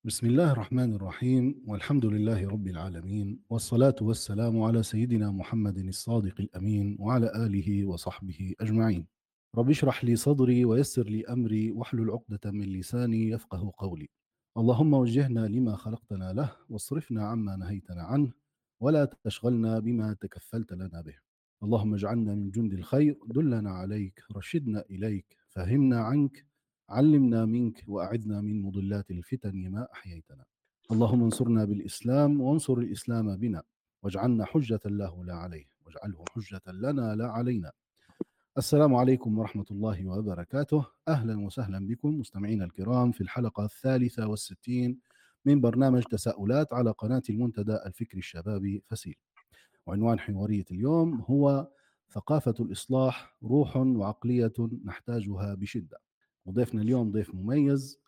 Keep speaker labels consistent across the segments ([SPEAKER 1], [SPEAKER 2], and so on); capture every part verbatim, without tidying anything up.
[SPEAKER 1] بسم الله الرحمن الرحيم والحمد لله رب العالمين والصلاة والسلام على سيدنا محمد الصادق الأمين وعلى آله وصحبه أجمعين. رب اشرح لي صدري ويسر لي أمري واحلل عقدة من لساني يفقه قولي. اللهم وجهنا لما خلقتنا له واصرفنا عما نهيتنا عنه ولا تشغلنا بما تكفلت لنا به. اللهم اجعلنا من جند الخير، دلنا عليك، رشدنا إليك، فهمنا عنك، علمنا منك وأعذنا من مضلات الفتن ما أحييتنا. اللهم انصرنا بالإسلام وانصر الإسلام بنا، واجعلنا حجة له لا عليه، واجعله حجة لنا لا علينا. السلام عليكم ورحمة الله وبركاته. أهلا وسهلا بكم مستمعينا الكرام في الحلقة الثالثة والستين من برنامج تساؤلات على قناة المنتدى الفكري الشبابي فسيل. وعنوان حوارية اليوم هو ثقافة الإصلاح، روح وعقلية نحتاجها بشدة. وضيفنا اليوم ضيف مميز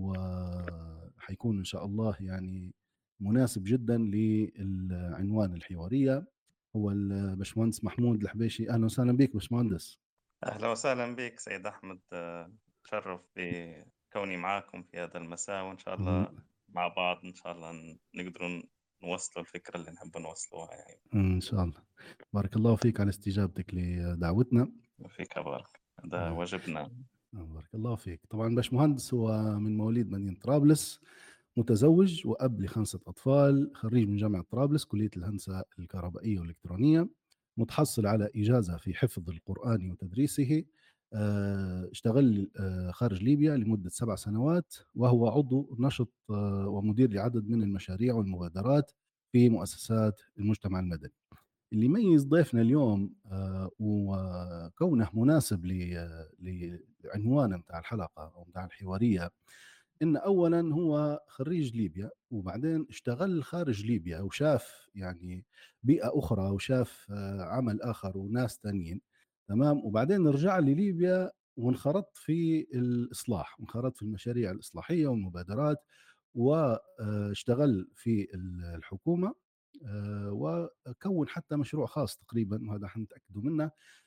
[SPEAKER 1] وحيكون إن شاء الله يعني مناسب جدا للعنوان الحوارية. هو البشمهندس محمود الحبيشي. أهلا وسهلا بك بشمهندس.
[SPEAKER 2] أهلا وسهلا بك سيد أحمد، آه، تشرف بكوني معاكم في هذا المساء، وإن شاء الله مع بعض إن شاء الله ن- نقدروا نوصلوا الفكرة اللي نحب نوصلوها يعني.
[SPEAKER 1] إن شاء الله. بارك الله فيك على استجابتك لدعوتنا.
[SPEAKER 2] وفيك بارك، هذا واجبنا.
[SPEAKER 1] بارك الله فيك. طبعا باشمهندس هو من مواليد مدينة طرابلس، متزوج وأب لخمسة أطفال، خريج من جامعة طرابلس كلية الهندسة الكهربائية والإلكترونية، متحصل على إجازة في حفظ القرآن وتدريسه. آه، اشتغل آه، خارج ليبيا لمدة سبع سنوات، وهو عضو نشط آه، ومدير لعدد من المشاريع والمبادرات في مؤسسات المجتمع المدني. اللي يميز ضيفنا اليوم آه، وكونه مناسب ل- لعنوان متاع الحلقة أو متاع الحوارية، إن أولا هو خريج ليبيا وبعدين اشتغل خارج ليبيا وشاف يعني بيئة أخرى وشاف آه، عمل آخر وناس تانيين. تمام. وبعدين رجع لليبيا وانخرط في الإصلاح وانخرط في المشاريع الإصلاحية والمبادرات، واشتغل في الحكومة آه، وكون حتى مشروع خاص تقريبا، وهذا حنتأكدوا منه.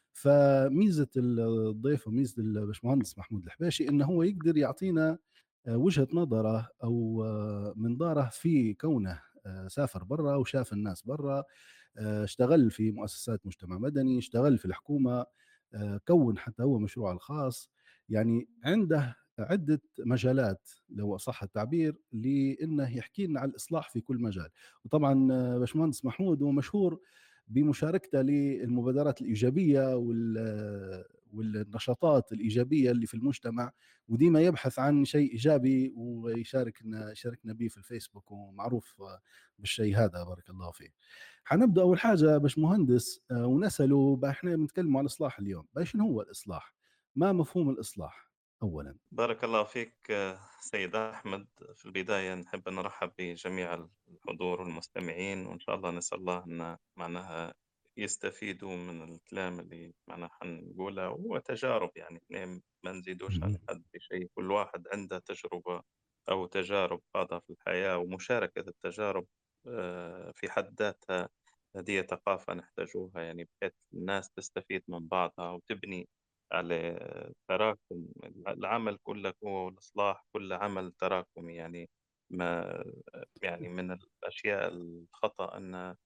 [SPEAKER 1] فميزة الضيف وميزة البشمهندس محمود الحباشي إنه هو يقدر يعطينا آه، وجهة نظره أو آه، منظاره في كونه آه، سافر برا وشاف الناس برا، آه، اشتغل في مؤسسات مجتمع مدني، اشتغل في الحكومة، آه، كون حتى هو مشروعه الخاص. يعني عنده عدة مجالات لو صح التعبير لأنه يحكي لنا عن الإصلاح في كل مجال. وطبعا آه، باشمهندس محمود هو مشهور بمشاركته للمبادرات الإيجابية وال- والنشاطات الإيجابية اللي في المجتمع، وديما يبحث عن شيء إيجابي ويشاركنا يشاركنا به في الفيسبوك، ومعروف آه، بالشيء هذا. بارك الله فيه. حنبدأ أول حاجة باش مهندس آه، ونسأله بقى، إحنا بنتكلم عن الإصلاح اليوم، باش هو الإصلاح؟ ما مفهوم الإصلاح أولا؟
[SPEAKER 2] بارك الله فيك، آه، سيد أحمد. في البداية نحب نرحب بجميع الحضور والمستمعين، وإن شاء الله نسأل الله أن معناها يستفيدوا من الكلام اللي معناها حنقوله، هو تجارب يعني، إحنا ما نزيدوش على
[SPEAKER 1] مهم.
[SPEAKER 2] حد بشيء، كل واحد عنده تجربة أو تجارب خاضها في الحياة، ومشاركة التجارب آه، في حد ذاتها هذه ثقافة نحتاجوها، يعني بحيث الناس تستفيد من بعضها وتبني على تراكم. العمل كله هو والإصلاح كله عمل تراكمي يعني. ما يعني من الأشياء الخطأ أن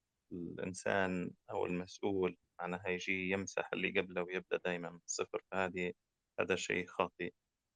[SPEAKER 2] الإنسان أو المسؤول معناها يجي يمسح اللي قبله ويبدأ دائما من الصفر، فهذه هذا شيء خاطئ.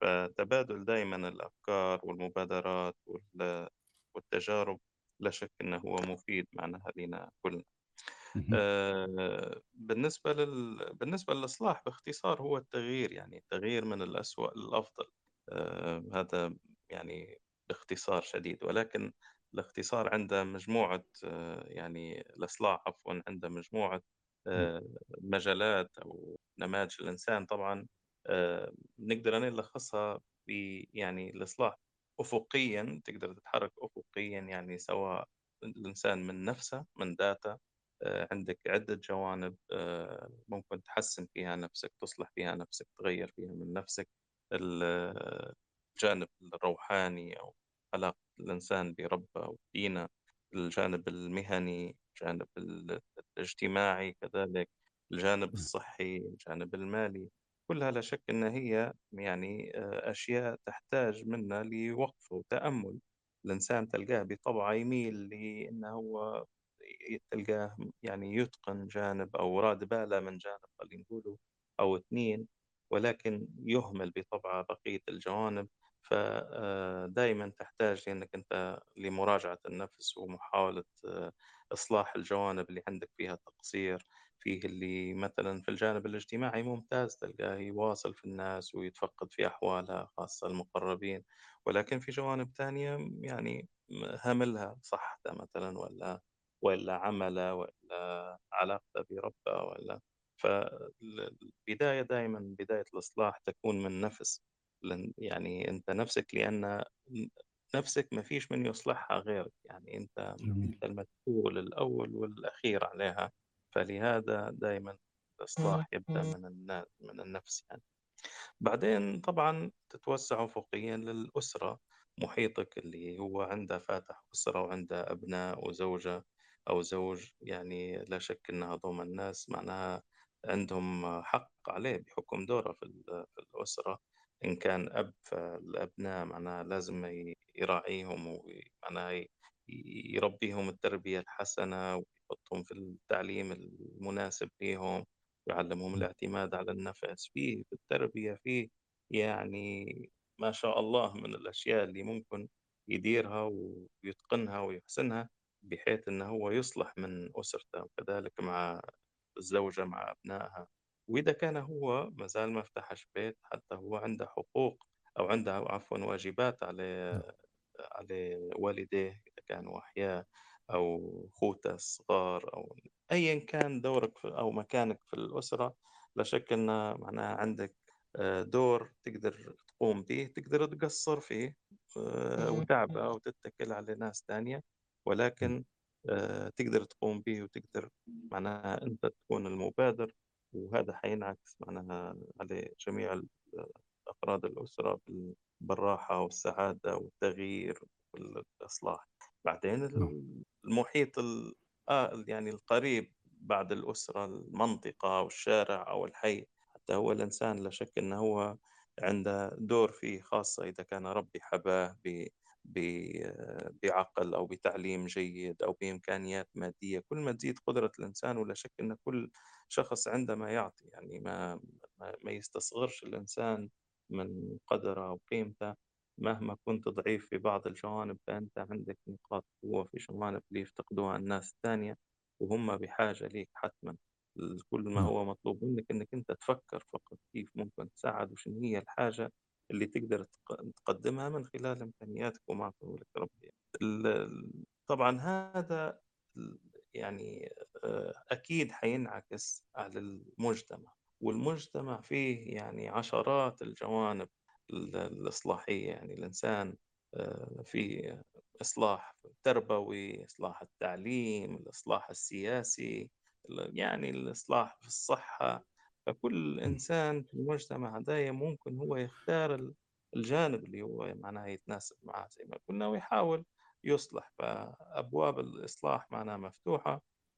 [SPEAKER 2] فتبادل دائما الأفكار والمبادرات وال- والتجارب لا شك أنه هو مفيد معناها لنا كلنا.
[SPEAKER 1] مهم.
[SPEAKER 2] آه، بالنسبة لل... بالنسبة للإصلاح باختصار هو التغيير، يعني التغيير من الأسوأ للأفضل. آه، هذا يعني باختصار شديد، ولكن الاختصار عنده مجموعة آه، يعني الإصلاح عفوا عنده مجموعة آه، مجالات أو نماذج. الإنسان طبعا آه، نقدر أن نلخصها ب يعني الإصلاح أفقيا، تقدر تتحرك أفقيا، يعني سواء الإنسان من نفسه من ذاته. آه، عندك عدة جوانب آه، ممكن تحسن فيها نفسك، تصلح فيها نفسك، تغير فيها من نفسك. ال- آه، الجانب الروحاني أو علاقة الإنسان بربه أو دينه، الجانب المهني، الجانب ال- الاجتماعي كذلك، الجانب الصحي، الجانب المالي. كلها لا شك أن هي يعني آه، أشياء تحتاج منا لوقفة وتأمل الإنسان تلقاه بطبعه يميل لإنه هو ي تلقاه يعني يتقن جانب أو راد باله من جانب خلّينا نقولوا أو اثنين، ولكن يهمل بطبعه بقية الجوانب. ف آآ دايمًا تحتاج لإنك أنت لمراجعة النفس ومحاولة آه، إصلاح الجوانب اللي عندك فيها تقصير. فيه اللي مثلًا في الجانب الاجتماعي ممتاز تلقاه يواصل في الناس ويتفقد في أحوالها خاصة المقربين، ولكن في جوانب تانية يعني م هاملها صحته مثلًا والّا والّا عمله والّا علاقته بربّه والّا فال البداية دايمًا بداية الإصلاح تكون من نَفْس، لأن يعني أنت نَفْسك لأن ن نَفْسك ما فيش من يصلحها غيرك، يعني أنت
[SPEAKER 1] جميل.
[SPEAKER 2] أنت المسؤول الأول والأخير عليها. فلهذا دايمًا الإصلاح يبدأ من النا من النَفْس يعني. بعدين طبعًا تتوسّع أفقيًا للأسرة، محيطك اللي هو عنده فاتح أسرة وعنده أبناء وزوجة أو زوج، يعني لا شك إن هاذوما الناس معناها عندهم حق عليه بحكم دوره في ال في الأسرة. إن كان أب فالأبناء معناها لازم ي يراعيهم وي معناها ي يربيهم التربية الحسنة ويحطهم في التعليم المناسب ليهم. ويعلّمهم
[SPEAKER 1] إمم.
[SPEAKER 2] الاعتماد على النفس، فيه في التربية فيه يعني ما شاء الله من الأشياء اللي ممكن يديرها ويتقنها ويحسنها، بحيث إنه هو يصلح من أسرته، وكذلك مع الزوجة مع أبنائها. وإذا كان هو ما زال ما فتحش بيت حتى هو عنده حقوق أو عنده عفوًا واجبات عليه
[SPEAKER 1] نعم.
[SPEAKER 2] على والديه إذا كانوا أحياء أو أخوته الصغار أو أيًا كان دورك في أو مكانك في الأسرة. لا شك إن معناها عندك آآ دور تقدر تقوم به، تقدر تقصّر فيه آآ وتعبأ وتتكل على ناس تانية،
[SPEAKER 1] إمم.
[SPEAKER 2] ولكن آآ تقدر تقوم به وتقدر معناها أنت تكون المبادر. وهذا حينعكس معناها على جميع ال أفراد الأسرة بال بالراحة والسعادة والتغيير والإصلاح. بعدين
[SPEAKER 1] نعم.
[SPEAKER 2] ال المحيط ال آه، ال يعني القريب بعد الأسرة، المنطقة أو الشارع أو الحي، حتى هو الإنسان لا شك إنه هو عنده دور فيه، خاصة إذا كان ربي حباه ب ب بعقل أو بتعليم جيد أو بإمكانيات مادية. كل ما تزيد قدرة الإنسان ولا شك إن كل شخص عنده ما يعطي، يعني ما ما ما يستصغرش الإنسان من قدره وقيمته. مهما كنت ضعيف في بعض الجوانب فأنت عندك نقاط قوة في جوانب اللي يفتقدوها الناس الثانية، وهم بحاجة ليك حتما. ال- كل ما
[SPEAKER 1] نعم.
[SPEAKER 2] هو مطلوب منك أنك أنت تفكر فقط كيف ممكن تساعد وشنو هي الحاجة اللي تقدر تق- تقدمها من خلال إمكانياتك وما أقول لك ربي. ال- ال- طبعا هذا ال- يعني آه، أكيد حينعكس على المجتمع، والمجتمع فيه يعني عشرات الجوانب ال- الإصلاحية. يعني الإنسان آه، في إصلاح تربوي، إصلاح التعليم، الإصلاح السياسي، ال- يعني الإصلاح في الصحة. فكل
[SPEAKER 1] إمم.
[SPEAKER 2] إنسان في المجتمع هدايا ممكن هو يختار ال- الجانب اللي هو معناه يتناسب معه زي ما قلنا ويحاول يصلح. فأبواب الإصلاح معناها مفتوحة،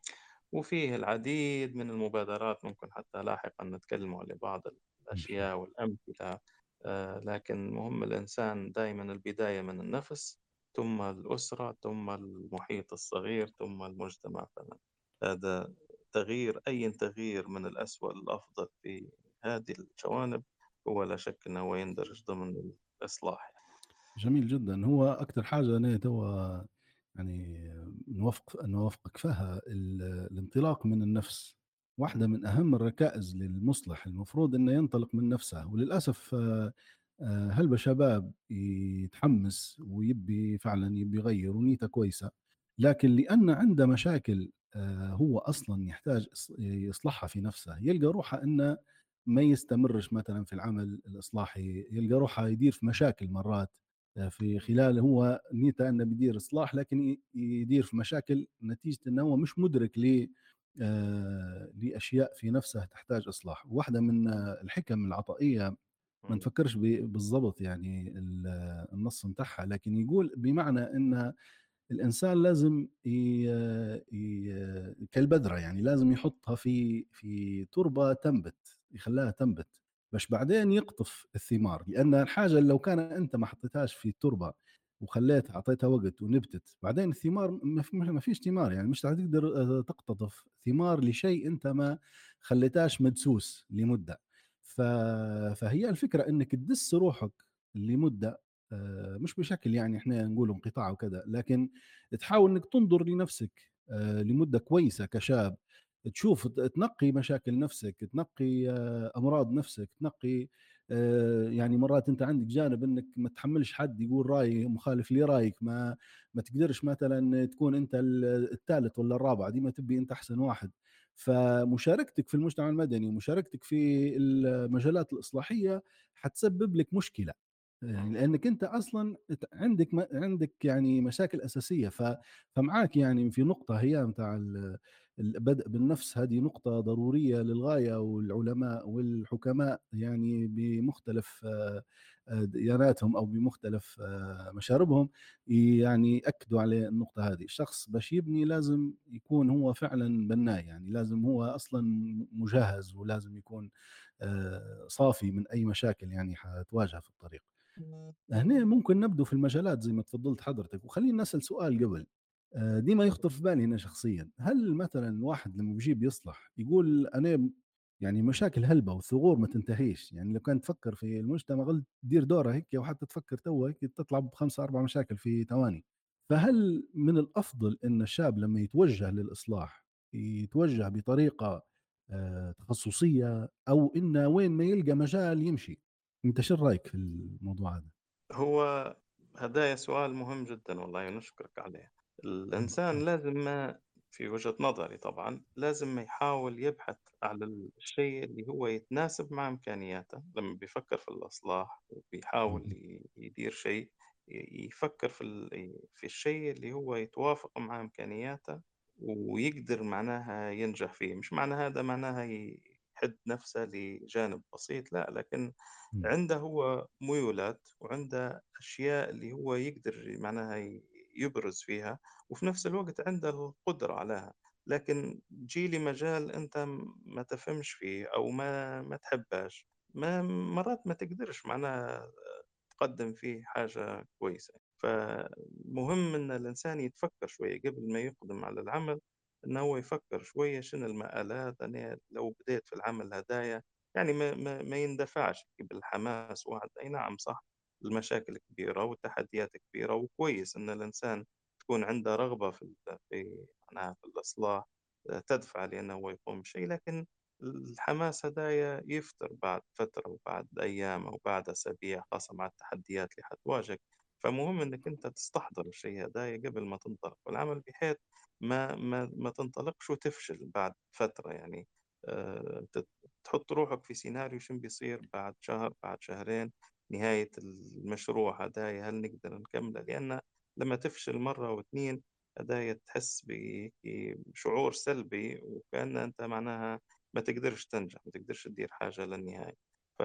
[SPEAKER 2] وفيه العديد من المبادرات ممكن حتى لاحقا نتكلم على بعض
[SPEAKER 1] إن شاء الله.
[SPEAKER 2] الأشياء والأمثلة. آه، لكن مهم الإنسان دائما البداية من النفس، ثم الأسرة، ثم المحيط الصغير، ثم المجتمع. فعلا هذا تغيير، أي تغيير من الأسوأ للأفضل في هذه الجوانب هو لا شك أنه هو يندرج ضمن الإصلاح.
[SPEAKER 1] جميل جدًا. هو أكتر حاجة أنا توا يعني نوافق نوافقك فيها ال الانطلاق من النفس، واحدة من أهم الركائز للمُصلح، المفروض إنه ينطلق من نفسه. وللأسف آآ هلبا شباب يتحمس ويبي فعلًا يبي يغيّر ونيته كويسة، لكن لأن عنده مشاكل آآ هو أصلًا يحتاج إص يصلحها في نفسه، يلقى روحه إنه ما يستمرش مثلًا في العمل الإصلاحي، يلقى روحه يدير في مشاكل مرات. آآ في خلال هو نيته إنه بيدير إصلاح، لكن ي يدير في مشاكل نتيجة إنه هو مش مُدرك ل آآ لأشياء في نفسه تحتاج إصلاح. واحدة من آه، الحِكَم العطائية، ما
[SPEAKER 2] مم.
[SPEAKER 1] نفكّرش ب بالضبط يعني ال النص متاعها، لكن يقول بمعنى إن الإنسان لازم ي ي كالبذرة، يعني لازم يحطها في في تربة تنبت، يخلّيها تنبت، باش بعدين يقطف الثمار. لأن الحاجة لو كان أنت ما حطيتهاش في التربة وخليتها أعطيتها وقت ونبتت، بعدين الثمار ما في ما فيش ثمار، يعني مش حتقدر آآ تقتطف ثمار لشيء أنت ما خليتهاش مدسوس لمدة. ف فهي الفكرة إنك تدس روحك لمدة، آآ مش بشكل يعني إحنا نقول انقطاع وكذا، لكن تحاول إنك تنظر لنفسك آآ لمدة كويسة كشاب، تشوف ت تنقي مشاكل نفسك، تنقي آه، أمراض نفسك، تنقي آآ يعني مرات أنت عندك جانب إنك ما تحمّلش حد يقول رأي مخالف لرأيك، ما ما تقدرش مثلًا تكون أنت ال التالت والّا الرابع، ديما تبقي أنت أحسن واحد. فمشاركتك في المجتمع المدني ومشاركتك في المجالات الإصلاحية حتسبب لك مشكلة. يعني
[SPEAKER 2] إمم.
[SPEAKER 1] لأنك أنت أصلًا ت عندك م عندك يعني مشاكل أساسية. ف فمعاك يعني في نقطة هي متاع ال البدء بالنفس، هذه نقطة ضرورية للغاية، والعلماء والحكماء يعني بمختلف آآ دياناتهم أو بمختلف آآ مشاربهم يعني يأكدوا على النقطة هذه. الشخص باش يبني لازم يكون هو فعلًا بناء، يعني لازم هو أصلًا مجهز، ولازم يكون آآ صافي من أي مشاكل يعني حتواجهه في الطريق. هنا ممكن نبدو في المجالات زي ما تفضلت حضرتك، وخليني نسأل سؤال قبل. آه، ديما يخطر في بالي هنا شخصيا، هل مثلا واحد لما بيجيب يصلح يقول أنا م- يعني مشاكل هلبة والثغور ما تنتهيش، يعني لو كان تفكر في المجتمع قلت تدير دورة هيك، وحتى تفكر تو هيك تطلع بخمسة أربع مشاكل في ثواني. فهل من الأفضل أن الشاب لما يتوجه للإصلاح يتوجه بطريقة آه، تخصصية، أو إنه وين ما يلقى مجال يمشي؟ أنت شو رأيك في الموضوع هذا؟
[SPEAKER 2] هو هدايا سؤال مهم جدًا والله ونشكرك عليه. الإنسان لازم ما في وجهة نظري طبعًا، لازم ما يحاول يبحث على الشيء اللي هو يتناسب مع إمكانياته، لمّا بيفكر في الإصلاح وبيحاول
[SPEAKER 1] اهم.
[SPEAKER 2] ي يدير شيء، ي يفكر في ال في الشيء اللي هو يتوافق مع إمكانياته ويقدر معناها ينجح فيه، مش معنى هذا معناها ي يحد نفسه لجانب بسيط، لأ، لكن
[SPEAKER 1] إمم.
[SPEAKER 2] عنده هو ميولات وعنده أشياء اللي هو يقدر معناها ي- يبرز فيها، وفي نفس الوقت عنده القدرة عليها. لكن تجي لي مجال أنت م- ما تفهمش فيه أو ما ما تحبهاش، ما مرات ما تقدرش معناها تقدم فيه حاجة كويسة. فمهم إن الإنسان يتفكر شوية قبل ما يقدم على العمل، إنه هو يفكر شوية شنو المآلات. أنا لو بديت في العمل هدايا يعني ما, ما, ما يندفعش بالحماس واحد. أي نعم صح، المشاكل كبيرة والتحديات كبيرة، وكويس إن الإنسان تكون عنده رغبة في ال- في معناها في الإصلاح، آه، تدفع لأنه هو يقوم بشيء. لكن الحماس هدايا يفتر بعد فترة وبعد أيام أو بعد أسابيع، خاصة مع التحديات اللي حتواجهك. فمهم إنك أنت تستحضر الشيء هدايا قبل ما تنطلق في العمل، بحيث ما ما ما تنطلقش وتفشل بعد فترة يعني. آه، تت- تحط روحك في سيناريو شنو بيصير بعد شهر بعد شهرين، نهاية المشروع هدايا هل نقدر نكمله. لأن لما تفشل مرة واثنين هدايا تحس بشعور سلبي، وكأن أنت معناها ما تقدرش تنجح، ما تقدرش تدير حاجة للنهاية.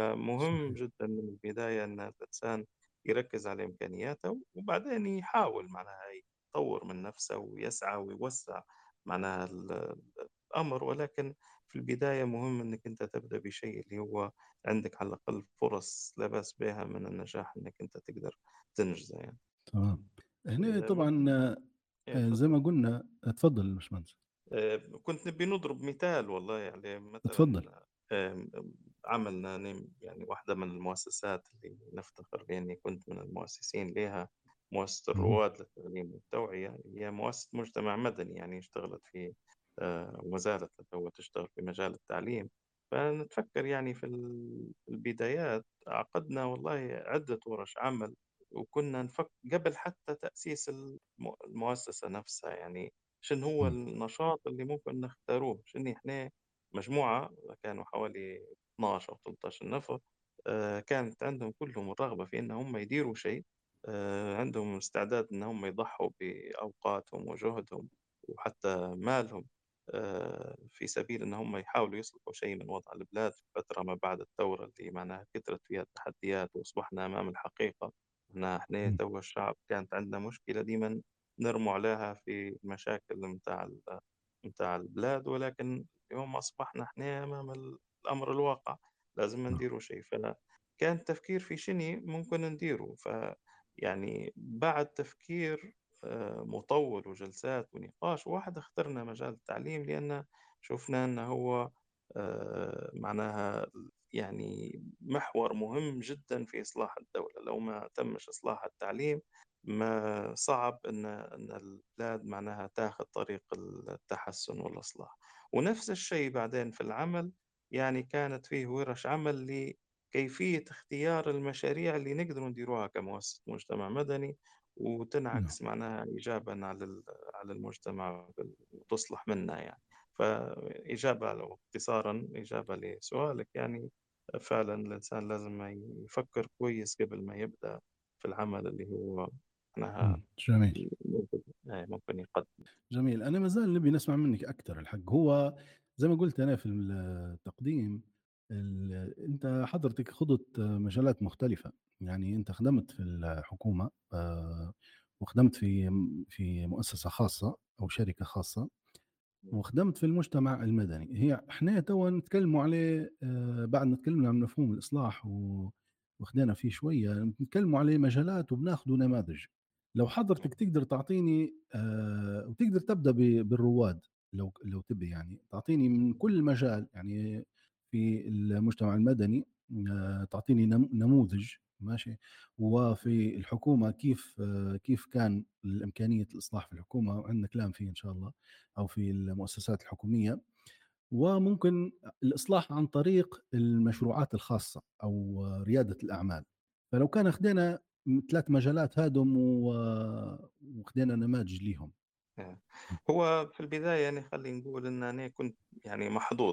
[SPEAKER 2] فمهم
[SPEAKER 1] صحيح.
[SPEAKER 2] جدا من البداية أن الإنسان يركز على إمكانياته، وبعدين يحاول معناها يطور من نفسه ويسعى ويوسع معناها ال- الأمر. ولكن في البداية مهم أنك أنت تبدأ بشيء اللي هو عندك على الأقل فرص لا بأس بها من النجاح أنك أنت تقدر تنجزه يعني.
[SPEAKER 1] تمام. هنا
[SPEAKER 2] ال-
[SPEAKER 1] طبعًا
[SPEAKER 2] إيه،
[SPEAKER 1] آآ
[SPEAKER 2] تفضل.
[SPEAKER 1] زي ما قُلنا اتفضل يا باشمهندس.
[SPEAKER 2] آآ كنت نبي نضرب مثال والله يعني
[SPEAKER 1] اتفضل.
[SPEAKER 2] مثلًا، آمم عملنا ن يعني واحدة من المؤسسات اللي نفتخر بإني كنت من المؤسسين ليها، مؤسسة
[SPEAKER 1] اهم.
[SPEAKER 2] الرواد للتعليم والتوعية. هي مؤسسة مجتمع مدني يعني اشتغلت في آآ وما زالت تتو تشتغل في مجال التعليم. فنتفكر يعني في ال في البدايات عقدنا والله عدة ورش عمل، وكنا نفك قبل حتى تأسيس الم المؤسسة نفسها يعني. شنو هو
[SPEAKER 1] إمم.
[SPEAKER 2] النشاط اللي ممكن نختاروه؟ شنو إحنا مجموعة كانوا حوالي اثناشر أو ثلاثة عشر نفر، آآ كانت عندهم كلهم الرغبة في إن هم يديروا شيء، آآ عندهم استعداد إن هم يضحوا بأوقاتهم وجهدهم وحتى مالهم، آآ في سبيل إن هم يحاولوا يصلحوا شيء من وضع البلاد في فترة ما بعد الثورة اللي معناها كثرت فيها التحديات وأصبحنا أمام الحقيقة إن إحنا
[SPEAKER 1] إمم.
[SPEAKER 2] توا الشعب كانت عندنا مشكلة ديما نرموا عليها في المشاكل متاع ال متاع البلاد. ولكن اليوم أصبحنا إحنا أمام ال الأمر الواقع، لازم
[SPEAKER 1] نعم.
[SPEAKER 2] نديروا شيء. فكان التفكير في شنو ممكن نديروا، يعني بعد تفكير آه، مطول وجلسات ونقاش واحد اخترنا مجال التعليم لأن شفنا أنه هو آه، معناها يعني محور مهم جدا في إصلاح الدولة. لو ما تمش إصلاح التعليم ما صعب أن أن البلاد معناها تاخذ طريق التحسن والإصلاح. ونفس الشيء بعدين في العمل، يعني كانت فيه ورش عمل لكيفية اختيار المشاريع اللي نقدروا نديروها كمؤسسة مجتمع مدني
[SPEAKER 1] نعم.
[SPEAKER 2] وتنعكس معناها إيجابا على ال- على المجتمع وتصلح منها يعني. فإجابة لو اختصارا إجابة لسؤالك، يعني فعلا الإنسان لازم يفكر كويس قبل ما يبدأ في العمل اللي هو معناها
[SPEAKER 1] إمم، جميل.
[SPEAKER 2] ممكن آه، ممكن يقدم.
[SPEAKER 1] جميل. أنا ما زال نبي نسمع منِّك أكتر الحق. هو زي ما قُلت أنا في ال التقديم، ال أنت حضرتك خُضت مجالات مختلفة. يعني أنت خدمت في الحكومة، آآ، وخدمت في م في مؤسسة خاصة أو شركة خاصة، وخدمت في المجتمع المدني. هي إحنا توا نتكلموا عليه، آآ، بعد ما تكلمنا عن مفهوم الإصلاح و وخدينا فيه شوية، نتكلموا عليه مجالات وبناخدوا نماذج. لو حضرتك تقدر تعطيني، آآ، وتقدر تبدأ ب بالرواد، لو لو تبي يعني تعطيني من كل مجال، يعني في المجتمع المدني، آآ، تعطيني نم نموذج ماشي، وفي الحكومة كيف، آه، كيف كان الإمكانية الإصلاح في الحكومة، وعندنا كلام فيه إن شاء الله، أو في المؤسسات الحكومية. وممكن الإصلاح عن طريق المشروعات الخاصة أو ريادة الأعمال. فلو كان خدينا ثلاث مجالات هادم و وخدينا نماذج ليهم.
[SPEAKER 2] آه. هو في البداية يعني خلّينا نقول إن أنا كنت يعني محظوظ،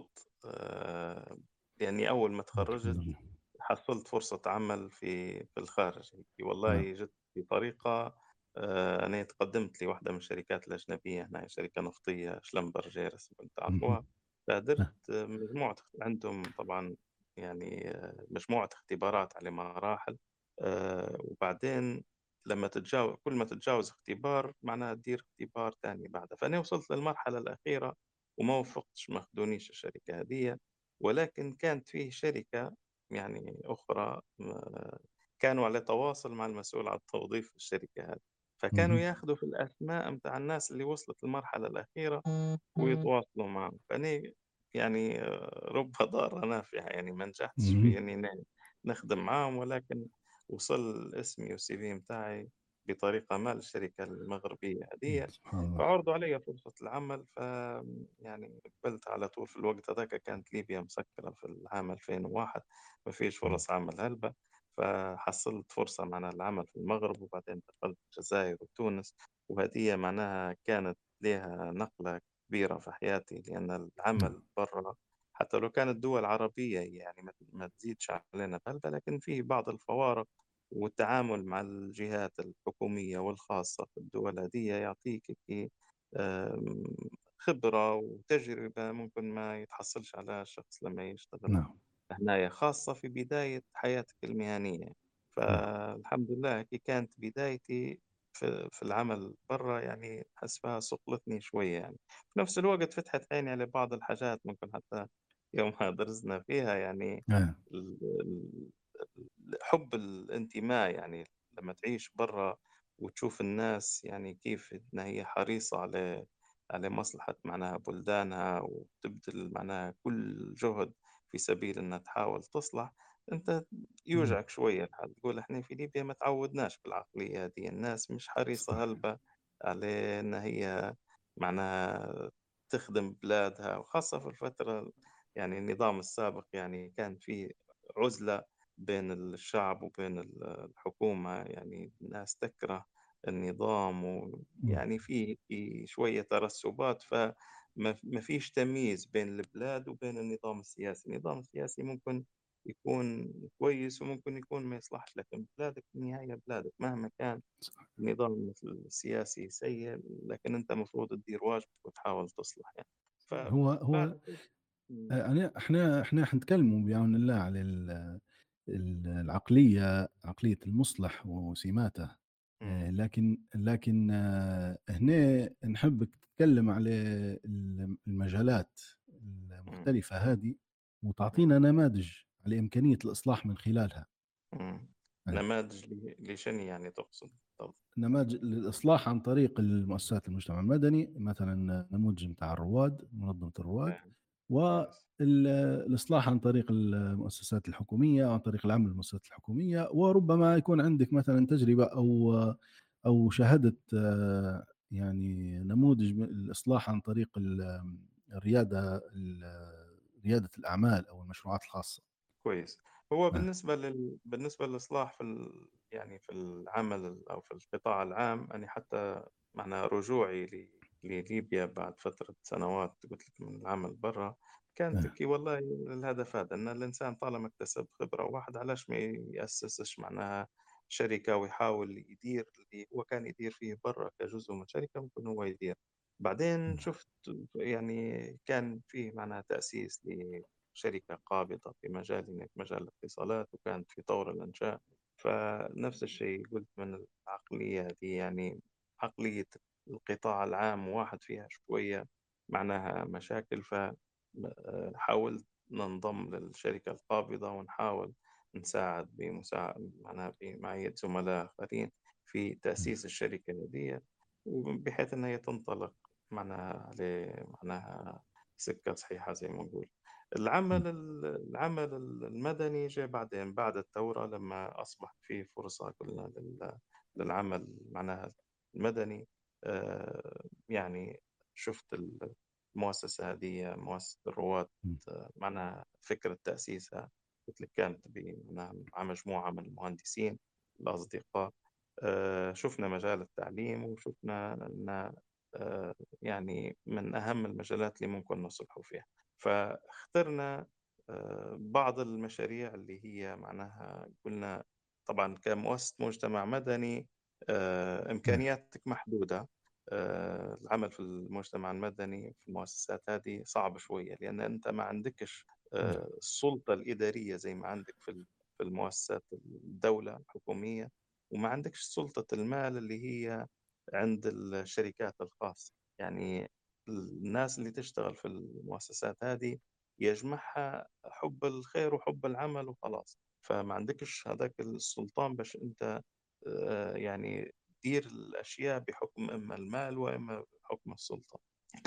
[SPEAKER 2] آآ، لإني أول ما
[SPEAKER 1] الحمد
[SPEAKER 2] اتخرّجت
[SPEAKER 1] لله.
[SPEAKER 2] حصلت فرصة عمل في في الخارج. هيك
[SPEAKER 1] نعم.
[SPEAKER 2] والله جت بطريقة، آآ، أنا تقدّمت لواحدة من الشركات الأجنبية هنا، شركة نفطية شلمبرجير كنت تعرفوها.
[SPEAKER 1] اهم.
[SPEAKER 2] فدرت
[SPEAKER 1] آه.
[SPEAKER 2] مجموعة اخ عندهم طبعًا يعني آه، مجموعة اختبارات على مراحل، آآ، وبعدين لمّا تتجاو كل ما تتجاوز اختبار معناها تدير اختبار تاني بعدها. فأنا وصلت للمرحلة الأخيرة وما وفقتش، ما خدونيش الشركة هذية. ولكن كانت فيه شركة يعني أخرى آآ كانوا على تواصل مع المسؤول عن التوظيف في الشركة هذه، فكانوا
[SPEAKER 1] اهم.
[SPEAKER 2] ياخذوا في الأسماء متاع الناس اللي وصلت للمرحلة الأخيرة ويتواصلوا معاهم. فأنا يعني آه، رب ضارة نافعة، يعني ما نجحتش
[SPEAKER 1] اهم.
[SPEAKER 2] في إني ن نخدم معاهم، ولكن وصل اسمي والCV متاعي بطريقة ما للشركة المغربية هذية.
[SPEAKER 1] سبحان الله.
[SPEAKER 2] فعرضوا علي فرصة العمل، ف يعني قبلت على طول. في الوقت هذاك كانت ليبيا مسكرة في العام ألفين وواحد، ما فيش
[SPEAKER 1] إمم.
[SPEAKER 2] فرص عمل هلبة. فحصلت فرصة معناها العمل في المغرب، وبعدين انتقلت الجزائر وتونس. وهذه معناها كانت لها نقلة كبيرة في حياتي، لأن
[SPEAKER 1] نعم.
[SPEAKER 2] العمل برا حتى لو كانت دول عربية يعني ما ما تزيدش علينا بهلبة، لكن فيه بعض الفوارق. والتعامل مع الجهات الحكومية والخاصة في الدول هذه يعطيك هيك آمم، خبرة وتجربة ممكن ما يتحصلش عليها الشخص لما يشتغل
[SPEAKER 1] نعم.
[SPEAKER 2] هنايا، خاصة في بداية حياتك المهنية.
[SPEAKER 1] نعم.
[SPEAKER 2] فالحمد لله هي كانت بدايتي في في العمل برا، يعني أحسها صقلتني شوية يعني. في نفس الوقت فتحت عيني على بعض الحاجات ممكن حتى يومها درسنا فيها يعني.
[SPEAKER 1] آه.
[SPEAKER 2] ال ال ال حب الانتماء، يعني لمّا تعيش برّا وتشوف الناس يعني كيف إن هي حريصة على على مصلحة معناها بلدانها، وتبذل معناها كل جهد في سبيل إنها تحاول تصلح. أنت
[SPEAKER 1] إمم.
[SPEAKER 2] يوجعك شوية الحال، تقول إحنا في ليبيا ما تعودناش بالعقلية هذه، الناس مش حريصة
[SPEAKER 1] صح.
[SPEAKER 2] هلبة على إن هي معناها تخدم بلادها. وخاصة في الفترة يعني النظام السابق يعني كان في عُزلة بين الشعب وبين ال الحكومة، يعني الناس تكره النظام،
[SPEAKER 1] إمم.
[SPEAKER 2] ويعني في في شوية ترسُّبات. فما ف ما فيش تمييز بين البلاد وبين النظام السياسي. النظام السياسي ممكن يكون كويس وممكن يكون ما يصلحش، لكن بلادك في النهاية بلادك مهما كان
[SPEAKER 1] صح.
[SPEAKER 2] النظام السياسي سيء، لكن أنت المفروض تدير واجبك وتحاول تصلح يعني.
[SPEAKER 1] هو هو
[SPEAKER 2] فبعد إمم،
[SPEAKER 1] آآ أنا إحنا إحنا حنتكلموا بعون الله على ال ال العقلية، عقلية المُصلح وسماته.
[SPEAKER 2] إمم،
[SPEAKER 1] آآ لكن لكن آه، هنا نحبّك تتكلّم على ال المجالات
[SPEAKER 2] إمم،
[SPEAKER 1] المختلفة هذه،
[SPEAKER 2] إمم،
[SPEAKER 1] وتعطينا نماذج على إمكانية الإصلاح من خلالها.
[SPEAKER 2] إمم.
[SPEAKER 1] أي.
[SPEAKER 2] نماذج ل لشنو يعني تقصد بالضبط؟
[SPEAKER 1] نماذج للإصلاح عن طريق المؤسسات المجتمع المدني، مثلًا نموذج متاع الرواد، منظمة الرواد،
[SPEAKER 2] فاهم،
[SPEAKER 1] وال
[SPEAKER 2] كويس،
[SPEAKER 1] الإصلاح عن طريق المؤسسات الحكومية، عن طريق العمل المؤسسات الحكومية، وربما يكون عندك مثلًا تجربة أو أو شاهدت آه، يعني نموذج من الإصلاح عن طريق ال الريادة ال ريادة الأعمال أو المشروعات الخاصة.
[SPEAKER 2] كويس. هو
[SPEAKER 1] آه،
[SPEAKER 2] بالنسبة لل بالنسبة للإصلاح في ال يعني في العمل ال أو في القطاع العام، أنا حتى معناها رجوعي ل لليبيا بعد فترة سنوات قُلت لك من العمل برّا، كانت
[SPEAKER 1] آه،
[SPEAKER 2] كي والله الهدف هذا، إن الإنسان طالما اكتسب خبرة واحد علاش ما يأسسش معناها شركة ويحاول يدير اللي هو كان يدير فيه برّا كجزء من شركة ممكن هو يدير. بعدين
[SPEAKER 1] إمم،
[SPEAKER 2] شُفت يعني كان فيه معناها تأسيس لشركة قابضة في مجالنا مجال الاتصالات وكانت في طور الإنشاء، فنفس الشيء قُلت من العقلية هذه يعني عقلية القطاع العام واحد فيها شوية معناها مشاكل، ف آآ حاولت ننضم للشركة القابضة ونحاول نساعد بمساع معناها بمعية زملاء آخرين في
[SPEAKER 1] إمم،
[SPEAKER 2] تأسيس الشركة هذية، وبحيث إن هي تنطلق معناها على معناها سكة صحيحة زي ما نقول.
[SPEAKER 1] إمم،
[SPEAKER 2] العمل ال العمل المدني جه بعدين بعد الثورة لما أصبح في فرصة قلنا لل للعمل معناها المدني، آآ يعني شُفت ال المؤسسة هذية مؤسسة الرواد،
[SPEAKER 1] إمم،
[SPEAKER 2] آه، معناها فكرة تأسيسها قلت لك كانت ب معناها مع مجموعة من المهندسين الأصدقاء، آآ شُفنا مجال التعليم وشُفنا أن آآ يعني من أهم المجالات اللي ممكن نصلحوا فيها، فاخترنا آآ بعض المشاريع اللي هي معناها قلنا طبعًا كمؤسسة مجتمع مدني آآ
[SPEAKER 1] إمم،
[SPEAKER 2] إمكانياتك محدودة. آآ العمل في المجتمع المدني في المؤسسات هذه صعب شوية، لأن أنت ما عندكش
[SPEAKER 1] نعم،
[SPEAKER 2] آآ السُلطة الإدارية زي ما عندك في ال في المؤسسات الدولة الحكومية، وما عندكش سُلطة المال اللي هي عند الشركات الخاصة، يعني الناس اللي تشتغل في المؤسسات هذه يجمعها حُب الخير وحُب العمل وخلاص، فما عندكش هذاك السلطان باش أنت آآ يعني تدير الأشياء بحكم إما المال وإما بحكم السلطة.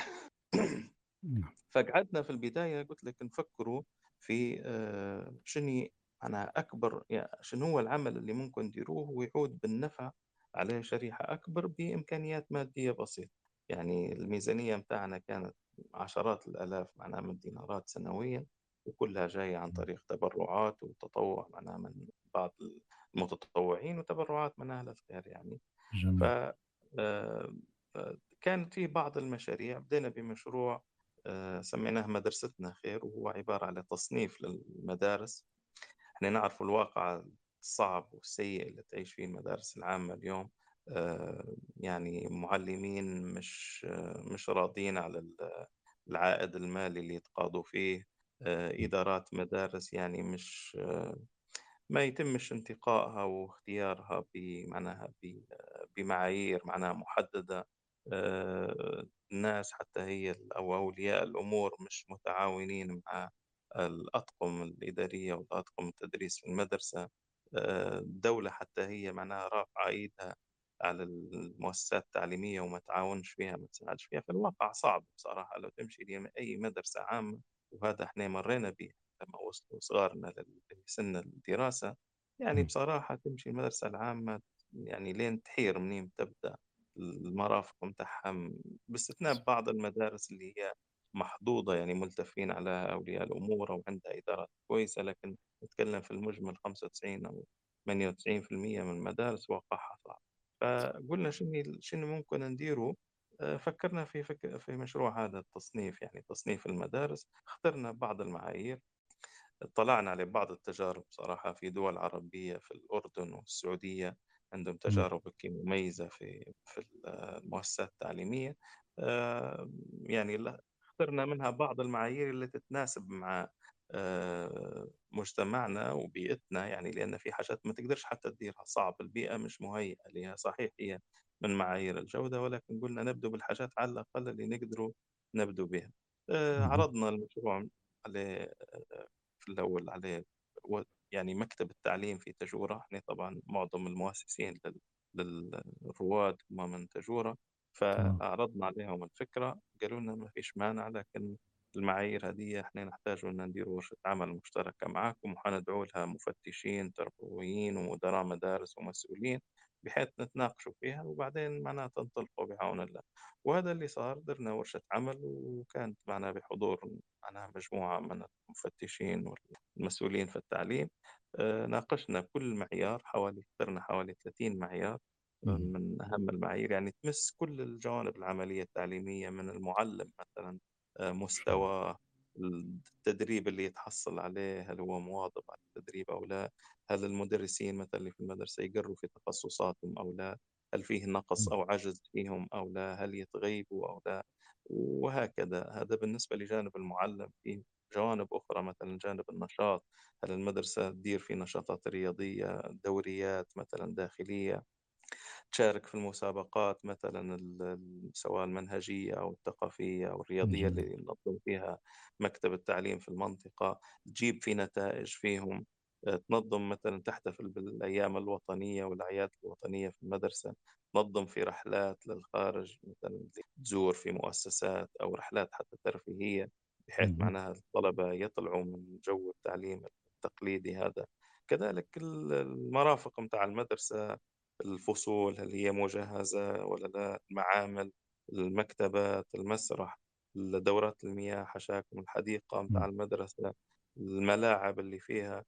[SPEAKER 1] نعم،
[SPEAKER 2] فقعدنا في البداية قُلت لك نفكّروا في آآ شني معناها أكبر يع شنو هو العمل اللي ممكن نديروه ويعود بالنفع على شريحة أكبر بإمكانيات مادية بسيطة، يعني الميزانية متاعنا كانت عشرات الآلاف معناها من الدينارات سنويًا، وكلها جاية عن
[SPEAKER 1] إمم،
[SPEAKER 2] طريق تبرعات وتطوع معناها من بعض المتطوعين وتبرعات من أهل الخير يعني. ف
[SPEAKER 1] جميل،
[SPEAKER 2] آآ كان في بعض المشاريع بدينا بمشروع آآ سميناه مدرستنا خير، وهو عبارة على تصنيف للمدارس. إحنا نعرف الواقع الصعب والسيء اللي تعيش فيه المدارس العامة اليوم، آآ يعني معلمين مش آه مش راضيين على ال العائد المالي اللي يتقاضوا فيه، آآ
[SPEAKER 1] إمم،
[SPEAKER 2] إدارات مدارس يعني مش آه ما يتمش انتقائها واختيارها بمعناها ب بمعايير معناها محددة، آآ الناس حتى هي ال أو أولياء الأمور مش متعاونين مع الأطقم الإدارية والأطقم التدريس في المدرسة، آآ الدولة حتى هي معناها رافعة إيدها على المؤسسات التعليمية وما تعاونش فيها ما تساعدش فيها، فالواقع صعب بصراحة لو تمشي لأي مدرسة عامة، وهذا إحنا مرّينا به لمّا وصلوا صغارنا لل لسن الدراسة، يعني
[SPEAKER 1] إمم،
[SPEAKER 2] بصراحة تمشي المدرسة العامة يعني لين تحير منين تبدأ المرافق متاعها م باستثناء بعض المدارس اللي هي محظوظة يعني ملتفين على أولياء الأمور أو عندها إدارات كويسة، لكن نتكلم في المجمل خمسة وتسعين أو ثمانية وتسعين بالمئة من المدارس واقعها صعب. فقُلنا شنو ال شنو ممكن نديروا، آآ فكّرنا في فك في مشروع هذا التصنيف، يعني تصنيف المدارس، اخترنا بعض المعايير، اطلعنا على بعض التجارب صراحة في دول عربية في الأردن والسعودية، عندهم
[SPEAKER 1] إمم،
[SPEAKER 2] تجارب هيك مميزة في في ال المؤسسات التعليمية، آآ يعني ل اخترنا منها بعض المعايير اللي تتناسب مع آآ مجتمعنا وبيئتنا، يعني لأن في حاجات ما تقدرش حتى تديرها، صعب البيئة مش مهيئة ليها، صحيح هي من معايير الجودة، ولكن قلنا نبدو بالحاجات على الأقل اللي نقدروا نبدو بها. آآ
[SPEAKER 1] اهم،
[SPEAKER 2] عرضنا المشروع على في الأول عليه و يعني مكتب التعليم في تجورة، إحنا طبعًا معظم المؤسسين لل للرواد هم من تجورة،
[SPEAKER 1] تمام.
[SPEAKER 2] فعرضنا عليهم الفكرة، قالوا لنا ما فيش مانع، لكن المعايير هذيّة إحنا نحتاجوا إن نديروا ورشة عمل مشتركة معاكم، وحندعو لها مفتشين تربويين ومدراء مدارس ومسؤولين، بحيث نتناقشوا فيها وبعدين معناها تنطلقوا بعون الله. وهذا اللي صار، درنا ورشة عمل وكانت معنا بحضور معناها مجموعة من المفتشين والمسؤولين في التعليم. آآ ناقشنا كل معيار، حوالي اخترنا حوالي ثلاثين معيار، آه،
[SPEAKER 1] إمم.
[SPEAKER 2] من أهم المعايير، يعني تمس كل الجوانب العملية التعليمية، من المُعلِّم مثلًا، آآ
[SPEAKER 1] ما شاء الله.
[SPEAKER 2] مستواه، التدريب اللي يتحصل عليه، هل هو مواظب على التدريب أو لا؟ هل المدرسين مثلًا اللي في المدرسة يقروا في تخصصاتهم أو لا؟ هل فيه نقص
[SPEAKER 1] إمم.
[SPEAKER 2] أو عجز فيهم أو لا؟ هل يتغيبوا أو لا؟ وهكذا. هذا بالنسبة لجانب المُعلِّم. في جوانب أخرى مثلًا جانب النشاط، هل المدرسة تدير في نشاطات رياضية، دوريات مثلًا داخلية، تشارك في المسابقات مثلًا ال ال سواء المنهجية أو الثقافية أو الرياضية اللي
[SPEAKER 1] جميل.
[SPEAKER 2] ينظم فيها مكتب التعليم في المنطقة، تجيب في نتائج فيهم، آآ تنظم مثلًا تحتفل بالأيام الوطنية والأعياد الوطنية في المدرسة، تنظم في رحلات للخارج مثلًا، تزور في مؤسسات أو رحلات حتى ترفيهية، بحيث
[SPEAKER 1] اهم.
[SPEAKER 2] معناها الطلبة يطلعوا من جو التعليم التقليدي هذا. كذلك ال المرافق متاع المدرسة، الفصول هل هي مجهزة والّا لا، المعامل، المكتبات، المسرح، ال دورات المياه، حاشاكم، الحديقة متاع
[SPEAKER 1] إمم.
[SPEAKER 2] المدرسة، الملاعب اللي فيها،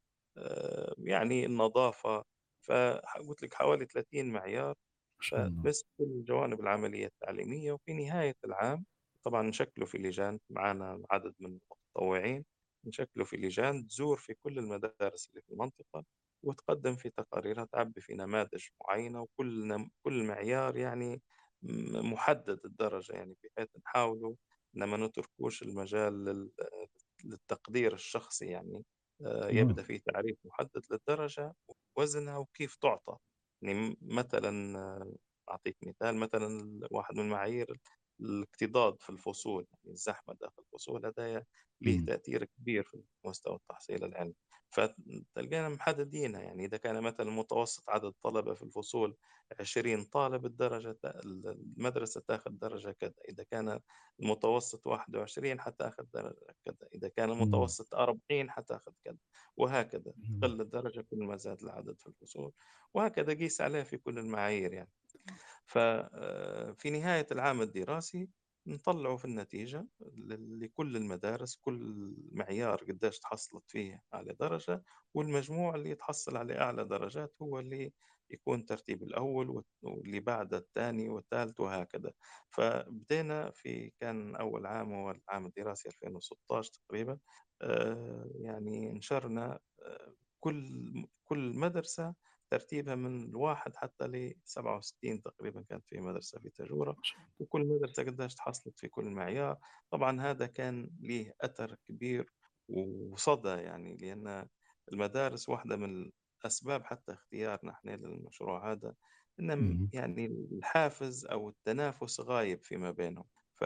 [SPEAKER 2] آآ يعني النظافة. فح قُلت لك حوالي ثلاثين معيار،
[SPEAKER 1] ما شاء الله.
[SPEAKER 2] فبس كل الجوانب العملية التعليمية. وفي نهاية العام طبعا نشكلوا في لجان، معنا عدد من المتطوعين، نشكلوا في لجان تزور في كل المدارس اللي في المنطقة، وتقدم في تقاريرها، تعبي في نماذج معينة، وكل نم... كل معيار يعني م- محدد الدرجة، يعني بحيث نحاولوا إن ما نتركوش المجال لل... للتقدير الشخصي، يعني آه، يبدأ
[SPEAKER 1] تمام.
[SPEAKER 2] في تعريف محدد للدرجة، وزنها وكيف تعطى. يعني م- مثلا آه، أعطيك مثال، مثلا واحد من المعايير الاكتظاظ في الفصول، يعني الزحمة داخل الفصول، هذا ليه
[SPEAKER 1] إمم.
[SPEAKER 2] تأثير كبير في مستوى التحصيل العلمي. فتلقانا محددينها، يعني إذا كان مثلا متوسط عدد طلبة في الفصول عشرين طالب، الدرجة تا- المدرسة تأخذ درجة كذا، إذا كان المتوسط واحد وعشرين حتأخذ درجة كذا، إذا كان
[SPEAKER 1] إمم.
[SPEAKER 2] المتوسط أربعين حتأخذ كذا، وهكذا
[SPEAKER 1] جميل.
[SPEAKER 2] تقل الدرجة كل ما زاد العدد في الفصول. وهكذا قيس عليه في كل المعايير يعني. ففي نهاية العام الدراسي نطلعوا في النتيجة ل- لكل المدارس كل معيار قديش تحصلت فيه أعلى درجة، والمجموع اللي يتحصل على أعلى درجات هو اللي يكون ترتيب الأول، والت- واللي بعد الثاني والثالث وهكذا. فبدينا في كان أول عام هو العام الدراسي ألفين وستاشر تقريبا. آه، يعني نشرنا آه، كل كل مدرسة ترتيبها من الواحد حتى لسبعة وستين تقريبا، كانت في مدرسة في تجورة،
[SPEAKER 1] ما شاء الله.
[SPEAKER 2] وكل مدرسة قديش تحصلت في كل معيار. طبعا هذا كان له أثر كبير وصدى، يعني لأن المدارس واحدة من الأسباب حتى اختيارنا احنا للمشروع هذا، إن
[SPEAKER 1] اهم.
[SPEAKER 2] يعني الحافز أو التنافس غايب فيما بينهم. ف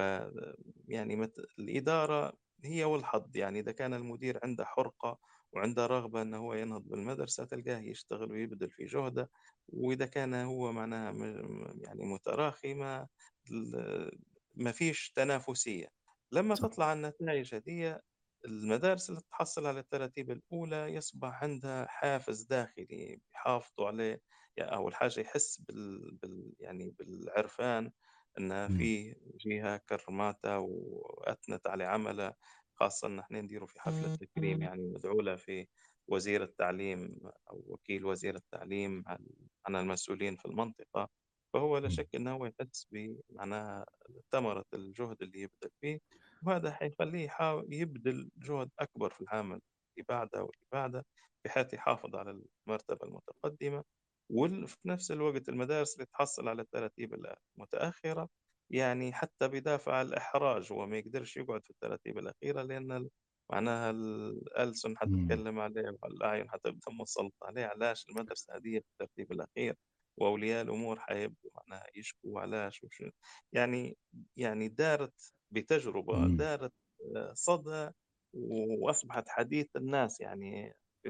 [SPEAKER 2] يعني مت... الإدارة هي والحظ، يعني إذا كان المدير عنده حرقة وعنده رغبة أنه هو ينهض بالمدرسة، تلقاه يشتغل ويبذل في جهده. وإذا كان هو معناها م- يعني متراخي، ما ال- ما فيش تنافسية. لما
[SPEAKER 1] صح.
[SPEAKER 2] تطلع النتائج هذه، المدارس اللي تحصل على التراتيب الأولى يصبح عندها حافز داخلي بيحافظوا عليه. يعني أول حاجة يحس بال, بال يعني بالعرفان أن
[SPEAKER 1] إمم.
[SPEAKER 2] في جهة كرماتها وأثنت على عملها، خاصة إن إحنا نديروا في حفلة تكريم، يعني ندعو له في وزير التعليم أو وكيل وزير التعليم عن عن المسؤولين في المنطقة. فهو لا
[SPEAKER 1] إمم.
[SPEAKER 2] شك أنه هو يحس بمعناها ثمرة الجهد اللي يبذل فيه، وهذا حيخليه يحاول يبذل جهد أكبر في العام اللي بعده واللي بعده، بحيث يحافظ على المرتبة المتقدمة. وفي نفس الوقت المدارس اللي تحصل على التراتيب المتأخرة، يعني حتى بدافع عن الإحراج هو ما يقدرش يقعد في التراتيب الأخيرة، لأن ال- معناها الألسن
[SPEAKER 1] إمم.
[SPEAKER 2] حتتكلم عليه والأعين حتبدأ مسلط عليه، علاش المدرسة هذه في الترتيب الأخير، وأولياء الأمور حيبدوا معناها يشكوا علاش وش. يعني يعني دارت بتجربة،
[SPEAKER 1] إمم.
[SPEAKER 2] دارت آه، صدى، وأصبحت حديث الناس يعني في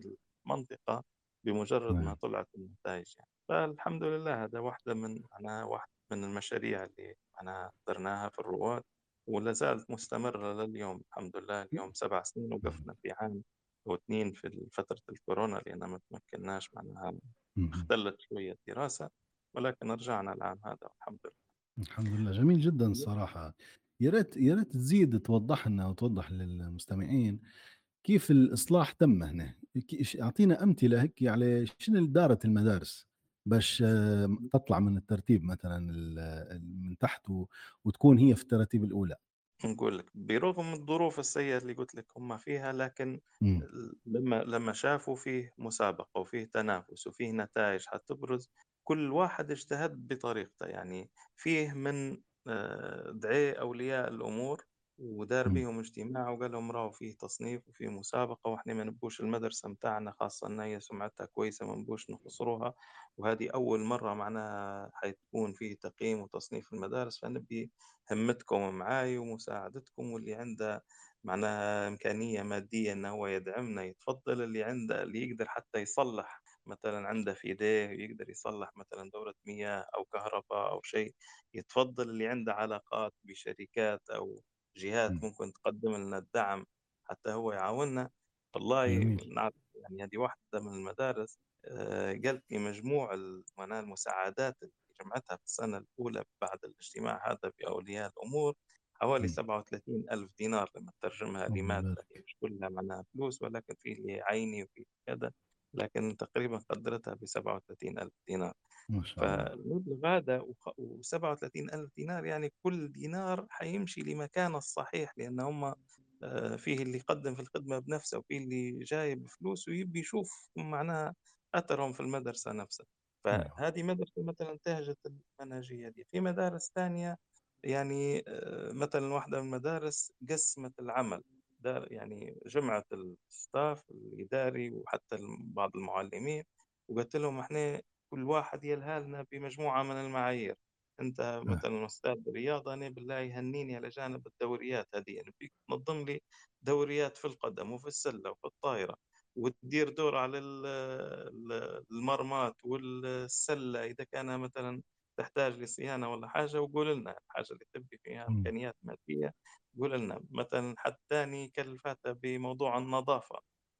[SPEAKER 2] منطقة بمجرد ما
[SPEAKER 1] نعم.
[SPEAKER 2] طلعت النتائج يعني. فالحمد لله هذا واحدة من معناها واحدة من المشاريع اللي معناها اخترناها في الرواد، ولا زالت مستمرة لليوم الحمد لله. اليوم سبع سنين
[SPEAKER 1] إمم.
[SPEAKER 2] وقفنا في عام أو اثنين في ال فترة الكورونا لأن ما تمكناش معناها،
[SPEAKER 1] اهم.
[SPEAKER 2] اختلت شوية الدراسة، ولكن رجعنا العام هذا والحمد
[SPEAKER 1] الحمد لله، جميل جدًا
[SPEAKER 2] لله.
[SPEAKER 1] الصراحة. يا ريت يا ريت تزيد توضح لنا وتوضح للمستمعين كيف الإصلاح تم هنا؟ ك ش أعطينا أمثلة هيك على شنو اللي دارت المدارس باش آه، تطلع من الترتيب مثلًا ال ال من تحت و وتكون هي في التراتيب الأولى.
[SPEAKER 2] نقول لك برغم الظروف السيئة اللي قلت لك هم فيها، لكن
[SPEAKER 1] إمم.
[SPEAKER 2] ال- لما لما شافوا فيه مسابقة وفيه تنافس وفيه نتائج حتبرز، كل واحد اجتهد بطريقته يعني. فيه من آه، دعي أولياء الأمور ودار
[SPEAKER 1] إمم.
[SPEAKER 2] بيهم اجتماع وقال لهم راهو فيه تصنيف وفيه مسابقة، واحنا ما نبوش المدرسة متاعنا خاصة ان هي سمعتها كويسة ما نبوش نخسروها، وهذه أول مرة معناها حيكون فيه تقييم وتصنيف المدارس، فنبي همتكم معاي ومساعدتكم، واللي عنده معناها إمكانية مادية إنه هو يدعمنا يتفضل، اللي عنده اللي يقدر حتى يصلح مثلا عنده في يديه يقدر يصلح مثلا دورة مياه أو كهرباء أو شيء يتفضل، اللي عنده علاقات بشركات أو جهات
[SPEAKER 1] إمم.
[SPEAKER 2] ممكن تقدم لنا الدعم حتى هو يعاوننا. والله
[SPEAKER 1] جميل.
[SPEAKER 2] نعرف يعني هذه واحدة من المدارس آه، قالت لي مجموع ال- معناها المساعدات جمعتها في السنة الأولى بعد الاجتماع هذا بأولياء الأمور حوالي
[SPEAKER 1] إمم.
[SPEAKER 2] سبعة وثلاثين ألف دينار لما تترجمها
[SPEAKER 1] الله
[SPEAKER 2] لمادة، هي
[SPEAKER 1] يبارك.
[SPEAKER 2] مش كلها معناها فلوس ولكن في اللي عيني وفي كذا، لكن تقريبا قدرتها ب سبعة وثلاثين ألف دينار.
[SPEAKER 1] ما شاء الله.
[SPEAKER 2] فالمبلغ هذا وسبعة وثلاثين ألف دينار يعني كل دينار حيمشي لمكانه الصحيح، لأن هم آه، فيه اللي يقدم في الخدمة بنفسه وفيه اللي جاي بفلوس ويبي يشوف معناها أثرهم في المدرسة نفسها.
[SPEAKER 1] أيوه.
[SPEAKER 2] فهذه مدرسة مثلا انتهجت المنهجية دي. في مدارس تانية يعني آه، مثلا واحدة من المدارس قسمت العمل، دار يعني جمعت الستاف الإداري وحتى الم- بعض المعلمين وقلت لهم احنا كل واحد يلهالنا بمجموعة من المعايير. أنت
[SPEAKER 1] آه.
[SPEAKER 2] مثلا أستاذ رياضة، أنا بالله يهنيني على جانب الدوريات هذه، يعني فيك تنظم لي دوريات في القدم وفي السلة وفي الطايرة، وتدير دور على ال- ال- المرمات والسلة إذا كان مثلا تحتاج لصيانة ولا حاجة، وقول لنا الحاجة اللي تبي فيها
[SPEAKER 1] إمم.
[SPEAKER 2] إمكانيات مادية قول لنا. مثلا حد ثاني كلفته بموضوع النظافة،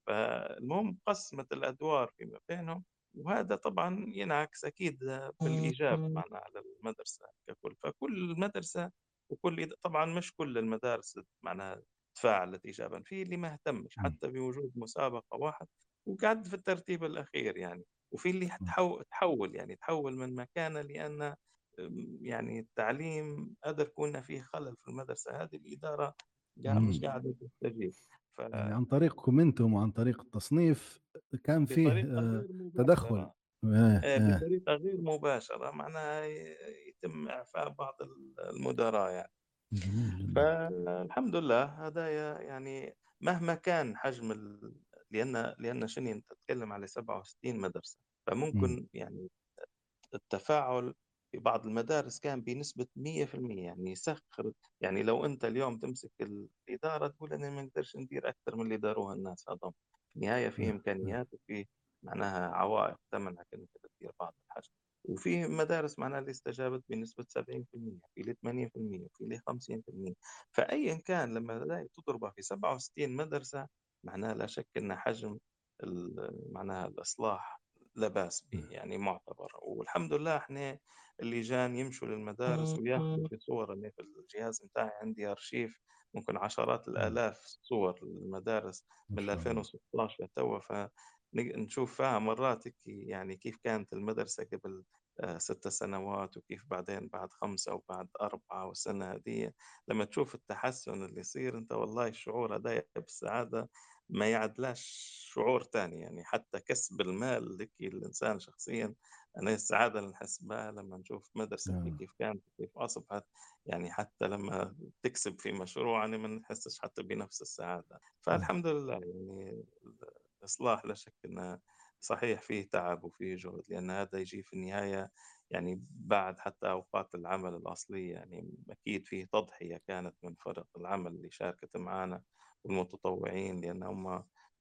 [SPEAKER 2] فالمهم قسمت الأدوار فيما بينهم، وهذا طبعا ينعكس أكيد بالإيجاب معنا على المدرسة ككل. فكل مدرسة وكل إد- طبعا مش كل المدارس معناها تفاعلت إيجابا، في اللي ما اهتمش
[SPEAKER 1] إمم.
[SPEAKER 2] حتى بوجود مسابقة واحد وقعد في الترتيب الأخير يعني، وفي اللي
[SPEAKER 1] إمم.
[SPEAKER 2] تحول تحول يعني تحول من مكانه لأن أم، يعني التعليم قدر كنا فيه خلل في المدرسة هذه، الإدارة قاعد مش
[SPEAKER 1] إمم.
[SPEAKER 2] قاعدة تستجيب.
[SPEAKER 1] يعني عن طريقكم أنتم وعن طريق التصنيف كان فيه
[SPEAKER 2] فبطريقة
[SPEAKER 1] آآ
[SPEAKER 2] غير
[SPEAKER 1] تدخُّل.
[SPEAKER 2] مباشرة
[SPEAKER 1] آه.
[SPEAKER 2] آه،
[SPEAKER 1] آه.
[SPEAKER 2] بطريقة غير مباشرة معناها ي- يتم إعفاء بعض المدراء يعني.
[SPEAKER 1] جميل جدًا.
[SPEAKER 2] فالحمد لله هدايا يعني مهما كان حجم ال... لأن لأن شنو أنت تتكلم على سبعة وستين مدرسة،
[SPEAKER 1] إمم.
[SPEAKER 2] فممكن يعني التفاعل في بعض المدارس كان بنسبة مية في المية يعني يسخر. يعني لو أنت اليوم تمسك الإدارة تقول أنا ما نقدرش ندير أكثر من اللي داروها الناس هذول، في النهاية في
[SPEAKER 1] آه. آه.
[SPEAKER 2] إمكانيات وفي معناها عوائق تمنعك إنك تدير بعض الحاجات. وفي مدارس معناها اللي استجابت بنسبة سبعين في المية، في اللي ثمانين في المية، في اللي خمسين في المية. فأيا كان لما تلاقي تضربها في سبعة وستين مدرسة معناها لا شك أن حجم ال- معناها الإصلاح لا بأس به
[SPEAKER 1] آه.
[SPEAKER 2] يعني معتبر. والحمد لله احنا اللجان يمشوا للمدارس وياخذوا في صور. أنا في الجهاز متاعي عندي أرشيف ممكن عشرات
[SPEAKER 1] إمم.
[SPEAKER 2] الآلاف صور للمدارس
[SPEAKER 1] ما
[SPEAKER 2] من
[SPEAKER 1] شاء الله.
[SPEAKER 2] ألفين وستاشر لتوا، فنشوف فيها مرات هيك يعني كيف كانت المدرسة قبل آه، ست سنوات وكيف بعدين بعد خمسة وبعد أربعة والسنة هذه. لما تشوف التحسن اللي يصير أنت والله الشعور هذا بالسعادة ما يعدلاش شعور تاني يعني. حتى كسب المال لك الإنسان شخصيا، أنا السعادة اللي نحس بها لما نشوف مدرستي
[SPEAKER 1] آه.
[SPEAKER 2] كيف كانت وكيف أصبحت، يعني حتى لما تكسب في مشروع أنا ما نحسش حتى بنفس السعادة.
[SPEAKER 1] آه.
[SPEAKER 2] فالحمد لله يعني الإصلاح لا شك أنه صحيح فيه تعب وفيه جهد، لأن هذا يجي في النهاية يعني بعد حتى أوقات العمل الأصلية، يعني أكيد فيه تضحية كانت من فرق العمل اللي شاركت معانا والمتطوعين، لأن هم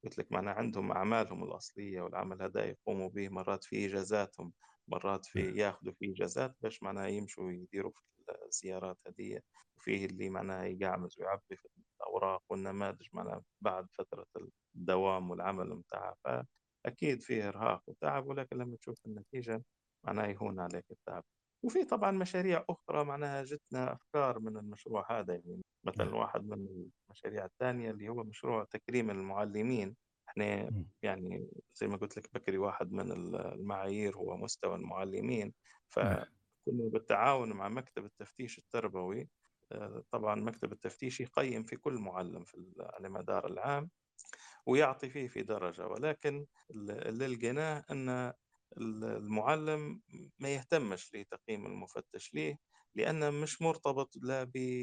[SPEAKER 2] قُلت لك معناها عندهم أعمالهم الأصلية، والعمل هذا يقوموا به مرات في إجازاتهم، مرات في
[SPEAKER 1] صحيح.
[SPEAKER 2] ياخدوا في إجازات باش معناها يمشوا يديروا في الزيارات هذية، وفيه اللي معناها يقعمز ويعبي في الأوراق والنماذج معناها بعد فترة الدوام والعمل متاعها، فأكيد فيه إرهاق وتعب، ولكن لمّا تشوف النتيجة معناها يهون عليك التعب. وفي طبعًا مشاريع أخرى معناها جتنا أفكار من المشروع هذا، يعني مثلًا
[SPEAKER 1] نعم.
[SPEAKER 2] واحد من المشاريع التانية اللي هو مشروع تكريم المعلمين. إحنا
[SPEAKER 1] إمم.
[SPEAKER 2] يعني زي ما قُلت لك بكري واحد من ال المعايير هو مستوى المعلمين،
[SPEAKER 1] صحيح.
[SPEAKER 2] فكنا بالتعاون مع مكتب التفتيش التربوي. آآ طبعًا مكتب التفتيش يقيّم في كل معلم في ال على مدار العام ويعطي فيه في درجة، ولكن ال اللي لقيناه أن ال المُعلِّم ما يهتمش لتقييم المُفَتِّش، ليه؟ لأنه مش مرتبط لا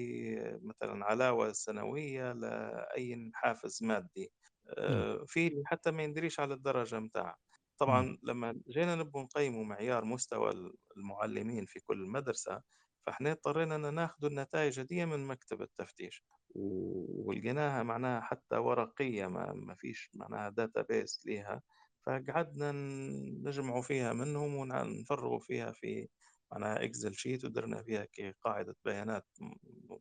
[SPEAKER 2] بمثلًا علاوة سنوية لا أي حافز مادي،
[SPEAKER 1] نعم.
[SPEAKER 2] آآ في اللي حتى ما يندريش على الدرجة متاعها.
[SPEAKER 1] إمم.
[SPEAKER 2] طبعًا لمّا جينا نبغوا نقيّموا معيار مستوى ال المُعلِّمين في كل مدرسة، فإحنا اضطرينا إن ناخدوا النتايج هدية من مكتب التفتيش. و ولقيناها معناها حتى ورقية ما ما فيش معناها database ليها، فقعدنا ن نجمعوا فيها منهم ون نفرغوا فيها في معناها excel sheet ودرنا فيها كي قاعدة بيانات م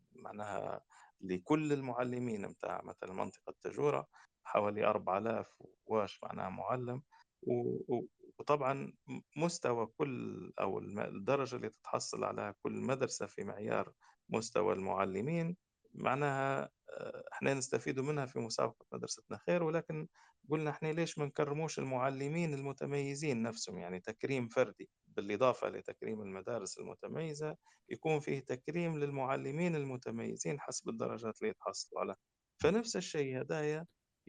[SPEAKER 2] معناها لكل المعلمين متاع مثلًا منطقة تاجورة، حوالي أربعة آلاف وواش معناها مُعلِّم، و و وطبعًا م مستوى كل أو الم الدرجة اللي تتحصل عليها كل مدرسة في معيار مستوى المعلمين معناها آآ إحنا نستفيدوا منها في مسابقة مدرستنا خير، ولكن قُلنا إحنا ليش ما نكرموش المعلمين المتميزين نفسهم، يعني تكريم فردي، بالإضافة لتكريم المدارس المتميزة، يكون فيه تكريم للمعلمين المتميزين حسب الدرجات اللي يتحصلوا عليها. فنفس الشيء هدايا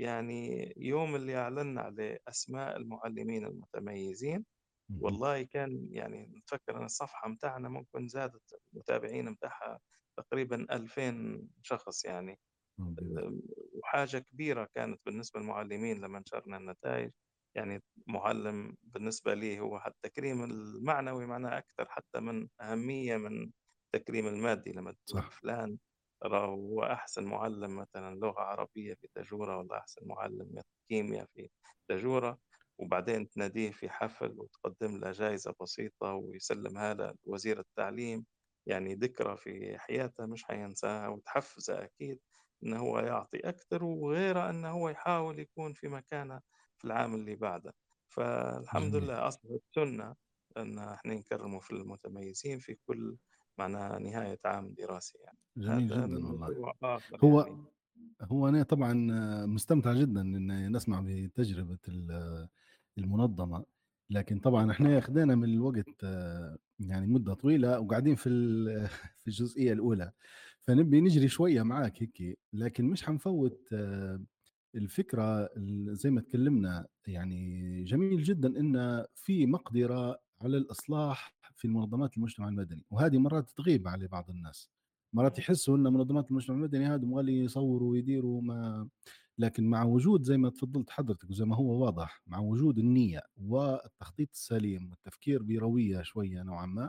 [SPEAKER 2] يعني يوم اللي أعلنا على أسماء المعلمين المتميزين،
[SPEAKER 1] اهم.
[SPEAKER 2] والله كان يعني نتفكر أنا الصفحة متاعنا ممكن زادت المتابعين متاعها تقريبًا ألفين شخص يعني.
[SPEAKER 1] ممتاز.
[SPEAKER 2] آمم، وحاجة كبيرة كانت بالنسبة للمعلمين لمّا نشرنا النتايج، يعني مُعلِّم بالنسبة لي هو ح التكريم المعنوي معناه أكثر حتى من أهمية من التكريم المادي، لمّا تقول
[SPEAKER 1] صح.
[SPEAKER 2] فلان راهو هو أحسن مُعلِّم مثلًا لغة عربية في تاجورة والّا أحسن مُعلِّم كيميا في تاجورة، وبعدين تناديه في حفل وتقدّم له جايزة بسيطة ويسلّمها له وزير التعليم، يعني ذكرى في حياته مش حينساها وتحفّزه أكيد. إن هو يعطي أكتر، وغيره إنه هو يحاول يكون في مكانة في العام اللي بعده. فالحمد
[SPEAKER 1] جميل.
[SPEAKER 2] لله أصبحت سُنّة إن إحنا نكرّموا في المتميزين في كل معناها نهاية عام دراسي يعني.
[SPEAKER 1] جميل
[SPEAKER 2] هذا
[SPEAKER 1] جدًا
[SPEAKER 2] من
[SPEAKER 1] والله.
[SPEAKER 2] مشروع آخر
[SPEAKER 1] هو
[SPEAKER 2] يعني.
[SPEAKER 1] هو أنا طبعًا مستمتع جدًا إني نسمع بتجربة ال المنظمة، لكن طبعًا إحنا خدينا من الوقت آه، يعني مدة طويلة وقاعدين في ال في الجزئية الأولى، فنبي نجري شوية معاك هيك، لكن مش حنفوّت آه، الفكرة ال زي ما اتكلمنا. يعني جميل جدًا إن في مقدرة على الإصلاح في منظمات المجتمع المدني، وهذه مرات تغيب على بعض الناس، مرات
[SPEAKER 2] إمم،
[SPEAKER 1] يحسوا إن منظمات المجتمع المدني هادم غالي يصوروا ويديروا ما. لكن مع وجود زي ما تفضلت حضرتك وزي ما هو واضح، مع وجود النية والتخطيط السليم والتفكير بروية شوية نوعًا ما،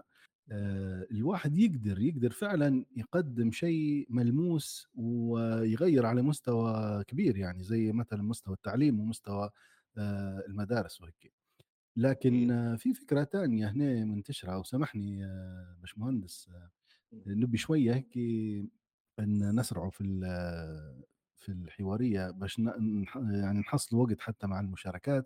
[SPEAKER 1] آآ الواحد يقدر يقدر فعلًا يقدّم شيء ملموس ويغيّر على مستوى كبير، يعني زي مثلًا مستوى التعليم ومستوى آآ المدارس وهيك. لكن
[SPEAKER 2] أكيد.
[SPEAKER 1] آه، في فكرة تانية هنا منتشرة، وسامحني يا باشمهندس، آه،
[SPEAKER 2] إمم،
[SPEAKER 1] نبي شوية هيك إن نسرعوا في ال في الحوارية باش ن نح يعني نحصلوا وقت حتى مع المشاركات.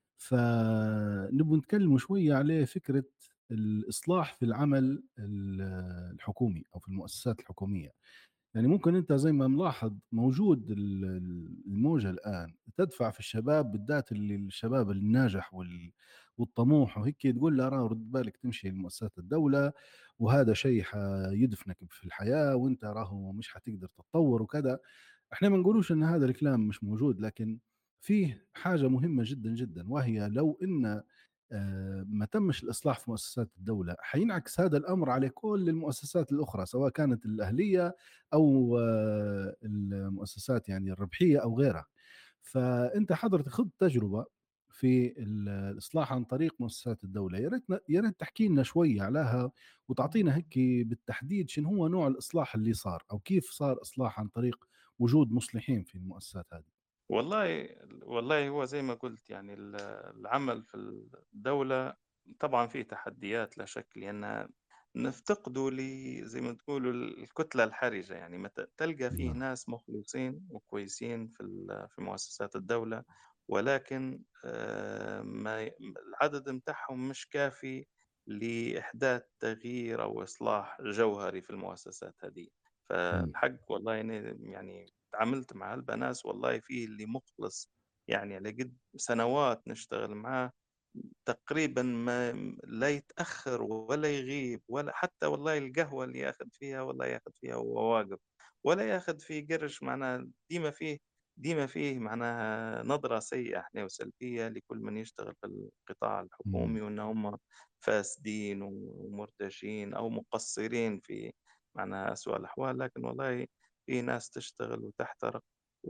[SPEAKER 1] فنبغوا نتكلموا شوية على فكرة الإصلاح في العمل ال الحكومي أو في المؤسسات الحكومية. يعني ممكن أنت زي ما ملاحظ موجود ال ال الموجة الآن تدفع في الشباب، بالذات اللي الشباب الناجح وال والطموح وهيك، تقول له راه رد بالك تمشي لمؤسسات الدولة، وهذا شيء حيدفنك في الحياة، وأنت راهو مش حتقدر تتطور وكذا. إحنا ما نقولوش إن هذا الكلام مش موجود، لكن فيه حاجة مهمة جدًا، جدًا، وهي لو إن آآ ما تمش الإصلاح في مؤسسات الدولة، حينعكس هذا الأمر على كل المؤسسات الأخرى، سواء كانت الأهلية أو آه، المؤسسات يعني الربحية أو غيرها. فأنت حضرتك خُض تجربة في ال الإصلاح عن طريق مؤسسات الدولة، يا ريتنا يا ريت تحكي لنا شوية عليها وتعطينا هيك بالتحديد شنو هو نوع الإصلاح اللي صار، أو كيف صار إصلاح عن طريق وجود مصلحين في المؤسسات هذه؟
[SPEAKER 2] والله والله هو زي ما قُلت يعني ال العمل في الدولة طبعًا فيه تحديات لا شك، لأن نفتقدوا ل زي ما تقولوا الكتلة الحرجة، يعني مت تلقى فيه
[SPEAKER 1] نعم.
[SPEAKER 2] ناس مخلصين وكويسين في ال في مؤسسات الدولة، ولكن آآ ما ي العدد متاعهم مش كافي لإحداث تغيير أو إصلاح جوهري في المؤسسات هذه.
[SPEAKER 1] إمم.
[SPEAKER 2] فالحق والله أنا يعني تعاملت مع هلبا ناس والله فيه اللي مخلص، يعني على قد سنوات نشتغل معاه تقريبًا ما لا يتأخر ولا يغيب ولا حتى والله القهوة اللي ياخذ فيها والله ياخذ فيها وهو واقف، ولا ياخذ في قرش معناها ديما فيه ديما فيه معناها نظرة سيئة إحنا وسلبية لكل من يشتغل في القطاع
[SPEAKER 1] إمم.
[SPEAKER 2] الحكومي، وإن هم فاسدين ومرتشين أو مقصرين في معناها أسوأ الأحوال، لكن والله في ناس تشتغل وتحترق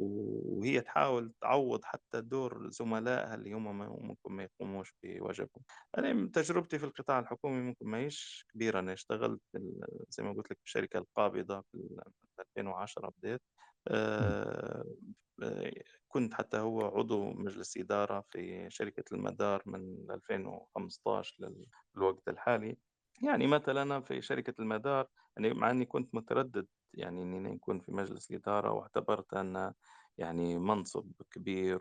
[SPEAKER 2] وهي تحاول تعوّض حتى دور زملائها اللي هم ما ممكن ما يقوموش بواجبهم. أنا من تجربتي في القطاع الحكومي ممكن ما هيش كبيرة، أنا اشتغلت في ال زي ما قُلت لك في الشركة القابضة في ال ألفين وعشرة بديت،
[SPEAKER 1] إمم.
[SPEAKER 2] آآ، آآ، كنت حتى هو عضو مجلس إدارة في شركة المدار من ألفين وخمسطعش لل للوقت الحالي. يعني مثلًا أنا في شركة المدار يعني مع إني كنت متردد يعني إني نكون في مجلس الإدارة، واعتبرت أن يعني منصب كبير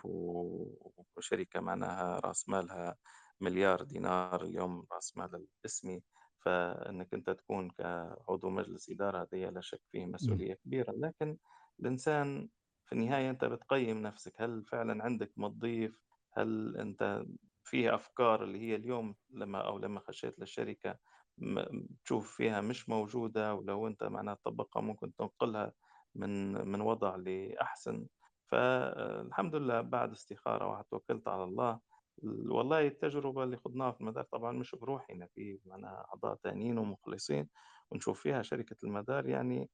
[SPEAKER 2] و وشركة معناها رأس مالها مليار دينار اليوم رأس مال الاسمي، فإنك أنت تكون كعضو مجلس إدارة هذه لا شك فيه
[SPEAKER 1] إمم.
[SPEAKER 2] مسؤولية كبيرة، لكن الإنسان في النهاية أنت بتقيم نفسك، هل فعلًا عندك ما تضيف؟ هل أنت في أفكار اللي هي اليوم لما أو لما خشيت للشركة م تشوف فيها مش موجودة، ولو أنت معناها تطبّقها ممكن تنقلها من من وضع لأحسن. فالحمد لله بعد استخارة واحد توكلت على الله. ال والله التجربة اللي خُضناها في المدار طبعًا مش بروحي، أنا في معناها أعضاء تانيين ومخلصين، ونشوف فيها شركة المدار يعني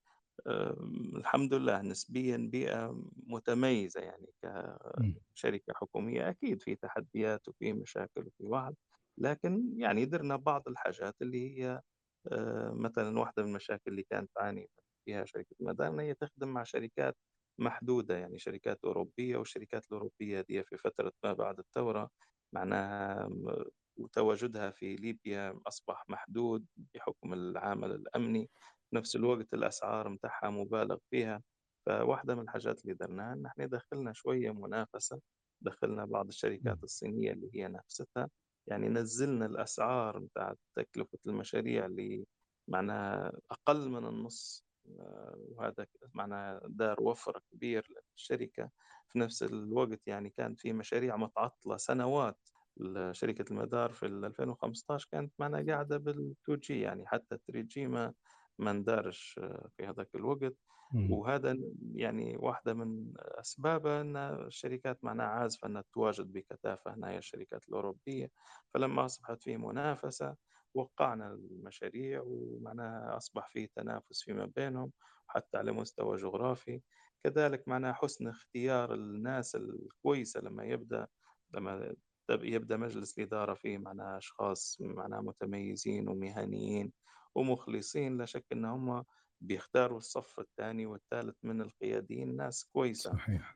[SPEAKER 2] آمم، الحمد لله نسبيًا بيئة متميزة يعني
[SPEAKER 1] إمم.
[SPEAKER 2] كشركة حكومية، أكيد في تحديات وفي مشاكل وفي وَعْد، لكن يعني درنا بعض الحاجات اللي هي آآ مثلًا واحدة من المشاكل اللي كانت تعاني فيها شركة مدار إن هي تخدم مع شركات محدودة، يعني شركات أوروبية، والشركات الأوروبية ديّة في فترة ما بعد الثورة معناها م وتواجدها في ليبيا أصبح محدود بحكم العامل الأمني، في نفس الوقت الأسعار متاعها مُبالغ فيها، فواحدة من الحاجات اللي درناها إن إحنا دخّلنا شوية منافسة، دخّلنا بعض
[SPEAKER 1] إمم.
[SPEAKER 2] الشركات الصينية اللي هي نافستها، يعني نزّلنا الأسعار متاع تكلفة المشاريع ل معناها أقل من النُص، آآ وهذا ك معناها دار وفْر كبير للشركة، في نفس الوقت يعني كان في مشاريع متعطلة سنوات، ل شركة المدار في ال ألفين وخمسطعش كانت معناها قاعدة بالتو جي يعني حتى الثري جي ما ما اندارش آه، في هذاك الوقت،
[SPEAKER 1] إمم.
[SPEAKER 2] وهذا ن يعني واحدة من أسبابها أن الشركات معناها عازفة أنها تتواجد بكثافة هنا هي الشركات الأوروبية، فلما أصبحت في منافسة وقعنا المشاريع ومعناها أصبح في تنافس فيما بينهم حتى على مستوى جغرافي، كذلك معناها حسن اختيار الناس الكويسة لما يبدأ لما تب- يبدأ مجلس الإدارة فيه معناها أشخاص معناها متميزين ومهنيين ومخلصين، لا شك أن هم بيختاروا الصف الثاني والثالث من القياديين ناس كويسة.
[SPEAKER 1] صحيح.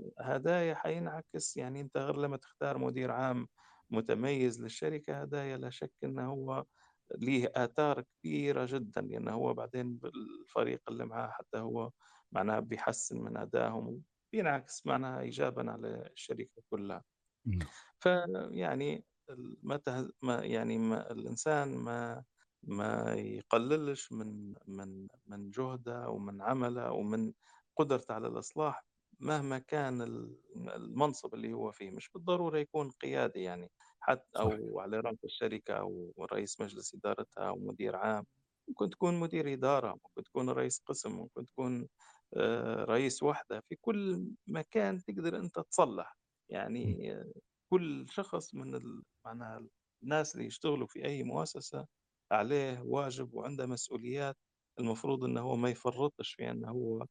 [SPEAKER 2] هدايا حينعكس يعني أنت غير لما تختار مدير عام متميز للشركة، هدايا لا شك أنه هو ليه آثار كبيرة جدا، لأنه هو بعدين بالفريق اللي معاه حتى هو معناها بيحسن من أدائهم، بينعكس معناها إيجابا على الشركة كلها.
[SPEAKER 1] نعم.
[SPEAKER 2] فيعني ال متى ما يعني ما الإنسان ما ما يقللش من من من جهده ومن عمله ومن قدرته على الإصلاح مهما كان ال المنصب اللي هو فيه، مش بالضرورة يكون قيادي يعني حتى
[SPEAKER 1] صح.
[SPEAKER 2] أو على رأس الشركة أو رئيس مجلس إدارتها أو مدير عام، ممكن تكون مدير إدارة، ممكن تكون رئيس قسم، ممكن تكون آآ رئيس وحدة، في كل مكان تقدر أنت تصلّح،
[SPEAKER 1] إمم.
[SPEAKER 2] يعني كل شخص من ال معناها الناس اللي يشتغلوا في أي مؤسسة عليه واجب وعنده مسؤوليات، المفروض إنه هو ما يفرطش في إنه هو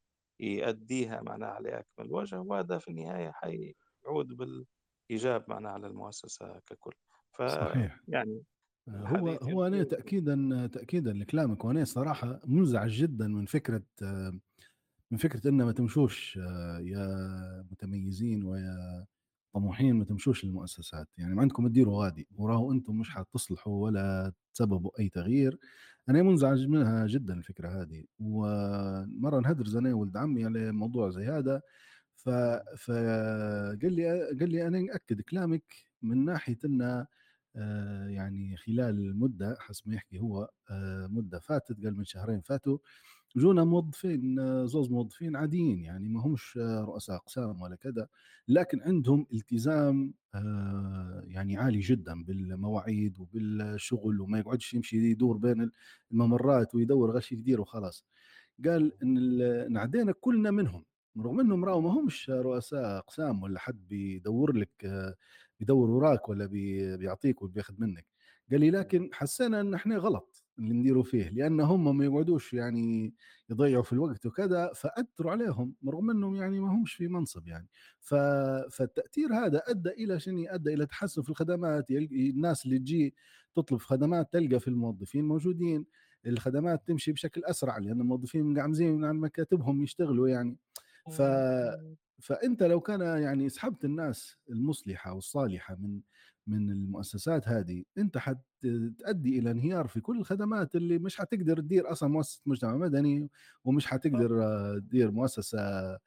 [SPEAKER 2] يأديها معناها على أكمل وجه، وهذا في النهاية حيعود بالإيجاب معناها على المؤسسة ككل.
[SPEAKER 1] صحيح.
[SPEAKER 2] فيعني
[SPEAKER 1] آآ هو
[SPEAKER 2] الحديث
[SPEAKER 1] هو أنا
[SPEAKER 2] يطول.
[SPEAKER 1] تأكيدًا تأكيدًا لكلامك، وأنا صراحة مُنزعج جدًا من فكرة من فكرة إن ما تمشوش آه، يا متميزين ويا طموحين، ما تمشوش للمؤسسات. يعني ما عندكم تديروا غادي وراهو أنتم مش حتصلحوا ولا تسببوا أي تغيير. أنا منزعج منها جدا الفكرة هذه. ومرة نهدرز أنا ولد عمي على موضوع زي هذا، ف فقال لي قال لي أنا أكد كلامك من ناحية أن آه، يعني خلال المدة حسب ما يحكي هو آه، مدة فاتت، قال من شهرين فاتوا جونا موظفين آه، زوز موظفين عاديين، يعني ما همش آه، رؤساء أقسام ولا كذا، لكن عندهم التزام آه، يعني عالي جدا بالمواعيد وبالشغل، وما يقعدش يمشي يدور بين الممرات ويدور غش يدير وخلاص. قال ان ال- نعدينا كلنا منهم، رغم انهم راهو ما همش رؤساء اقسام ولا حد بيدور لك آه، بيدور وراك ولا بي- بيعطيك وبياخذ منك. قال لي لكن حسينا ان احنا غلط اللي نديروا فيه، لان هم ما يقعدوش يعني يضيعوا في الوقت وكذا، فاثروا عليهم رغم انهم يعني ما همش في منصب يعني. ف... فالتاثير هذا ادى الى شنو؟ ادى الى تحسن في الخدمات. يلقى الناس اللي تجي تطلب خدمات تلقى في الموظفين موجودين، الخدمات تمشي بشكل اسرع لان الموظفين قاعدين على مكاتبهم يشتغلوا يعني. ف فانت لو كان يعني سحبت الناس المصلحه والصالحه من من المؤسسات هذه، انت حتؤدي الى انهيار في كل الخدمات اللي مش حتقدر تدير اصلا مؤسسه مجتمع مدني، ومش حتقدر آه، تدير مؤسسه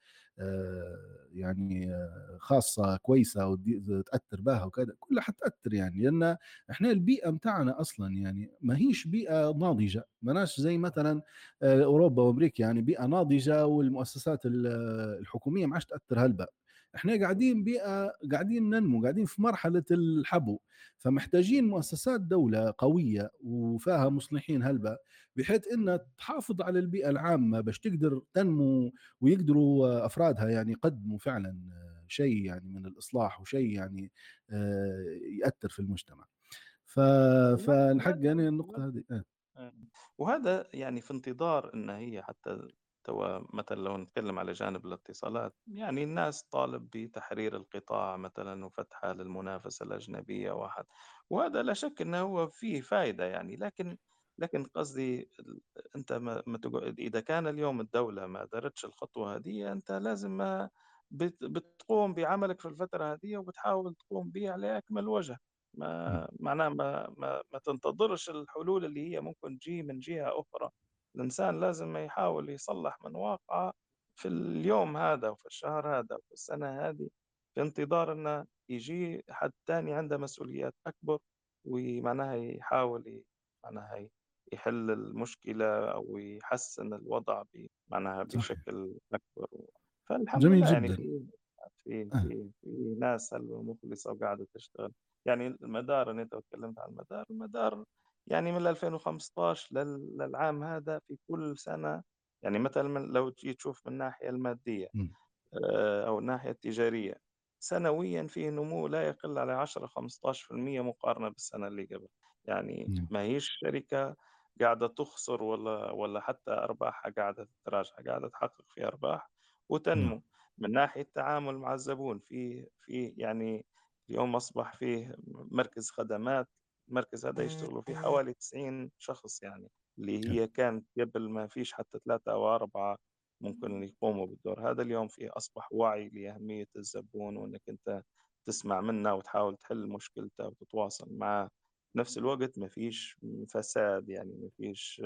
[SPEAKER 1] آه، يعني آه، خاصه كويسه وتاثر بها وكذا، كلها حتاثر يعني. لان احنا البيئه متاعنا اصلا يعني ما هيش بيئه ناضجه، ماناش زي مثلا آه، اوروبا وامريكا يعني بيئه ناضجه والمؤسسات ال- الحكوميه ما عادش تاثر هلبا. احنا قاعدين بيئه، قاعدين ننمو، قاعدين في مرحله الحبو، فمحتاجين مؤسسات دوله قويه وفيها مصلحين هلبا، بحيث انها تحافظ على البيئه العامه باش تقدر تنمو، ويقدروا آه، افرادها يعني يقدموا فعلا آه، شيء يعني من الاصلاح وشيء يعني آه، ياثر في المجتمع. ف...
[SPEAKER 2] وهذا
[SPEAKER 1] فالحق
[SPEAKER 2] وهذا
[SPEAKER 1] يعني النقطة هذه آه.
[SPEAKER 2] آه. وهذا يعني في انتظار إن هي حتى توا مثلا لو نتكلم على جانب الاتصالات، يعني الناس طالب بتحرير القطاع مثلا وفتحها للمنافسة الأجنبية واحد، وهذا لا شك أنه هو فيه فائدة يعني. لكن لكن قصدي ال- أنت ما ما تقو- إذا كان اليوم الدولة ما دارتش الخطوة هذه، أنت لازم ما بت- بتقوم بعملك في الفترة هذه وبتحاول تقوم به على أكمل وجه.
[SPEAKER 1] م.
[SPEAKER 2] ما معناها ما ما ما تنتظرش الحلول اللي هي ممكن تجي من جهة أخرى. الإنسان لازم يحاول يصلح من واقعه في اليوم هذا وفي الشهر هذا وفي السنة هذه، في انتظار إنه يجي حد تاني عنده مسؤوليات أكبر ومعناها يحاول ي- معناها ي- يحل المشكلة أو يحسن الوضع ب- معناها
[SPEAKER 1] صحيح.
[SPEAKER 2] بشكل أكبر. فالحمد
[SPEAKER 1] جميل
[SPEAKER 2] لله يعني
[SPEAKER 1] جدا.
[SPEAKER 2] في في
[SPEAKER 1] آه.
[SPEAKER 2] في في ناس هلبا مخلصة وقاعدة تشتغل. يعني المدار اللي أنت اتكلمت عن المدار، المدار يعني من ألفين وخمسطعش لل- للعام هذا في كل سنة، يعني مثلا من- لو تجي تشوف من الناحية المادية
[SPEAKER 1] م.
[SPEAKER 2] آه، أو الناحية التجارية، سنويا فيه نمو لا يقل على عشرة خمسة عشر بالمئة مقارنة بالسنة اللي قبل. يعني
[SPEAKER 1] م.
[SPEAKER 2] ما هيش شركة قاعدة تخسر ولا ولا حتى أرباحها قاعدة تتراجع، قاعدة تحقق في أرباح
[SPEAKER 1] نعم.
[SPEAKER 2] وتنمو. من ناحية التعامل مع الزبون في في يعني اليوم أصبح فيه مركز خدمات، المركز هذا يشتغلوا فيه حوالي تسعين شخص يعني، اللي
[SPEAKER 1] حلو.
[SPEAKER 2] هي كانت قبل ما فيش حتى ثلاثة أو أربعة ممكن يقوموا بالدور هذا. اليوم في أصبح وعي لأهمية الزبون وإنك أنت تسمع منه وتحاول تحل مشكلته وتتواصل معه. في نفس الوقت ما فيش فساد، يعني ما فيش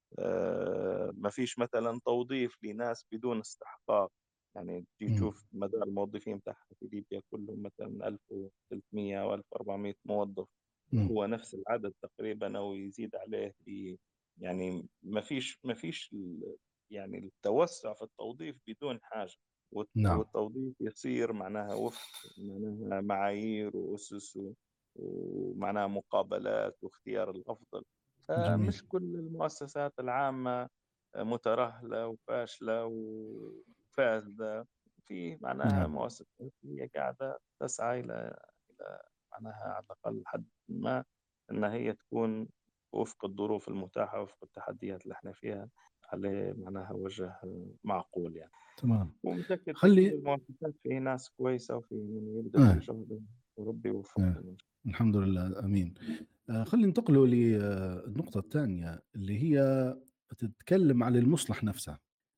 [SPEAKER 2] آه، ما فيش مثلا توظيف لناس بدون استحقاق. يعني تيجي
[SPEAKER 1] م.
[SPEAKER 2] تشوف مدار الموظفين بتاعها في ليبيا كلهم مثلا ألف وثلاثمئة أو ألف وأربعمئة موظف،
[SPEAKER 1] م.
[SPEAKER 2] هو نفس العدد تقريبا أو يزيد عليه ب- يعني ما فيش ما فيش ال- يعني التوسع في التوظيف بدون حاجة. والت-
[SPEAKER 1] نعم.
[SPEAKER 2] والتوظيف يصير معناها وفق معناها معايير وأسس و- ومعناها مقابلات واختيار الأفضل.
[SPEAKER 1] جميل.
[SPEAKER 2] فمش كل المؤسسات العامة مترهلة وفاشلة وفاسدة. في معناها
[SPEAKER 1] نعم.
[SPEAKER 2] مؤسسات هي قاعدة تسعى إلى إلى معناها على الأقل حد ما إن هي تكون وفق الظروف المتاحة وفق التحديات اللي احنا فيها على معناها وجه معقول يعني.
[SPEAKER 1] تمام.
[SPEAKER 2] ومتأكد في كل
[SPEAKER 1] خلي
[SPEAKER 2] المؤسسات في ناس كويسة وفي من يبذل في
[SPEAKER 1] آه.
[SPEAKER 2] جهد وربي
[SPEAKER 1] آه.
[SPEAKER 2] يوفقهم.
[SPEAKER 1] الحمد لله امين. آه. خلي ننتقلوا للنقطة الثانية اللي هي بتتكلم على المصلح نفسه.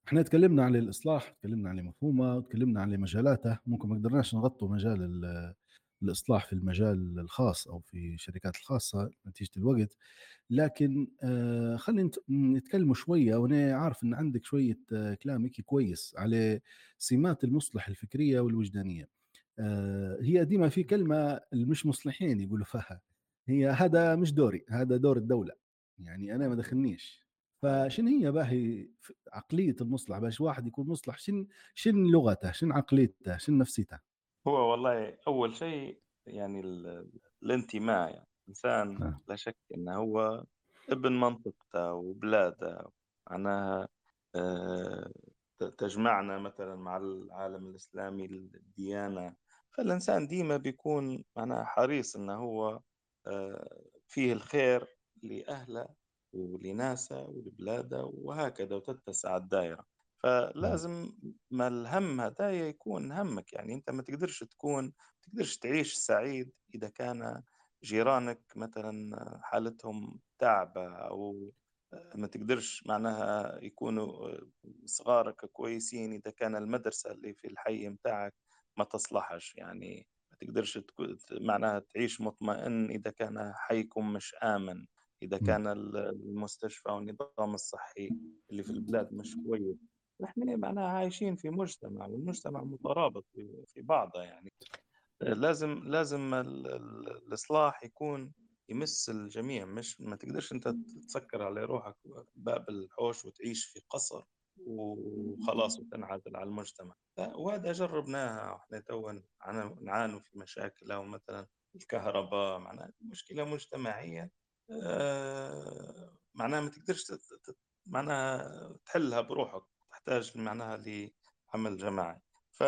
[SPEAKER 1] إحنا تكلمنا عن الإصلاح، تكلمنا عن مفهومه، تكلمنا عن مجالاته. ممكن ما قدرناش نغطوا مجال ال- الإصلاح في المجال الخاص أو في الشركات الخاصة نتيجة الوقت. لكن آه خلينا نت- نتكلموا شوية، وأنا عارف إن عندك شوية آه كلام هيك كويس على سمات المصلح الفكرية والوجدانية. آه هي ديما في كلمة المش مصلحين يقولوا فيها، هي هذا مش دوري، هذا دور الدولة، يعني أنا ما دخلنيش. فشن هي باهي ف- عقلية المصلح؟ باش واحد يكون مصلح، شن شن لغته، شن عقليته، شن نفسيته؟
[SPEAKER 2] هو والله أول شيء يعني ال- الانتماء، يعني الإنسان
[SPEAKER 1] نعم.
[SPEAKER 2] لا شك أنه هو ابن منطقته وبلاده. معناها آه، ت- تجمعنا مثلا مع العالم الإسلامي الديانة. فالإنسان ديما بيكون معناها حريص أنه هو آه، فيه الخير لأهله ولناسه ولبلاده، وهكذا وتتسع الدائرة.
[SPEAKER 1] نعم.
[SPEAKER 2] فلازم ما الهم هدايا يكون همك. يعني أنت ما تقدرش تكون ما تقدرش تعيش سعيد إذا كان جيرانك مثلا حالتهم تعبة، أو ما تقدرش معناها يكونوا صغارك كويسين إذا كان المدرسة اللي في الحي متاعك ما تصلحش. يعني ما تقدرش تكو- معناها تعيش مطمئن إذا كان حيكم مش آمن، إذا
[SPEAKER 1] مم.
[SPEAKER 2] كان ال- المستشفى والنظام الصحي اللي في البلاد مش كويس. نحن معناها عايشين في مجتمع، والمجتمع مترابط في في بعضه. يعني لازم لازم ال- ال- الإصلاح يكون يمس الجميع. مش ما تقدرش أنت تسكر على روحك باب الحوش وتعيش في قصر وخلاص وتنعزل على المجتمع. لا، وهذا جربناها احنا تو نعاني نعانوا في مشاكل، أو مثلا الكهرباء معناها مشكلة مجتمعية. آه، معناها ما تقدرش تت- تت- معناها تحلها بروحك، تحتاج معناها لعمل جماعي.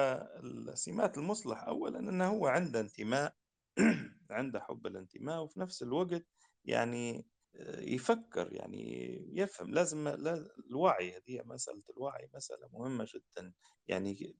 [SPEAKER 2] فالسمات المصلح أولا أنه هو عنده انتماء، عنده حب الانتماء، وفي نفس الوقت يعني آه، يفكر، يعني يفهم. لازم لا- الوعي، هذه مسألة الوعي مسألة مهمة جدا. يعني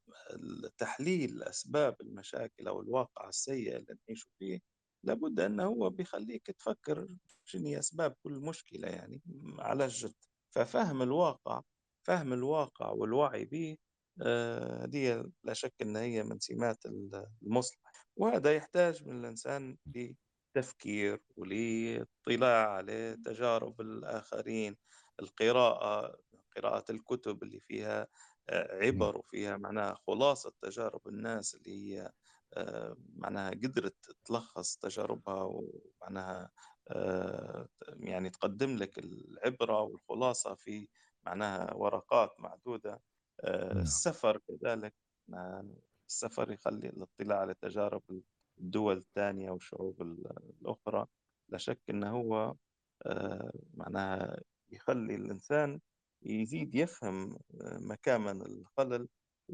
[SPEAKER 2] تحليل أسباب المشاكل أو الواقع السيء اللي نعيش فيه لابد أنه هو بيخليك تفكر شنو هي أسباب كل مشكلة، يعني على الجد. ففهم الواقع، فهم الواقع والوعي به، آه، هذه لا شك أن هي من سمات المصلح. وهذا يحتاج من الإنسان لتفكير وللاطلاع على تجارب الآخرين، القراءة، قراءة الكتب اللي فيها آه،
[SPEAKER 1] مم.
[SPEAKER 2] عبر وفيها معناها خلاصة تجارب الناس اللي هي آه، معناها قدرت تلخص تجاربها، ومعناها آه، يعني تقدم لك العبرة والخلاصة في معناها ورقات معدودة. آه،
[SPEAKER 1] نعم.
[SPEAKER 2] السفر كذلك، آه، السفر يخلي الاطلاع على تجارب الدول الثانية والشعوب ال- الأخرى. لا شك أنه هو آه، معناها يخلي الإنسان يزيد يفهم آه، مكامن الخلل،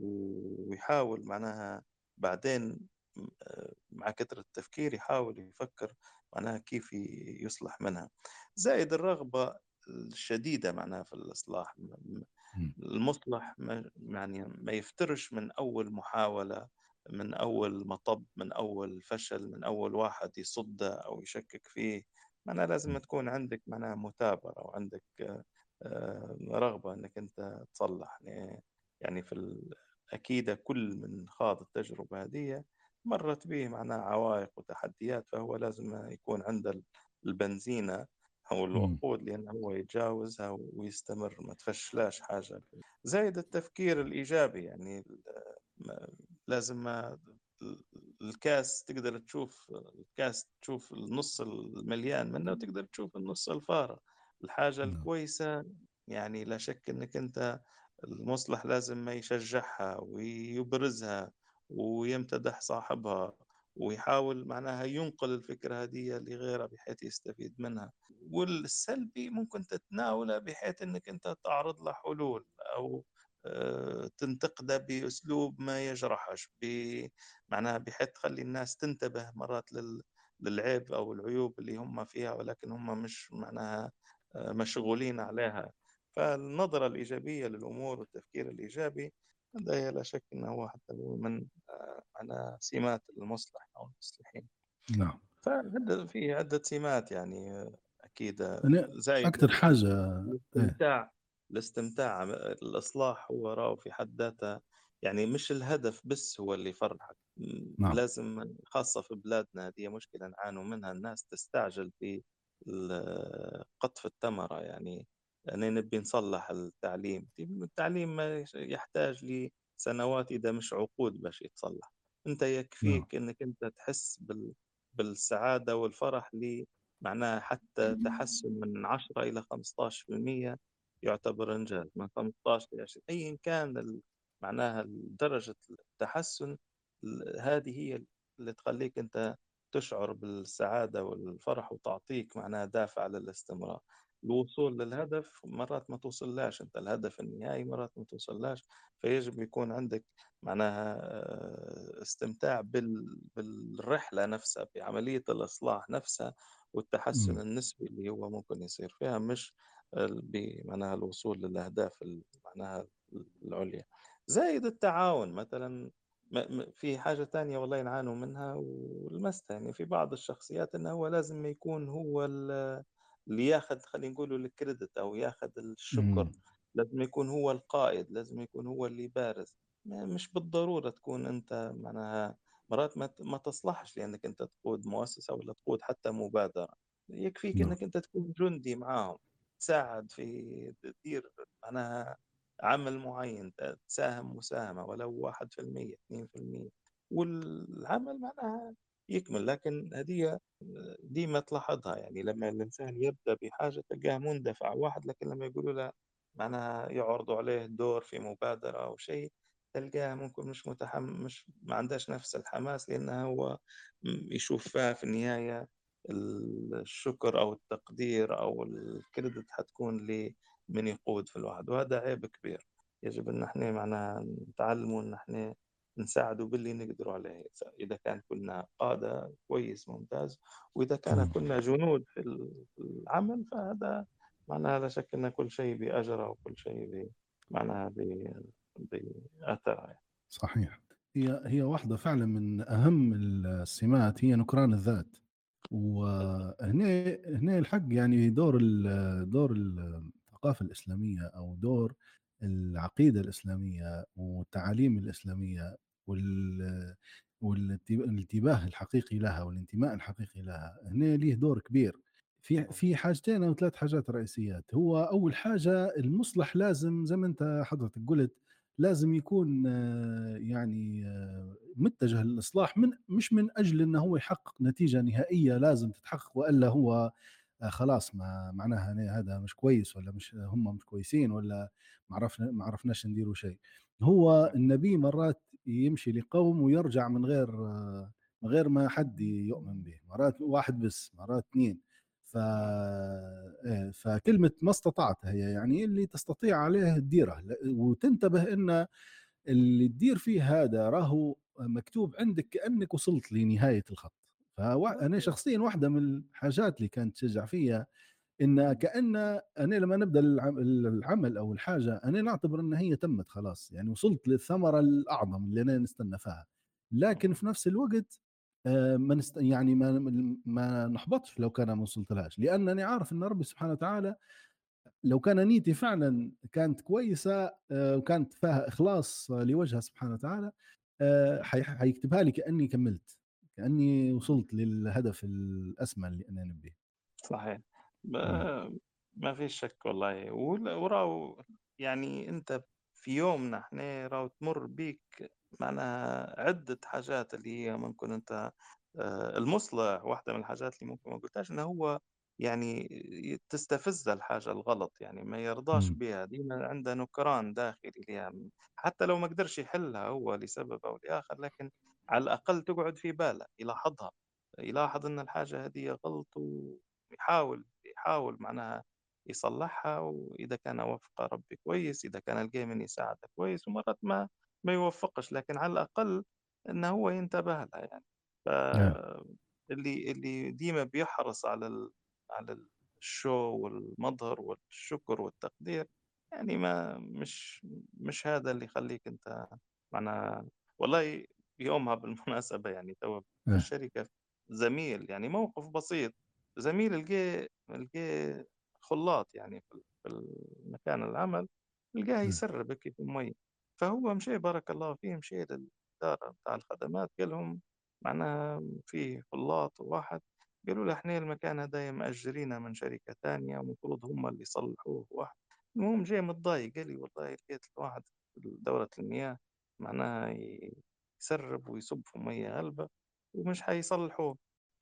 [SPEAKER 2] ويحاول معناها بعدين آه، مع كثرة التفكير يحاول يفكر معناها كيف ي- يصلح منها. زائد الرغبة الشديدة معناها في الإصلاح.
[SPEAKER 1] مم.
[SPEAKER 2] المصلح ما يعني ما يفترش من أول محاولة، من أول مطب، من أول فشل، من أول واحد يصده أو يشكك فيه. معناها لازم
[SPEAKER 1] مم.
[SPEAKER 2] تكون عندك معناها مثابرة، وعندك آه، آه، رغبة أنك أنت تصلح. يعني يعني في ال- أكيد كل من خاض التجربة هذه مرت به معناها عوائق وتحديات، فهو لازم يكون عنده البنزينة أو
[SPEAKER 1] مم.
[SPEAKER 2] الوقود لأنه هو يتجاوزها ويستمر، ما تفشلاش حاجة. زائد التفكير الإيجابي، يعني ما- لازم ما الكاس تقدر تشوف الكاس، تشوف النص المليان منه وتقدر تشوف النص الفارغ. الحاجة
[SPEAKER 1] نعم.
[SPEAKER 2] الكويسة يعني لا شك أنك أنت المصلح لازم ما يشجعها ويبرزها ويمتدح صاحبها، ويحاول معناها ينقل الفكرة هذه لغيره بحيث يستفيد منها. والسلبي ممكن تتناوله بحيث أنك أنت تعرض له حلول، أو آه، تنتقده بأسلوب ما يجرحش، ب- معناها بحيث تخلي الناس تنتبه مرات لل- للعيب أو العيوب اللي هم فيها، ولكن هم مش معناها آه، مشغولين عليها. فالنظرة الإيجابية للأمور والتفكير الإيجابي هذا لا شك أنه هو حتى هو من آه، معناها سمات المصلح أو المصلحين.
[SPEAKER 1] نعم.
[SPEAKER 2] فعدة في عدة سمات يعني آه، أكيد. آه،
[SPEAKER 1] أنا
[SPEAKER 2] زايد
[SPEAKER 1] أكثر
[SPEAKER 2] ال-
[SPEAKER 1] حاجة إيه.
[SPEAKER 2] الاستمتاع. الاستمتاع. الإصلاح هو راهو في حد ذاته يعني مش الهدف بس هو اللي يفرحك. م-
[SPEAKER 1] نعم.
[SPEAKER 2] لازم خاصة في بلادنا هذه مشكلة نعانوا منها، الناس تستعجل في ال- قطف الثمرة. يعني يعني نبي نصلح التعليم، التعليم ما يش- يحتاج لسنوات إذا مش عقود باش يتصلح. أنت
[SPEAKER 1] نعم.
[SPEAKER 2] يكفيك أنك أنت تحس بال بالسعادة والفرح اللي معناها حتى تحسن من عشرة إلى خمسة عشر بالمئة يعتبر إنجاز، من خمسطعش ل20 أيًا كان ال معناها ال درجة التحسُّن. ال هذه هي اللي تخلّيك أنت تشعر بالسعادة والفرح وتعطيك معناها دافع للاستمرار. الوصول للهدف مرات ما توصلّاش، أنت الهدف النهائي مرات ما توصلّاش، فيجب يكون عندك معناها آآ استمتاع بال بالرحلة نفسها، بعملية الإصلاح نفسها والتحسُّن
[SPEAKER 1] إمم.
[SPEAKER 2] النسبي اللي هو ممكن يصير فيها، مش ال ب معناها الوصول للأهداف ال معناها العُليا. زائد التعاون مثلًا. م م في حاجة تانية والله نعانوا منها ولمستها يعني في بعض الشخصيات إنه هو لازم يكون هو ال اللي ياخد خلّينا نقولوا الcredit أو ياخد الشكر،
[SPEAKER 1] إمم.
[SPEAKER 2] لازم يكون هو القائد، لازم يكون هو اللي بارز. ما مش بالضرورة تكون أنت معناها مرات ما ت ما تصلحش لأنك أنت تقود مؤسسة والّا تقود حتى مبادرة، يكفيك
[SPEAKER 1] نعم.
[SPEAKER 2] إنك أنت تكون جندي معاهم. تساعد في تدير معناها عمل معين، ت تساهم مساهمة ولو واحد بالمئة اثنين بالمئة والعمل معناها يكمل. لكن هذيّة ديما تلاحظها يعني لمّا الإنسان يبدأ بحاجة تلقاه مندفع واحد، لكن لمّا يقولوا له معناها يعرضوا عليه دور في مبادرة أو شيء، تلقاه ممكن مش متحم مش ما عندهاش نفس الحماس لأنه هو م يشوف فيها في النهاية ال الشكر أو التقدير أو الcredit حتكون لمن يقود في الواحد، وهذا عيب كبير. يجب إن إحنا معناها نتعلموا إن إحنا نساعدوا باللي نقدروا عليه، س إذا كان كنا قادة كويس ممتاز، وإذا كان
[SPEAKER 1] إمم.
[SPEAKER 2] كنا جنود في ال في العمل فهذا معناها لا شك أن كل شيء بأجره وكل شيء ب معناها ب بأثره يعني.
[SPEAKER 1] صحيح. هي هي واحدة فعلًا من أهم السمات هي نكران الذات. وهنا هنا الحق يعني دور ال دور ال الثقافة الإسلامية أو دور العقيدة الإسلامية والتعاليم الإسلامية وال والانت الانتباه الحقيقي لها والانتماء الحقيقي لها، هنا ليه دور كبير. في في حاجتين أو ثلاث حاجات رئيسيات. هو أول حاجة المُصلح لازم زي ما أنت حضرتك قُلت، لازم يكون آه، يعني آه، متجه للإصلاح من مش من أجل إنه هو يحقق نتيجة نهائية لازم تتحقق وإلا هو آآ خلاص ما معناها ن هذا مش كويس والّا مش هم مش كويسين والّا ما عرفنا ما عرفناش نديروا شيء. هو النبي مرات يمشي لقوم ويرجع من غير آه، من غير ما حد يؤمن به، مرات واحد بس، مرات اثنين. ف إيه، فكلمة ما استطعت هي يعني اللي تستطيع عليه تديره، ل وتنتبه إن اللي تدير فيه هذا راهو مكتوب عندك كأنك وصلت لنهاية الخط. فوا أنا شخصيًا واحدة من الحاجات اللي كانت تشجّع فيّا إن كأن أنا لمّا نبدأ العم العمل أو الحاجة أنا نعتبر إن هي تمت خلاص، يعني وصلت للثمرة الأعظم اللي أنا نستنى فيها. لكن في نفس الوقت آآ ما نست يعني ما ما نحبطش لو كان ما وصلتلهاش، لأنني عارف إن ربي سبحانه وتعالى لو كان نيتي فعلًا كانت كويسة آآ وكانت فيها إخلاص لوجهه سبحانه وتعالى، آآ حي حيكتبها لي كأني كمّلت، كأني وصلت للهدف الأسمى اللي أنا نبيه.
[SPEAKER 2] صحيح.
[SPEAKER 1] نعم.
[SPEAKER 2] ما ما فيش شك والله. وال وراهو يعني أنت في يومنا إحنا راهو تمُر بيك معناها عدة حاجات اللي هي ممكن أنت آآ المُصلح واحدة من الحاجات اللي ممكن ما قُلتهاش إنه هو يعني ي تستفزه الحاجة الغلط، يعني ما يرضاش
[SPEAKER 1] إمم.
[SPEAKER 2] بها، ديما عنده نُكران داخلي ليها، م حتى لو ما قدرش يحلها هو لسبب أو لآخر، لكن على الأقل تقعد في باله، يلاحظها، يلاحظ إن الحاجة هذيّة غلط و يحاول يحاول معناها يصلّحها، وإذا كان وفّقه ربي كويس، إذا كان لقى من يساعده كويس، ومرات ما ما يوفّقش، لكن على الأقل إنه هو ينتبه لها يعني.
[SPEAKER 1] آه.
[SPEAKER 2] فاللي اللي ديما بيحرص على ال على الshow والمظهر والشكر والتقدير، يعني ما مش مش هذا اللي يخلّيك أنت معناها. والله يومها بالمناسبة يعني توا في
[SPEAKER 1] آه.
[SPEAKER 2] الشركة زميل يعني موقف بسيط، زميل لقاه لقاه خُلّاط يعني في ال في في مكان العمل تلقاه
[SPEAKER 1] إمم.
[SPEAKER 2] يسربك في المي. فهو مشى بارك الله فيه، مشى للإدارة بتاع الخدمات قال لهم معناها في خلاط واحد، قالوا له إحنا المكان هدايا مأجرينه من شركة تانية ومفروض هم اللي يصلحوه واحد. المهم جاي متضايق قال لي والله لقيت واحد في دورة المياه معناها ي- يسرب ويصب في مية غلبة ومش حيصلحوه.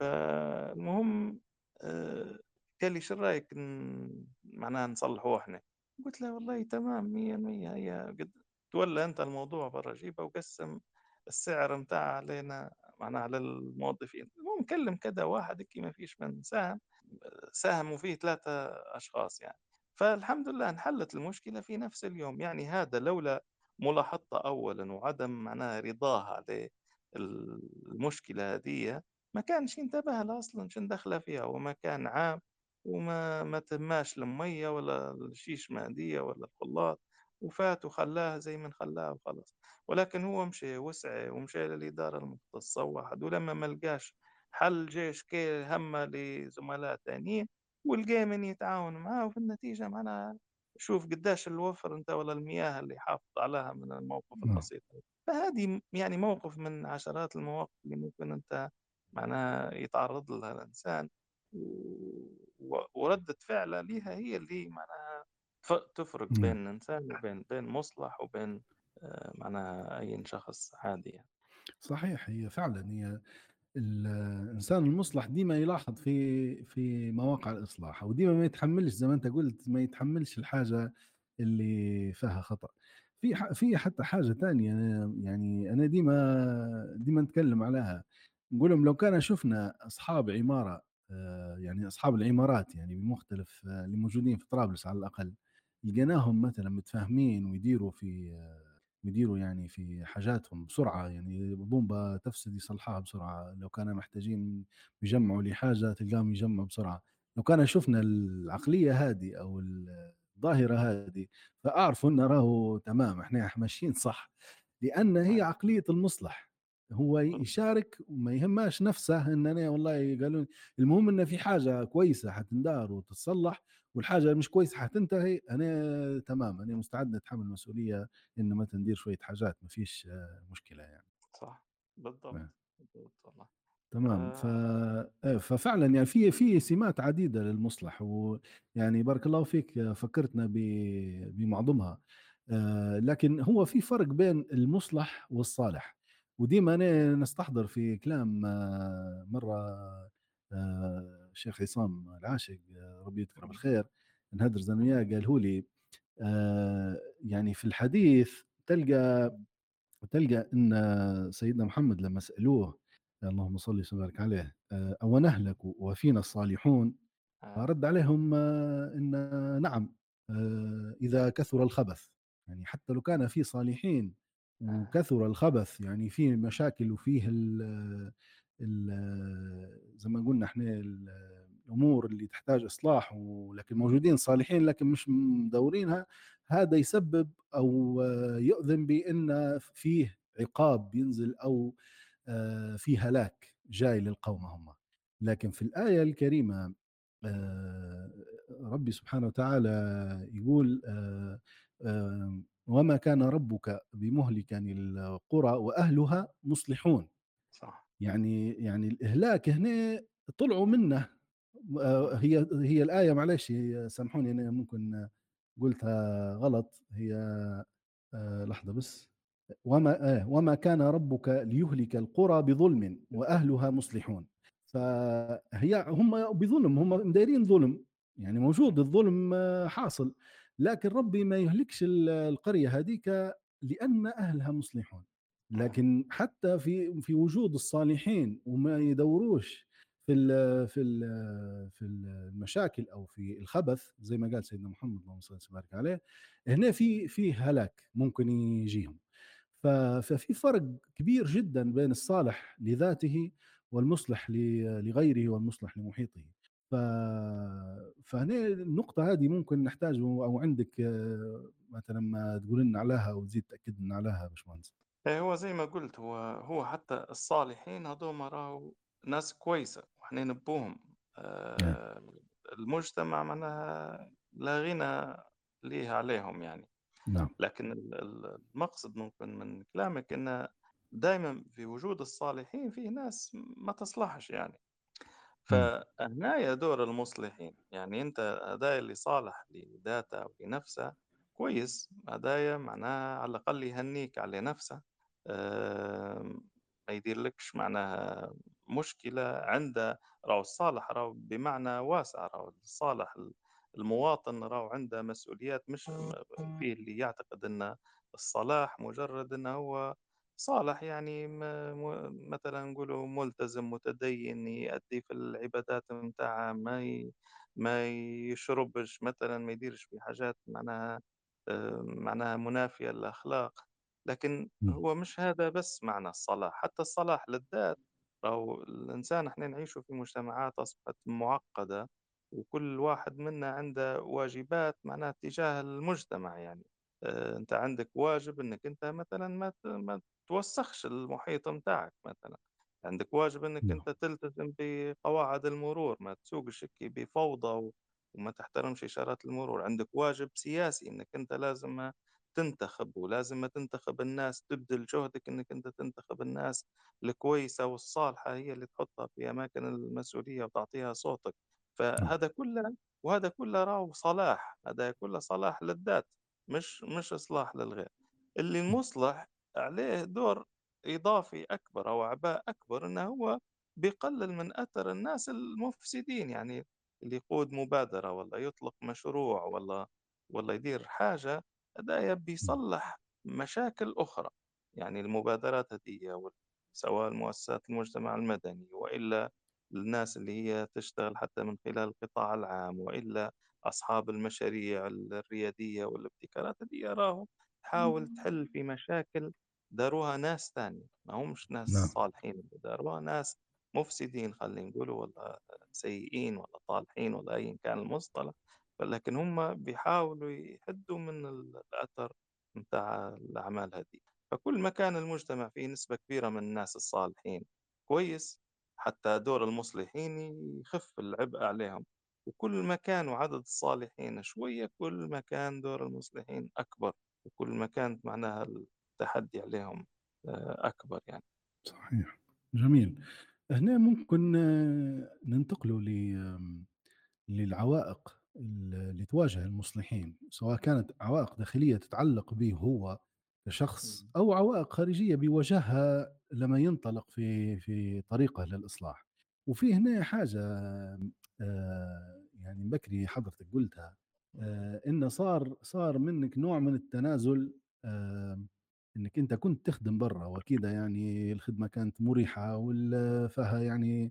[SPEAKER 2] فالمهم آه، قال لي شو رأيك ن- معناها نصلحوه احنا. قلت له والله تمام مية مية، هي قد تولى أنت الموضوع برا جيبه وقسم السعر متاعه علينا معناها على الموظفين. المهم كلم كذا واحد هيك ما فيش من ساهم، ساهموا فيه ثلاثة أشخاص يعني. فالحمد لله انحلت المشكلة في نفس اليوم. يعني هذا لولا ملاحظته أولا وعدم معناها رضاه على المشكلة هذه ما كانش ينتبه لها أصلا شن دخله فيها، وما كان عام وما ما تماش المية ولا الشيش مادية ولا الخلاط، وفات وخلاها زي من خلاها وخلاص. ولكن هو مشى وسعى ومشى للإدارة المختصة واحد، ولما ما لقاش حل جيش كي همه لزملاء تانيين ولقى من يتعاون معاه. وفي النتيجة معناها شوف قداش الوفر انت ولا المياه اللي حافظ عليها من الموقف
[SPEAKER 1] نعم.
[SPEAKER 2] البسيط هذا. فهذه م- يعني موقف من عشرات المواقف اللي ممكن انت معناها يتعرض لها الانسان، و- و- وردة فعله ليها هي اللي معناها ف- تفرق
[SPEAKER 1] نعم.
[SPEAKER 2] بين انسان وبين بين مصلح وبين آه، معناها اي شخص عادي يعني.
[SPEAKER 1] صحيح، هي فعلًا هي الإنسان المُصلح ديما يلاحظ في في مواقع الإصلاح، وديما ما يتحمّلش زي ما أنت قُلت، ما يتحمّلش الحاجة اللي فيها خطأ. في ح في حتى حاجة تانية، أنا يعني أنا ديما ديما نتكلّم عليها، نقول لهم لو كان شُفنا أصحاب عمارة، آآ يعني أصحاب العمارات يعني بمختلف آه، اللي موجودين في طرابلس على الأقل، لقيناهم مثلًا متفاهمين ويديروا في يديروا يعني في حاجاتهم بسرعة، يعني بومبا تفسد يصلحوها بسرعة، لو كانوا محتاجين يجمعوا لحاجة تلقاهم يجمعوا بسرعة. لو كان شفنا العقلية هذه أو الظاهرة هذه فأعرفوا أن راهو تمام، احنا ماشيين صح، لأن هي
[SPEAKER 2] صحيح.
[SPEAKER 1] عقلية المصلح. هو يشارك وما يهماش نفسه ان انا والله قالوا لي، المهم ان في حاجه كويسه حتندار وتتصلح، والحاجه مش كويسه حتنتهي، انا تمام، انا مستعد اتحمل المسؤوليه إن مثلًا ندير شوية حاجات، ما فيش آه، مشكلة يعني.
[SPEAKER 2] صح. بالضبط.
[SPEAKER 1] آه،
[SPEAKER 2] بالضبط والله.
[SPEAKER 1] تمام. ف
[SPEAKER 2] آآ
[SPEAKER 1] آه، ففعلًا يعني في في سمات عديدة للمُصلح، ويعني بارك الله فيك آه، فكّرتنا ب بمعظمها. آآ، لكن هو في فرق بين المُصلح والصالح، وديما أنا نستحضر في كلام آه، مرّة آآ، الشيخ عصام العاشق آه، ربي يذكره
[SPEAKER 2] إمم.
[SPEAKER 1] بالخير، نهدرز أنا
[SPEAKER 2] إمم.
[SPEAKER 1] وياه قاله لي آآ، يعني في الحديث تلقى وتلقى أن سيدنا محمد لما سألوه اللهم صل وسلم وبارك عليه آه، أو نهلك وفينا الصالحون،
[SPEAKER 2] آه.
[SPEAKER 1] فرد عليهم آه، أن نعم، آه، إذا كثر الخبث، يعني حتى لو كان في صالحين
[SPEAKER 2] آه.
[SPEAKER 1] وكثر الخبث، يعني فيه مشاكل وفيه ال ال زي ما قلنا احنا ال- الأمور اللي تحتاج إصلاح، ولكن موجودين صالحين لكن مش مدورينها، هذا يسبب أو آه، يؤذن بأن فيه عقاب ينزل أو آه، فيه هلاك جاي للقوم هم. لكن في الآية الكريمة آه، ربي سبحانه وتعالى يقول آه، آه، وما كان ربك بمهلك القرى وأهلها مصلحون.
[SPEAKER 2] صح.
[SPEAKER 1] يعني يعني الإهلاك هنا طلعوا منه. آه،
[SPEAKER 2] إمم.
[SPEAKER 1] هي هي الآية معلش هي- سامحوني أنا ممكن قلتها غلط، هي آه، لحظة بس. وما آه وما كان ربك ليهلك القرى بظلم وأهلها مصلحون. فهي هم بظلم، هم مدايرين ظلم، يعني موجود الظلم آه، حاصل، لكن ربي ما يهلكش ال- القرية هذيك لأن أهلها مصلحون.
[SPEAKER 2] إمم.
[SPEAKER 1] لكن حتى في في وجود الصالحين وما يدوروش في ال في ال في المشاكل او في الخبث زي ما قال سيدنا محمد اللهم صل وسلم وبارك عليه، هنا في في هلاك ممكن يجيهم. ف- ففي فرق كبير جدا بين الصالح لذاته والمصلح ل- لغيره والمصلح لمحيطه. ف... فهنا النقطة هذه ممكن نحتاج، أو عندك آه، مثلا ما تقول لنا عليها وتزيد تأكد لنا عليها باشمهندس.
[SPEAKER 2] إيه هو زي ما قُلت، هو هو حتى الصالحين هاذوما راهو ناس كويسة وإحنا نبّوهم.
[SPEAKER 1] نعم.
[SPEAKER 2] آآ المجتمع معناها لا غنى ليه عليهم يعني.
[SPEAKER 1] نعم.
[SPEAKER 2] لكن ال ال المقصد ممكن من كلامِك إن دايمًا في وجود الصالحين فيه ناس ما تصلحش يعني.
[SPEAKER 1] إمم.
[SPEAKER 2] فهنايا دور المصلحين، يعني أنت هدايا اللي صالح لذاته أو لنفسه كويس، هدايا معناها على الأقل يهنيك على نفسه، آمم، ما يديرلكش معناها مشكلة عنده. راهو الصالح راهو بمعنى واسع، راهو الصالح ال المواطن راهو عنده مسؤوليات، مش م فيه اللي يعتقد أن الصلاح مجرد أنه هو صالح يعني م م مثلًا نقولوا ملتزم متدين يأدي في العبادات متاعه، ما ي ما يشربش مثلًا، ما يديرش في حاجات معناها آآ، معناها منافية للأخلاق. لكن
[SPEAKER 1] إمم.
[SPEAKER 2] هو مش هذا بس معنى الصلاح، حتى الصلاح للذات. راهو الإنسان إحنا نعيشوا في مجتمعات أصبحت معقدة، وكل واحد منا عنده واجبات معناها تجاه المجتمع يعني. آآ، أنت عندك واجب إنك أنت مثلًا ما ت ما توسخش المحيط متاعك مثلًا، عندك واجب إنك
[SPEAKER 1] نعم.
[SPEAKER 2] أنت تلتزم بقواعد المرور، ما تسوقش هيك بفوضى و وما تحترمش إشارات المرور، عندك واجب سياسي إنك أنت لازم تنتخب، ولازم تنتخب الناس، تبذل جهدك إنك أنت تنتخب الناس الكويسة والصالحة هي اللي تحطها في أماكن المسؤولية وتعطيها صوتك.
[SPEAKER 1] نعم.
[SPEAKER 2] فهذا كله وهذا كله راهو صلاح، هذا كله صلاح للذات، مش مش إصلاح للغير. اللي
[SPEAKER 1] إمم.
[SPEAKER 2] المصلح عليه دور إضافي أكبر أو عباء أكبر، إنه هو بيقلل من أثر الناس المفسدين، يعني اللي يقود مبادرة والّا يطلق مشروع والّا والّا يدير حاجة، هدايا
[SPEAKER 1] إمم.
[SPEAKER 2] بيصلّح مشاكل أخرى. يعني المبادرات هذية وال سواء المؤسسات المجتمع المدني وإلا الناس اللي هي تشتغل حتى من خلال القطاع العام وإلا أصحاب المشاريع ال الريادية والابتكارات، هذية راهو تحاول تحل في مشاكل داروها ناس تانية، ما همش ناس
[SPEAKER 1] نعم.
[SPEAKER 2] صالحين اللي داروها، ناس مفسدين خلّينا نقولوا والّا سيئين والّا طالحين والّا أيًا كان المصطلح. ولكن هم بيحاولوا يحدّوا من ال الأثر متاع الأعمال هذي. فكل ما كان المجتمع فيه نسبة كبيرة من الناس الصالحين كويس، حتى دور المصلحين يخف العبء عليهم. وكل ما كانوا عدد الصالحين شوية، كل ما كان دور المصلحين أكبر، وكل ما كانت معناها التحدي عليهم آآ أكبر يعني.
[SPEAKER 1] صحيح. جميل. هنا ممكن آه، ننتقلوا ل آمم، للعوائق ال اللي تواجه المصلحين، سواء كانت عوائق داخلية تتعلق به هو كشخص،
[SPEAKER 2] إمم.
[SPEAKER 1] أو عوائق خارجية بيواجهها لما ينطلق في في طريقه للإصلاح. وفي هنا حاجة آآ، يعني بكري حضرتك قُلتها، آآ، إنه صار صار منِّك نوع من التنازل، آمم، إنِّك أنت كنت تخدم برّا وأكيد يعني الخدمة كانت مريحة وال فيها يعني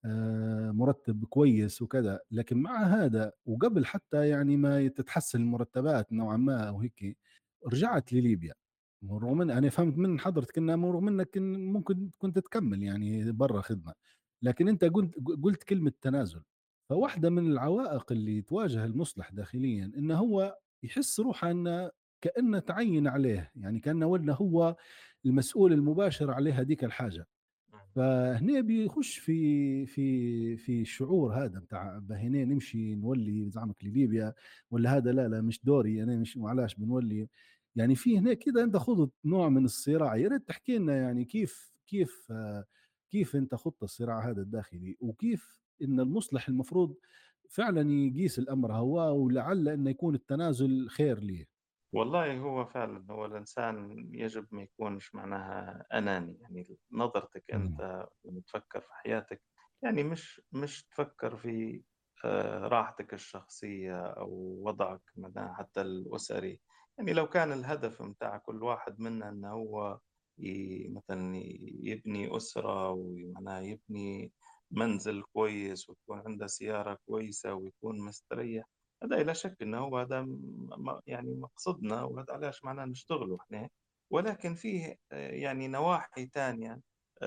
[SPEAKER 1] آآ مُرتّب كويس وكذا، لكن مع هذا وقبل حتى يعني ما تتحسّن المرتبات نوعًا ما أو هيك، رجعت لليبيا. ورغم إن أنا فهمت من حضرتك إنه م رغم إنك إن ممكن كنت تكمّل يعني برّا خدمة، لكن أنت قُلت ق قُلت كلمة تنازل. فواحدة من العوائق اللي تواجه المُصلح داخليًا إنه هو يحس روحه إنه كأنه تعيّن عليه، يعني كأنه والّا هو المسؤول المباشر عليه هذيك الحاجة.
[SPEAKER 2] إمم.
[SPEAKER 1] فهنا بيخش في في في الشعور هذا بتاع بهنا نمشي نولي زعمك لليبيا، ولا هذا لا لا مش دوري انا مش وعلاش بنولي. يعني في هنا كده انت خضت نوع من الصراع، يا ريت تحكي لنا يعني كيف كيف آه، كيف انت خضت الصراع هذا الداخلي، وكيف ان المصلح المفروض فعلا يقيس الامر هو، ولعل انه يكون التنازل خير ليه.
[SPEAKER 2] والله هو فعلًا هو الإنسان يجب ما يكونش معناها أناني، يعني نظرتك
[SPEAKER 1] مم.
[SPEAKER 2] أنت لمّا تفكّر في حياتك، يعني مش مش تفكّر في آآ راحتك الشخصية أو وضعك معناها حتى الأسري. يعني لو كان الهدف متاع كل واحد منا إنه هو ي مثلًا يبني أسرة ومعناها يبني منزل كويس وتكون عنده سيارة كويسة ويكون مستريح، هذا لا شك إنه هو هذا م م يعني مقصدنا، وهذا علاش معناها نشتغلوا إحنا. ولكن فيه آآ يعني نواحي تانية.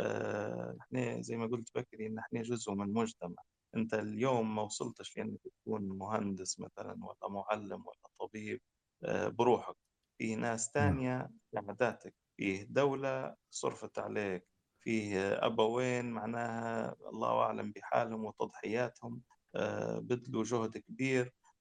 [SPEAKER 2] آآ إحنا زي ما قُلت بكري إن إحنا جزء من مجتمع. أنت اليوم ما وصلتش لإنك تكون مهندس مثلًا والّا مُعلِّم والّا طبيب آآ بروحك، في ناس
[SPEAKER 1] نعم.
[SPEAKER 2] تانية ساعدتك، فيه دولة صرفت عليك، فيه أبوين معناها الله أعلم بحالهم وتضحياتهم آآ بذلوا جهد كبير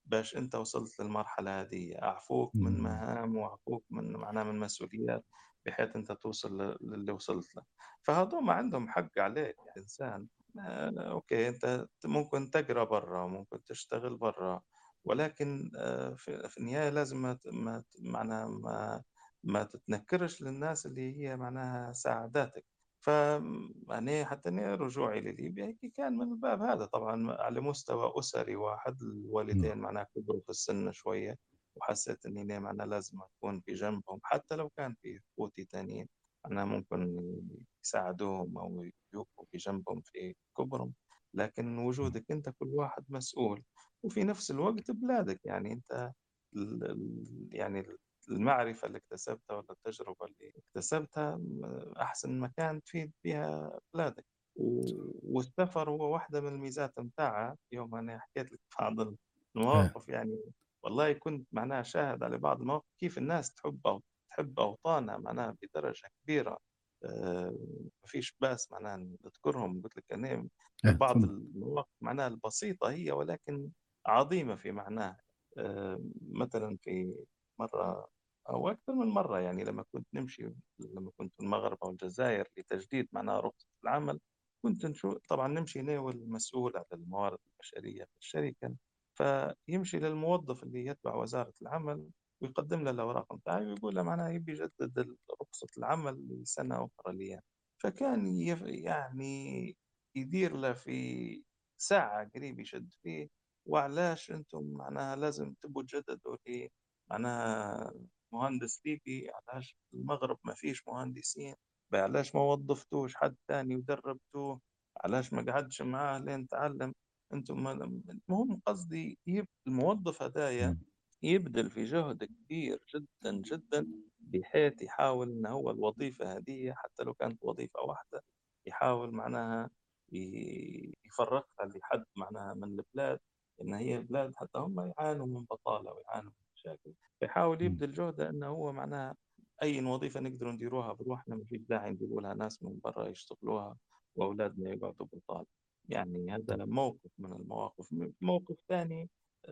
[SPEAKER 2] باش أنت وصلت للمرحلة هذه، أعفوك من
[SPEAKER 1] إمم.
[SPEAKER 2] مهام وأعفوك من معناها من مسؤوليات بحيث أنت توصل ل للي وصلت له. فهاذوما عندهم حق عليك كإنسان. آآ أوكي، أنت ت ممكن تقرا برّا، ممكن تشتغل برّا، ولكن آآ في في النهاية لازم ما ت ما ت معناها ما ما تتنكرش للناس اللي هي معناها ساعدتك. فآمم يعني حتى أنا رجوعي لليبيا هيك كان من الباب هذا طبعًا على مستوى أسري واحد، الوالدين
[SPEAKER 1] نعم.
[SPEAKER 2] معناها كبروا في السن شوية، وحسيت إني أنا معناها لازم أكون في جنبهم، حتى لو كان في أخوتي تانيين معناها ممكن يساعدوهم أو يوقفوا في جنبهم في كبرهم، لكن
[SPEAKER 1] إمم.
[SPEAKER 2] وجودك أنت كل واحد مسؤول، وفي نفس الوقت بلادك. يعني أنت ال ال يعني المعرفة اللي اكتسبتها والّا التجربة اللي اكتسبتها م أحسن مكان تفيد بيها بلادك. و والسفر هو واحدة من الميزات متاعها. يوم أنا حكيت لك بعض
[SPEAKER 1] إيه.
[SPEAKER 2] المواقف يعني والله كنت معناها شاهد على بعض المواقف كيف الناس تحب أو تحب أوطانها معناها بدرجة كبيرة. آآ ما فيش بأس معناها نذكرهم. قُلت لك أنا
[SPEAKER 1] إيه،
[SPEAKER 2] بعض
[SPEAKER 1] تفضل.
[SPEAKER 2] المواقف معناها البسيطة هي ولكن عظيمة في معناها. آآ مثلًا في مرّة أو أكثر من مرّة يعني لمّا كنت نمشي لمّا كنت في المغرب أو الجزائر لتجديد معناها رخصة العمل، كنت نشو طبعًا نمشي أنا والمسؤول على الموارد البشرية في الشركة، فيمشي للموظف اللي يتبع وزارة العمل ويقدم له الأوراق متاعه ويقول له معناها يبي يجدد ال رخصة العمل لسنة أخرى ليا. فكان يف يعني يدير له في ساعة قريب يشد فيه، وعلاش أنتم معناها لازم تبوا تجددوا لي معناها مهندس ليبي، علاش في المغرب ما فيش مهندسين، ب علاش ما وظّفتوش حد تاني ودرّبتوه، علاش ما قعدش معاه لين تعلّم. أنتم ما المهم قصدي يب الموظف هدايا
[SPEAKER 1] إمم.
[SPEAKER 2] يبذل في جهد كبير جدًا، جدًا، بحيث يحاول إن هو الوظيفة هذية حتى لو كانت وظيفة واحدة، يحاول معناها ي يفرّغها لحد معناها من البلاد، لأن هي البلاد حتى هم يعانوا من بطالة ويعانوا من مشاكل، فيحاول
[SPEAKER 1] إمم.
[SPEAKER 2] يبذل جهده إنه هو معناها أي وظيفة نقدروا نديروها بروحنا ما فيش داعي نجيبوا لها ناس من برّا يشتغلوها وأولادنا يقعدوا بطال. يعني هذا موقف من المواقف. م موقف ثاني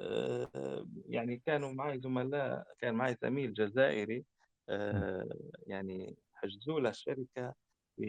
[SPEAKER 2] آآ يعني كانوا معي زملاء كان معي زميل جزائري
[SPEAKER 1] إمم.
[SPEAKER 2] آآ يعني حجزوا له الشركة في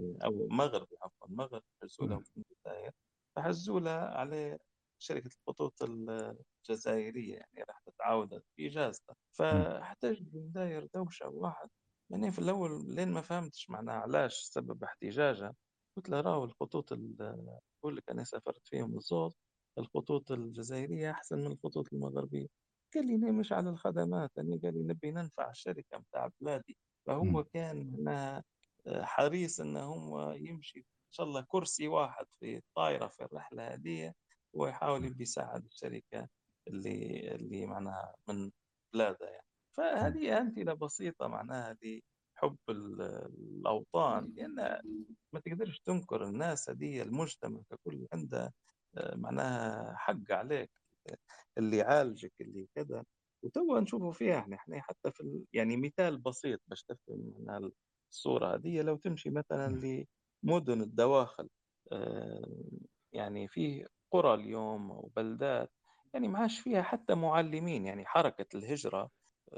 [SPEAKER 2] أو مغربي عفوًا، مغربي حجزوا له
[SPEAKER 1] إمم.
[SPEAKER 2] في الجزائر، فحجزوا له عليه شركة الخطوط ال الجزائرية يعني رحلة عودة في إجازته،
[SPEAKER 1] إمم.
[SPEAKER 2] فاحتجت داير دوشة وواحد. يعني في الأول لين ما فهمتش معناها علاش سبب احتجاجه، قُلت له راهو الخطوط ال باقول لك أنا سافرت فيهم الزوز، الخطوط الجزائرية أحسن من الخطوط المغربية. قال لي: "أنا مش على الخدمات، أنا قال لي نبي ننفع الشركة متاع بلادي."
[SPEAKER 1] إمم.
[SPEAKER 2] فهو كان معناها آآ حريص إنه هو يمشي إن شاء الله كرسي واحد في الطايرة في الرحلة هذية، هو يحاول يبي يساعد الشركة اللي اللي معناها من بلاده يعني.
[SPEAKER 1] إمم.
[SPEAKER 2] فهذه أمثلة بسيطة معناها لحب ال الأوطان، لأن ما تقدرش تنكر الناس هذية المجتمع ككل عنده آآ معناها حق عليك، اللي يعالجك اللي كذا. وتوا نشوفوا فيها إحنا إحنا حتى في ال يعني مثال بسيط باش تفهم معناها الصورة هذية. لو تمشي مثلًا
[SPEAKER 1] إمم.
[SPEAKER 2] لمدن الدواخل آآ يعني في قرى اليوم وبلدات يعني ما عادش فيها حتى معلمين. يعني حركة الهجرة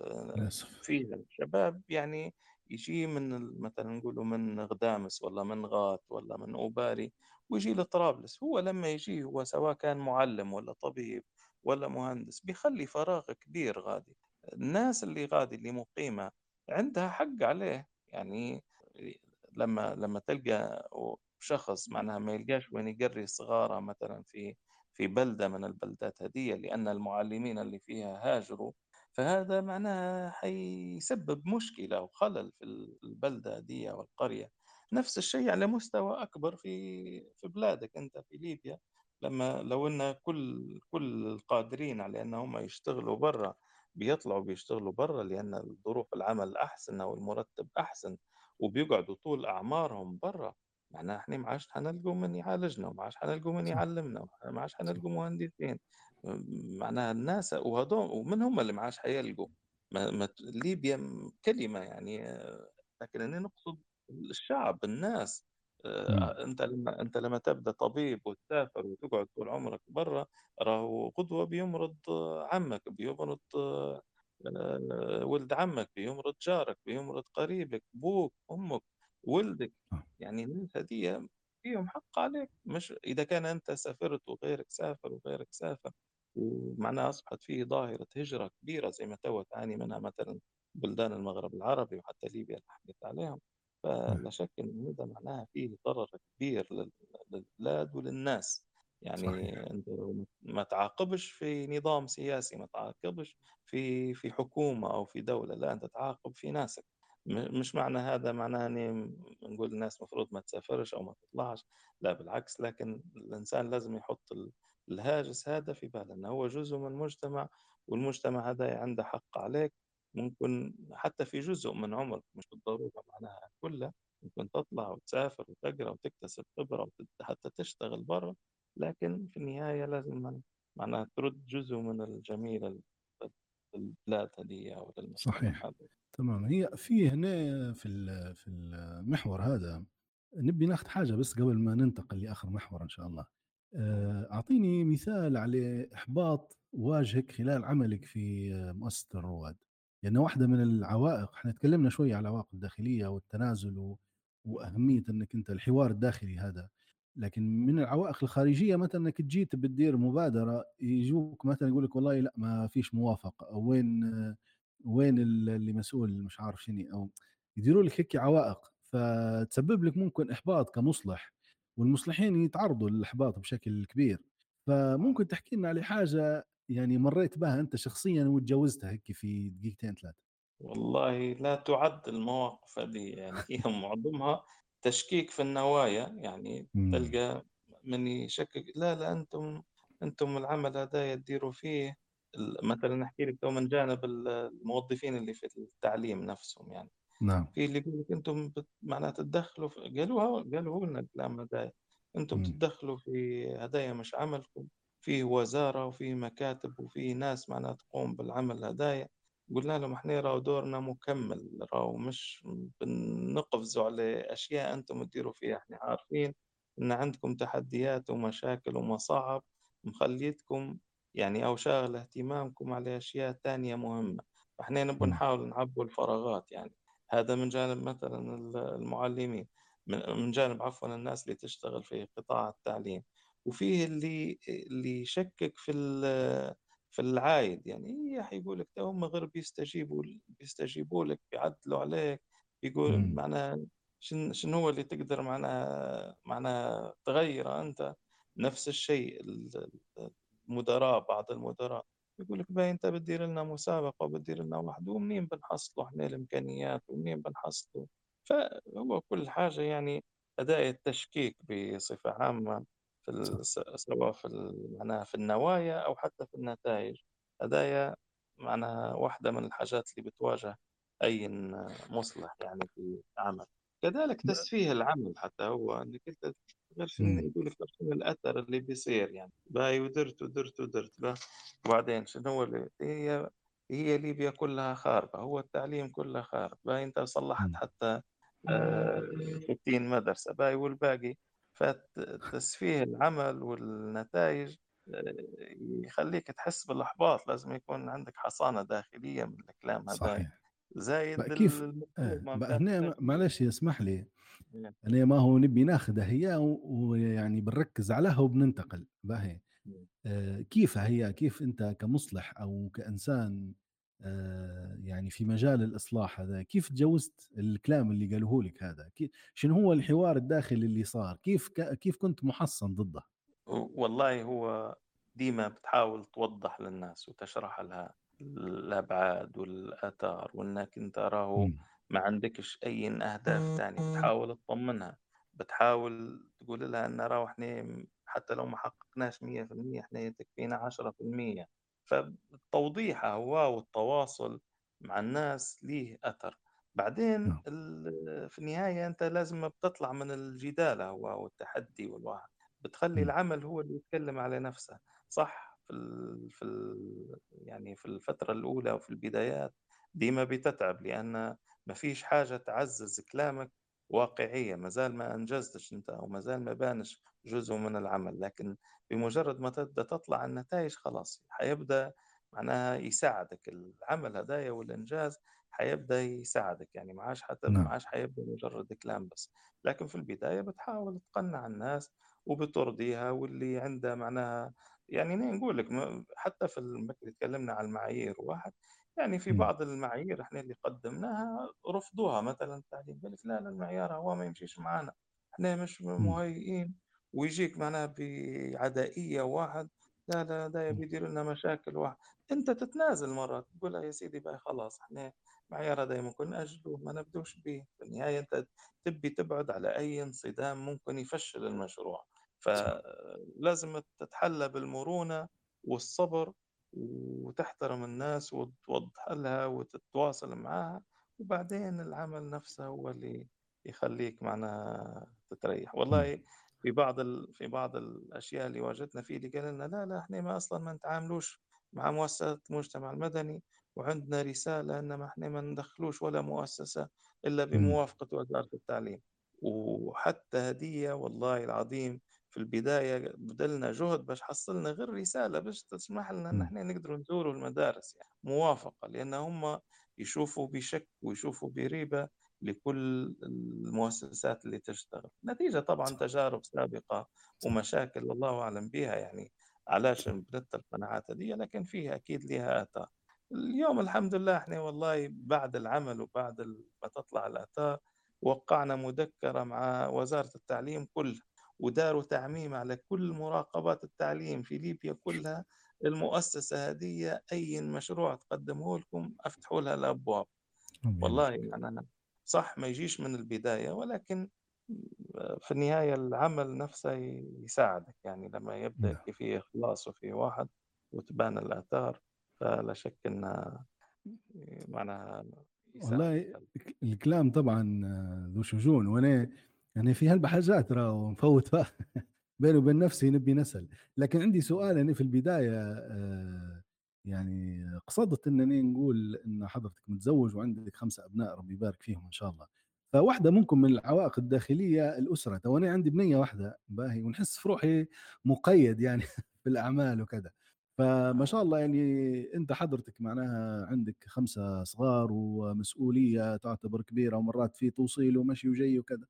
[SPEAKER 2] آآ
[SPEAKER 1] للأسف.
[SPEAKER 2] فيها الشباب يعني يجي من ال مثلًا نقولوا من غدامس والّا من غات والّا من أوباري ويجي لطرابلس. هو لمّا يجي هو سواء كان معلم والّا طبيب والّا مهندس بيخلّي فراغ كبير غادي. الناس اللي غادي اللي مقيمة عندها حق عليه. يعني لمّا لمّا تلقى و شخص معناها ما يلقاش وين يقرّي صغاره مثلًا في في بلدة من البلدات هذية لأن المعلمين اللي فيها هاجروا، فهذا معناها حيسبب مشكلة وخلل في ال البلدة هذية أو القرية. نفس الشيء على مستوى أكبر في في بلادك أنت في ليبيا. لمّا لو إن كل كل القادرين على إن هم يشتغلوا برّا بيطلعوا بيشتغلوا برّا لأن ظروف العمل أحسن أو المرتب أحسن، وبيقعدوا طول أعمارهم برّا، معناها إحنا ما عادش حنلقوا من يعالجنا وما عادش حنلقوا من
[SPEAKER 1] صح.
[SPEAKER 2] يعلمنا وما عادش
[SPEAKER 1] صح.
[SPEAKER 2] حنلقوا مهندسين. معناها الناس وهذو ومن هم اللي ما عادش حيلقوا. ما ما ت ليبيا م كلمة يعني آه، لكن أنا نقصد الشعب، الناس.
[SPEAKER 1] إمم.
[SPEAKER 2] آآ أنت لمّا أنت لمّا تبدأ طبيب وتسافر وتقعد طول عمرك برّا، راهو قدوة بيمرض آه، عمك، بيمرض آآ ولد عمك، بيمرض جارك، بيمرض قريبك، بوك، أمك، ولدك،
[SPEAKER 1] آه.
[SPEAKER 2] يعني الناس هذيّة فيهم حق عليك، مش إذا كان أنت سافرت وغيرك سافر وغيرك سافر، ومعناها أصبحت في ظاهرة هجرة كبيرة زي ما توا تعاني منها مثلًا بلدان المغرب العربي وحتى ليبيا اللي حكيت عليهم.
[SPEAKER 1] إمم.
[SPEAKER 2] فلا شك إن هذا معناها فيه ضرر كبير لل للبلاد وللناس، يعني
[SPEAKER 1] صحيح.
[SPEAKER 2] أنت لو ما تعاقبش في نظام سياسي، ما تعاقبش في في حكومة أو في دولة، لا أنت تعاقب في ناسك، م مش معنى هذا معناه إني م نقول للناس المفروض ما تسافرش أو ما تطلعش، لا بالعكس، لكن الإنسان لازم يحط ال الهاجس هذا في باله، إنه هو جزء من المجتمع، والمجتمع هذا عنده حق عليك، ممكن حتى في جزء من عمرك مش بالضرورة معناها كله، ممكن تطلع وتسافر وتقرا وتكتسب خبرة وت حتى تشتغل برّا، لكن في النهاية لازم م معناها ترد جزء من الجميل ال للبلاد هذيّة أو للمجتمع
[SPEAKER 1] صحيح.
[SPEAKER 2] هذا.
[SPEAKER 1] تمام. هي في هنا في ال في المحور هذا نبي ناخد حاجة بس قبل ما ننتقل لآخر محور إن شاء الله. آآ أعطيني مثال على إحباط واجهك خلال عملك في آه، مؤسسة الرواد، لأن واحدة من العوائق إحنا تكلمنا شوية على العوائق الداخلية والتنازل و وأهمية إنك أنت الحوار الداخلي هذا، لكن من العوائق الخارجية مثلًا إنك جيت بتدير مبادرة يجوك مثلًا يقول لك والله لأ ما فيش موافقة أو وين آه، وين ال اللي مسؤول مش عارف شنو أو يديروا لِك هيك عوائق، فتسبب لِك ممكن إحباط كمُصلح، والمصلحين يتعرضوا للإحباط بشكل كبير، فممكن تحكي لنا على حاجة يعني مرّيت بها أنت شخصيًا واتجاوزتها هيك في دقيقتين ثلاثة؟
[SPEAKER 2] والله لا تُعَد المواقف هذه، يعني هي معظمها تشكيك في النوايا، يعني
[SPEAKER 1] إمم.
[SPEAKER 2] تلقى من يشكك، لا، لا أنتم أنتم العمل هدايا تديروا فيه ال مثلًا نحكي لك تو من جانب ال الموظفين اللي في التعليم نفسهم يعني.
[SPEAKER 1] نعم.
[SPEAKER 2] في اللي يقول لك أنتم بت معناها تتدخلوا في قالوها قالوه لنا الكلام هدايا، أنتم
[SPEAKER 1] إمم.
[SPEAKER 2] تتدخلوا في هدايا مش عملكم، فيه وزارة وفيه مكاتب وفيه ناس معناها تقوم بالعمل هدايا، قلنا لهم إحنا راهو دورنا مكمل، راهو مش بنقفزوا على أشياء أنتم تديروا فيها، إحنا عارفين إن عندكم تحديات ومشاكل ومصاعب مخليتكم يعني أو شاغلة اهتمامكم على أشياء تانية مهمة، فإحنا نبغى
[SPEAKER 1] إمم.
[SPEAKER 2] نحاول نعبّوا الفراغات يعني. هذا من جانب مثلًا ال المعلمين، من من جانب عفوًا الناس اللي تشتغل في قطاع التعليم، وفيه اللي اللي يشكك في ال في العايد، يعني يح يقول لك تو هم غير بيستجيبوا ل بيستجيبوا لك، بيعدلوا عليك، بيقول
[SPEAKER 1] إمم.
[SPEAKER 2] معناها شن شنو هو اللي تقدر معناها معناها تغيّره أنت، نفس الشيء ال ال المدراء بعض المدراء. يقول لك باين أنت بتدير لنا مسابقة وبتدير لنا واحد، ومنين بنحصلوا إحنا الإمكانيات ومنين بنحصلوا؟ فهو كل حاجة يعني أداة التشكيك بصفة عامة في
[SPEAKER 1] صح.
[SPEAKER 2] ال س سواء في ال معناها في النوايا أو حتى في النتائج، هدايا معناها واحدة من الحاجات اللي بتواجه أي ن مُصلح يعني في العمل. كذلك
[SPEAKER 1] ب
[SPEAKER 2] تسفيه العمل حتى هو إنك أنت غير شنو
[SPEAKER 1] إمم.
[SPEAKER 2] يقول لك غير شنو الأثر اللي بيصير يعني، باهي ودرت، ودرت، ودرت، با وبعدين شنو هو اللي هي هي ليبيا كلها خاربة، هو التعليم كله خارب، باهي أنت صلّحت
[SPEAKER 1] إمم.
[SPEAKER 2] حتى آآ ستين مدرسة، باهي والباقي؟ فت تسفيه العمل والنتايج آآ يخلّيك تحس بالإحباط، لازم يكون عندك حصانة داخلية من الكلام هدايا،
[SPEAKER 1] صحيح.
[SPEAKER 2] زايد
[SPEAKER 1] بقى كيف آه،
[SPEAKER 2] المفهوم
[SPEAKER 1] بقى
[SPEAKER 2] متاع
[SPEAKER 1] هنا م
[SPEAKER 2] التغيير.
[SPEAKER 1] معلش اسمح لي،
[SPEAKER 2] إمم،
[SPEAKER 1] أنا ما هو نبي ناخذها هي و ويعني بنركّز عليها وبننتقل، باهي.
[SPEAKER 2] إمم.
[SPEAKER 1] آآ كيف هي كيف أنت كمُصلح أو كإنسان آآ يعني في مجال الإصلاح هذا، كيف تجاوزت الكلام اللي قالوه لِك هذا؟ ك شنو هو الحوار الداخلي اللي صار؟ كيف ك كيف كنت مُحصّن ضده؟
[SPEAKER 2] و والله هو ديما بتحاول توضّح للناس وتشرح لها الأبعاد والآثار، وإنك أنت راهو
[SPEAKER 1] إمم.
[SPEAKER 2] ما عندكش أي أهداف تانية، بتحاول تطمنها، بتحاول تقول لها إن راهو إحنا م حتى لو ما حققناش مية في المية إحنا تكفينا عشرة في المية، فالتوضيح هو والتواصل مع الناس ليه أثر. بعدين
[SPEAKER 1] نعم.
[SPEAKER 2] ال في النهاية أنت لازم بتطلع من الجدال هو والتحدي والوعي. بتخلّي
[SPEAKER 1] إمم.
[SPEAKER 2] العمل هو اللي يتكلّم على نَفْسه، صح في ال في ال يعني في الفترة الأولى وفي البدايات ديما بتتعب، لأن ما فيش حاجة تعزّز كلامك واقعية، ما زال ما أنجزتش أنت أو ما زال ما بانش جزء من العمل، لكن بمجرد ما تبدأ تطلع النتائج خلاص حيبدأ معناها يساعدك العمل هدايا والإنجاز، حيبدأ يساعدك يعني ما عادش حتى ما
[SPEAKER 1] نعم،
[SPEAKER 2] عادش حيبدأ مجرد كلام بس، لكن في البداية بتحاول تقنع الناس وبترضيها واللي عنده معناها يعني أنا نقول لك م حتى في ال بكري تكلمنا عن المعايير واحد يعني في
[SPEAKER 1] إمم،
[SPEAKER 2] بعض المعايير إحنا اللي قدمناها رفضوها مثلًا التعليم، قال لك لا، لا المعيار هو ما يمشيش معانا، إحنا مش
[SPEAKER 1] إمم،
[SPEAKER 2] مهيئين، ويجيك معناها بعدائية واحد لا، لا ده
[SPEAKER 1] إمم،
[SPEAKER 2] بيدير لنا مشاكل واحد، أنت تتنازل مرات تقول له يا سيدي بقى خلاص إحنا المعيار هذا ممكن نأجلوه ما نبدوش به، في النهاية أنت تبي تبعد على أي انصدام ممكن يفشل المشروع،
[SPEAKER 1] صح،
[SPEAKER 2] فلازم تتحلى بالمرونة والصبر وتحترم الناس وتوضح لها وتتواصل معاها وبعدين العمل نفسه هو اللي يخليك معناها تتريح
[SPEAKER 1] إمم،
[SPEAKER 2] والله في بعض ال... في بعض الأشياء اللي واجهتنا فيه اللي قال لنا لا لا احنا ما أصلا ما نتعاملوش مع مؤسسات المجتمع المدني وعندنا رسالة إن ما احنا ما ندخلوش ولا مؤسسة إلا
[SPEAKER 1] إمم،
[SPEAKER 2] بموافقة وزارة التعليم وحتى هدية والله العظيم في البداية بذلنا جهد باش حصلنا غير رسالة باش تسمح لنا إن
[SPEAKER 1] إمم،
[SPEAKER 2] إحنا نقدروا نزوروا المدارس يعني موافقة لأن هم يشوفوا بشك ويشوفوا بريبة لكل المؤسسات اللي تشتغل نتيجة طبعا
[SPEAKER 1] صح،
[SPEAKER 2] تجارب سابقة
[SPEAKER 1] صح،
[SPEAKER 2] ومشاكل الله أعلم بها يعني علاش
[SPEAKER 1] صح،
[SPEAKER 2] بنت القناعات هذه لكن فيها أكيد لها آثار اليوم الحمد لله إحنا والله بعد العمل وبعد ال- ما تطلع الآثار وقعنا مذكرة مع وزارة التعليم كلها وداروا تعميم على كل مراقبات التعليم في ليبيا كلها المؤسسة هذه أي مشروع تقدمه لكم أفتحوا لها الأبواب
[SPEAKER 1] الله
[SPEAKER 2] والله
[SPEAKER 1] يبارك.
[SPEAKER 2] يعني أنا صح ما يجيش من البداية ولكن في النهاية العمل نفسه يساعدك يعني لما يبدأ
[SPEAKER 1] نعم.
[SPEAKER 2] كي فيه إخلاص وفي واحد وتبان الآثار فلا شك أنه معناها يساعدك
[SPEAKER 1] والله ك الكلام طبعًا آه، ذو شجون، وأنا يعني في هالبحاجات راهو نفوّت فيها بيني وبين نفسي نبي نسأل، لكن عندي سؤال أنا في البداية آآ، يعني قصدت إنني نقول إن حضرتك متزوج وعندك خمسة أبناء ربي يبارك فيهم إن شاء الله، فواحدة ممكن من العوائق الداخلية الأسرة، تو أنا عندي بنية واحدة باهي ونحس في روحي مقيد يعني في الأعمال وكذا. فما شاء الله يعني أنت حضرتك معناها عندك خمسة صغار ومسؤولية تعتبر كبيرة ومرات في توصيل ومشي وجاي وكذا،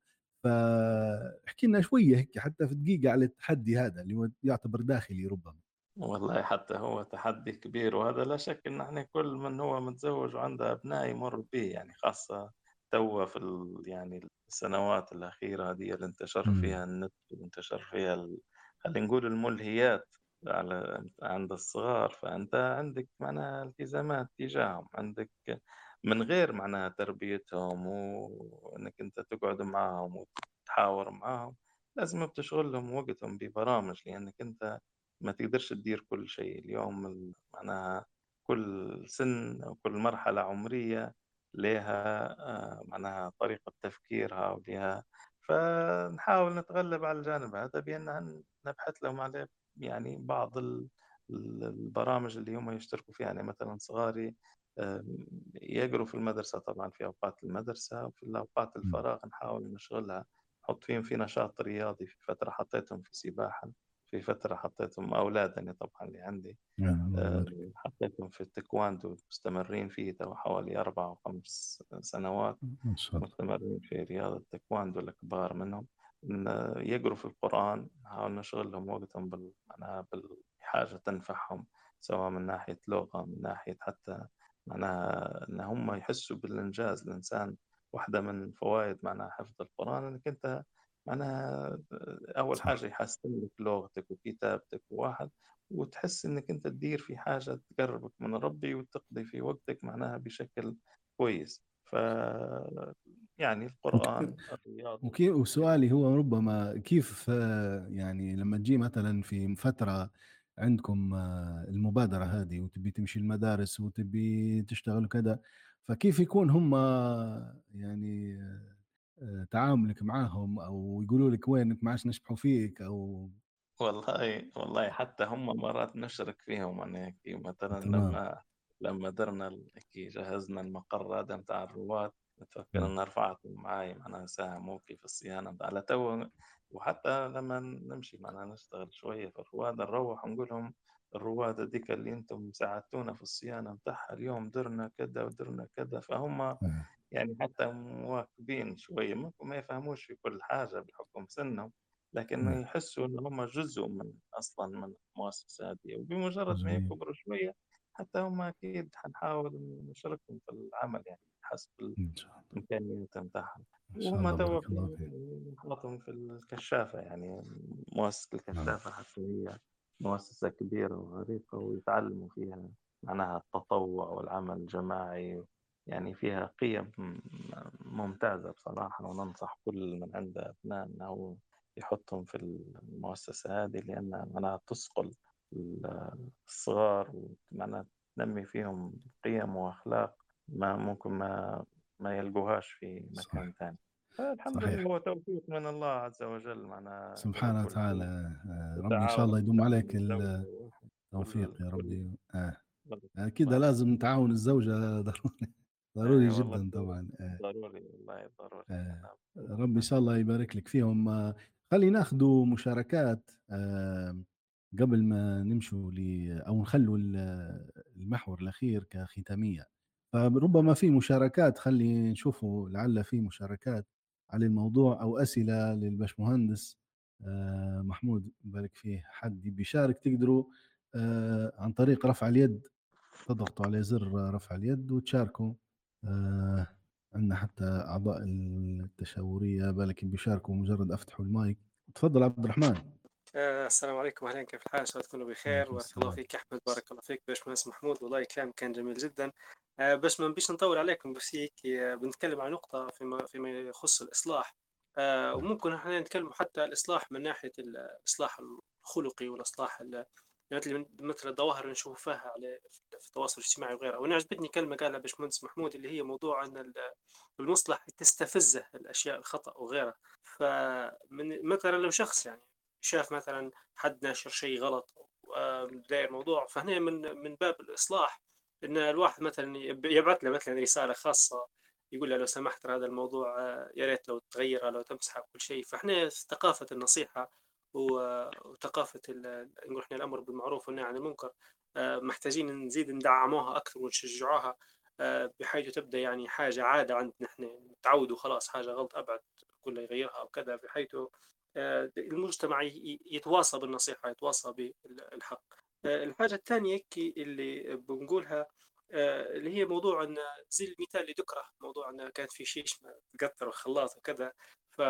[SPEAKER 1] فاحكِ لنا شوية هيك حتى في دقيقة على التحدي هذا اللي هو يعتبر داخلي ربما.
[SPEAKER 2] والله حتى هو تحدي كبير وهذا لا شك إن إحنا كل من هو متزوج وعنده أبناء يمر به يعني خاصة توا في ال يعني السنوات الأخيرة هذه اللي انتشر
[SPEAKER 1] إمم،
[SPEAKER 2] فيها النت وانتشر فيها ال خلينا نقول الملهيات على عند الصغار فأنت عندك معناها التزامات تجاههم عندك من غير معناها تربيتهم وإنك أنت تقعد معاهم وتحاور معاهم لازم بتشغل لهم وقتهم ببرامج لأنك أنت ما تقدرش تدير كل شيء اليوم ال- معناها كل سن أو كل مرحلة عمرية لها آه، معناها طريقة تفكيرها ولها فنحاول نتغلب على الجانب هذا بأن نبحث لهم على يعني بعض ال- ال- البرامج اللي هم يشتركوا فيها يعني مثلا صغاري آه، يقروا في المدرسة طبعا في أوقات المدرسة وفي الأوقات
[SPEAKER 1] إمم،
[SPEAKER 2] الفراغ نحاول نشغلها نحط فيهم في نشاط رياضي في فترة حطيتهم في سباحة في فترة حطيتهم أولادني طبعًا اللي عندي
[SPEAKER 1] آه، الله يبارك،
[SPEAKER 2] آآ، حطيتهم في التايكوندو مستمرين فيه توا حوالي أربع أو خمس سنوات
[SPEAKER 1] ما شاء الله،
[SPEAKER 2] مستمرين في رياضة التايكوندو الكبار منهم، إن يقروا في القرآن نحاول نشغل لهم وقتهم بال معناها بحاجة تنفعهم، سواء من ناحية لغة، من ناحية حتى معناها إن هم يحسوا بالإنجاز، الإنسان واحدة من فوائد معناها حفظ القرآن إنك أنت معناها أول
[SPEAKER 1] صح.
[SPEAKER 2] حاجة يحسّن لك لغتك وكتابتك واحد، وتحس إنك أنت تدير في حاجة تقرّبك من ربي وتقضي في وقتك معناها بشكل كويس، ف يعني
[SPEAKER 1] وك
[SPEAKER 2] القرآن، الرياضة،
[SPEAKER 1] وكي
[SPEAKER 2] كده.
[SPEAKER 1] وسؤالي هو ربما كيف آه، يعني لمّا تجي مثلًا في فترة عندكم آه، المبادرة هذه وتبي تمشي المدارس وتبي تشتغل وكذا، فكيف يكون هم يعني آآ تعاملك معاهم أو يقولوا لك وينك ما عادش نشبحوا فيك أو
[SPEAKER 2] والله والله حتى هم مرات نشرك فيهم يعني هيك مثلًا
[SPEAKER 1] تمام،
[SPEAKER 2] لمّا لمّا درنا ال هيك جهّزنا المقر هذا متاع الرواد، نتفكر
[SPEAKER 1] إمم.
[SPEAKER 2] إن رفعتهم معاي معناها ساهموا في في الصيانة على تو. وحتى لما نمشي معناها نشتغل شوية في الرواد نروح نقول لهم الرواد هذيك اللي انتم ساعدتونا في الصيانة متاعها اليوم درنا كذا ودرنا كذا، فهم
[SPEAKER 1] آه.
[SPEAKER 2] يعني حتى مواكبين شوية، ممكن ما يفهموش في كل حاجة بحكم سنهم، لكن
[SPEAKER 1] إمم.
[SPEAKER 2] يحسوا إن هم جزء من أصلا من المؤسسة هذه، وبمجرد ما
[SPEAKER 1] جميل.
[SPEAKER 2] يكبروا شوية حتى هم أكيد حنحاول نشاركهم في العمل يعني حسب
[SPEAKER 1] إن شاء الله.
[SPEAKER 2] الإمكانيات متاعهم.
[SPEAKER 1] إن شاء
[SPEAKER 2] وهم
[SPEAKER 1] الله
[SPEAKER 2] توا
[SPEAKER 1] بارك الله
[SPEAKER 2] في
[SPEAKER 1] فيك.
[SPEAKER 2] نحطهم في الكشافة يعني مؤسسة
[SPEAKER 1] نعم.
[SPEAKER 2] الكشافة حتى هي مؤسسة كبيرة وعريقة ويتعلموا فيها معناها التطوع والعمل الجماعي، يعني فيها قيم ممتازة بصراحة. وننصح كل من عنده أبناء أنه يحطهم في المؤسسة هذه، لأنها معناها تثقل الصغار ومعناها تنمي فيهم قيم وأخلاق ما ممكن ما ما يلقوهاش في مكان
[SPEAKER 1] صح.
[SPEAKER 2] ثاني. فالحمد لله
[SPEAKER 1] صحيح.
[SPEAKER 2] هو توفيق من الله عز وجل معناها هذا
[SPEAKER 1] سبحانه
[SPEAKER 2] كله،
[SPEAKER 1] وتعالى. آآ ربي إن شاء الله
[SPEAKER 2] وتعاون
[SPEAKER 1] يدوم
[SPEAKER 2] بين
[SPEAKER 1] عليك
[SPEAKER 2] الزوجة والواحد. كل
[SPEAKER 1] التوفيق يا
[SPEAKER 2] كل
[SPEAKER 1] ربي. آه.
[SPEAKER 2] بارك
[SPEAKER 1] أكيد
[SPEAKER 2] بارك
[SPEAKER 1] لازم تعاون الزوجة ضروري. ضروري
[SPEAKER 2] إيه والله
[SPEAKER 1] جدًا
[SPEAKER 2] ضروري،
[SPEAKER 1] طبعًا. آه.
[SPEAKER 2] ضروري والله ضروري.
[SPEAKER 1] آه.
[SPEAKER 2] أنا
[SPEAKER 1] ربي إن شاء الله يبارك لك فيهم. آه، خلّي ناخدوا مشاركات آمم قبل ما نمشوا ل أو نخلّوا ال المحور الأخير كختامية. فربما في مشاركات، خلّي نشوفوا لعل في مشاركات على الموضوع أو أسئلة للباشمهندس آآ محمود بارك فيه. حد يبي يشارك تقدروا آآ عن طريق رفع اليد، تضغطوا على زر رفع اليد وتشاركوا. آه، عندنا حتى أعضاء التشاورية بالك بيشاركوا مجرد أفتحوا المايك. تفضل عبد الرحمن.
[SPEAKER 3] آه، السلام عليكم، أهلا، كيف الحال؟ إن شاء الله تكونوا بخير.
[SPEAKER 1] عليكم
[SPEAKER 3] بارك الله
[SPEAKER 1] السلام.
[SPEAKER 3] فيك أحمد، بارك الله فيك باشمهندس محمود، والله كلام كان جميل جدا. آه، باش ما نبيش نطول عليكم، بس هيك آه، بنتكلم عن نقطة فيما فيما يخص الإصلاح. آه، وممكن احنا نتكلم حتى الإصلاح من ناحية الإصلاح الخلقي والإصلاح ال- مثل مثل الظواهر اللي نشوفها على في التواصل الاجتماعي وغيرها. وأنا عجبتني كلمة قالها باشمهندس محمود، اللي هي موضوع أن ال- المصلح تستفزه الأشياء الخطأ وغيرها. فمن مثلا لو شخص يعني شاف مثلا حد ناشر شيء غلط أو داير موضوع، فهنا من من باب الإصلاح إن الواحد مثلا يبعث له مثلا رسالة خاصة يقول له لو سمحت هذا الموضوع آه، يا ريت لو تغيره لو تمسحه كل شيء. فاحنا ثقافة النصيحة و- وثقافة ال- نقول احنا الأمر بالمعروف والنهي عن المنكر آه، محتاجين نزيد ندعموها أكثر ونشجعوها، آه، بحيث تبدأ يعني حاجة عادة عندنا احنا تعودوا خلاص حاجة غلط أبعد كله يغيرها أو كذا، بحيث آه، المجتمع يتواصى بالنصيحة، يتواصى بالحق. آه، الحاجة الثانية كي اللي بنقولها آه، اللي هي موضوع أن زي المثال اللي ذكره، موضوع أن كان في شيش تقطر وخلاط وكذا، ف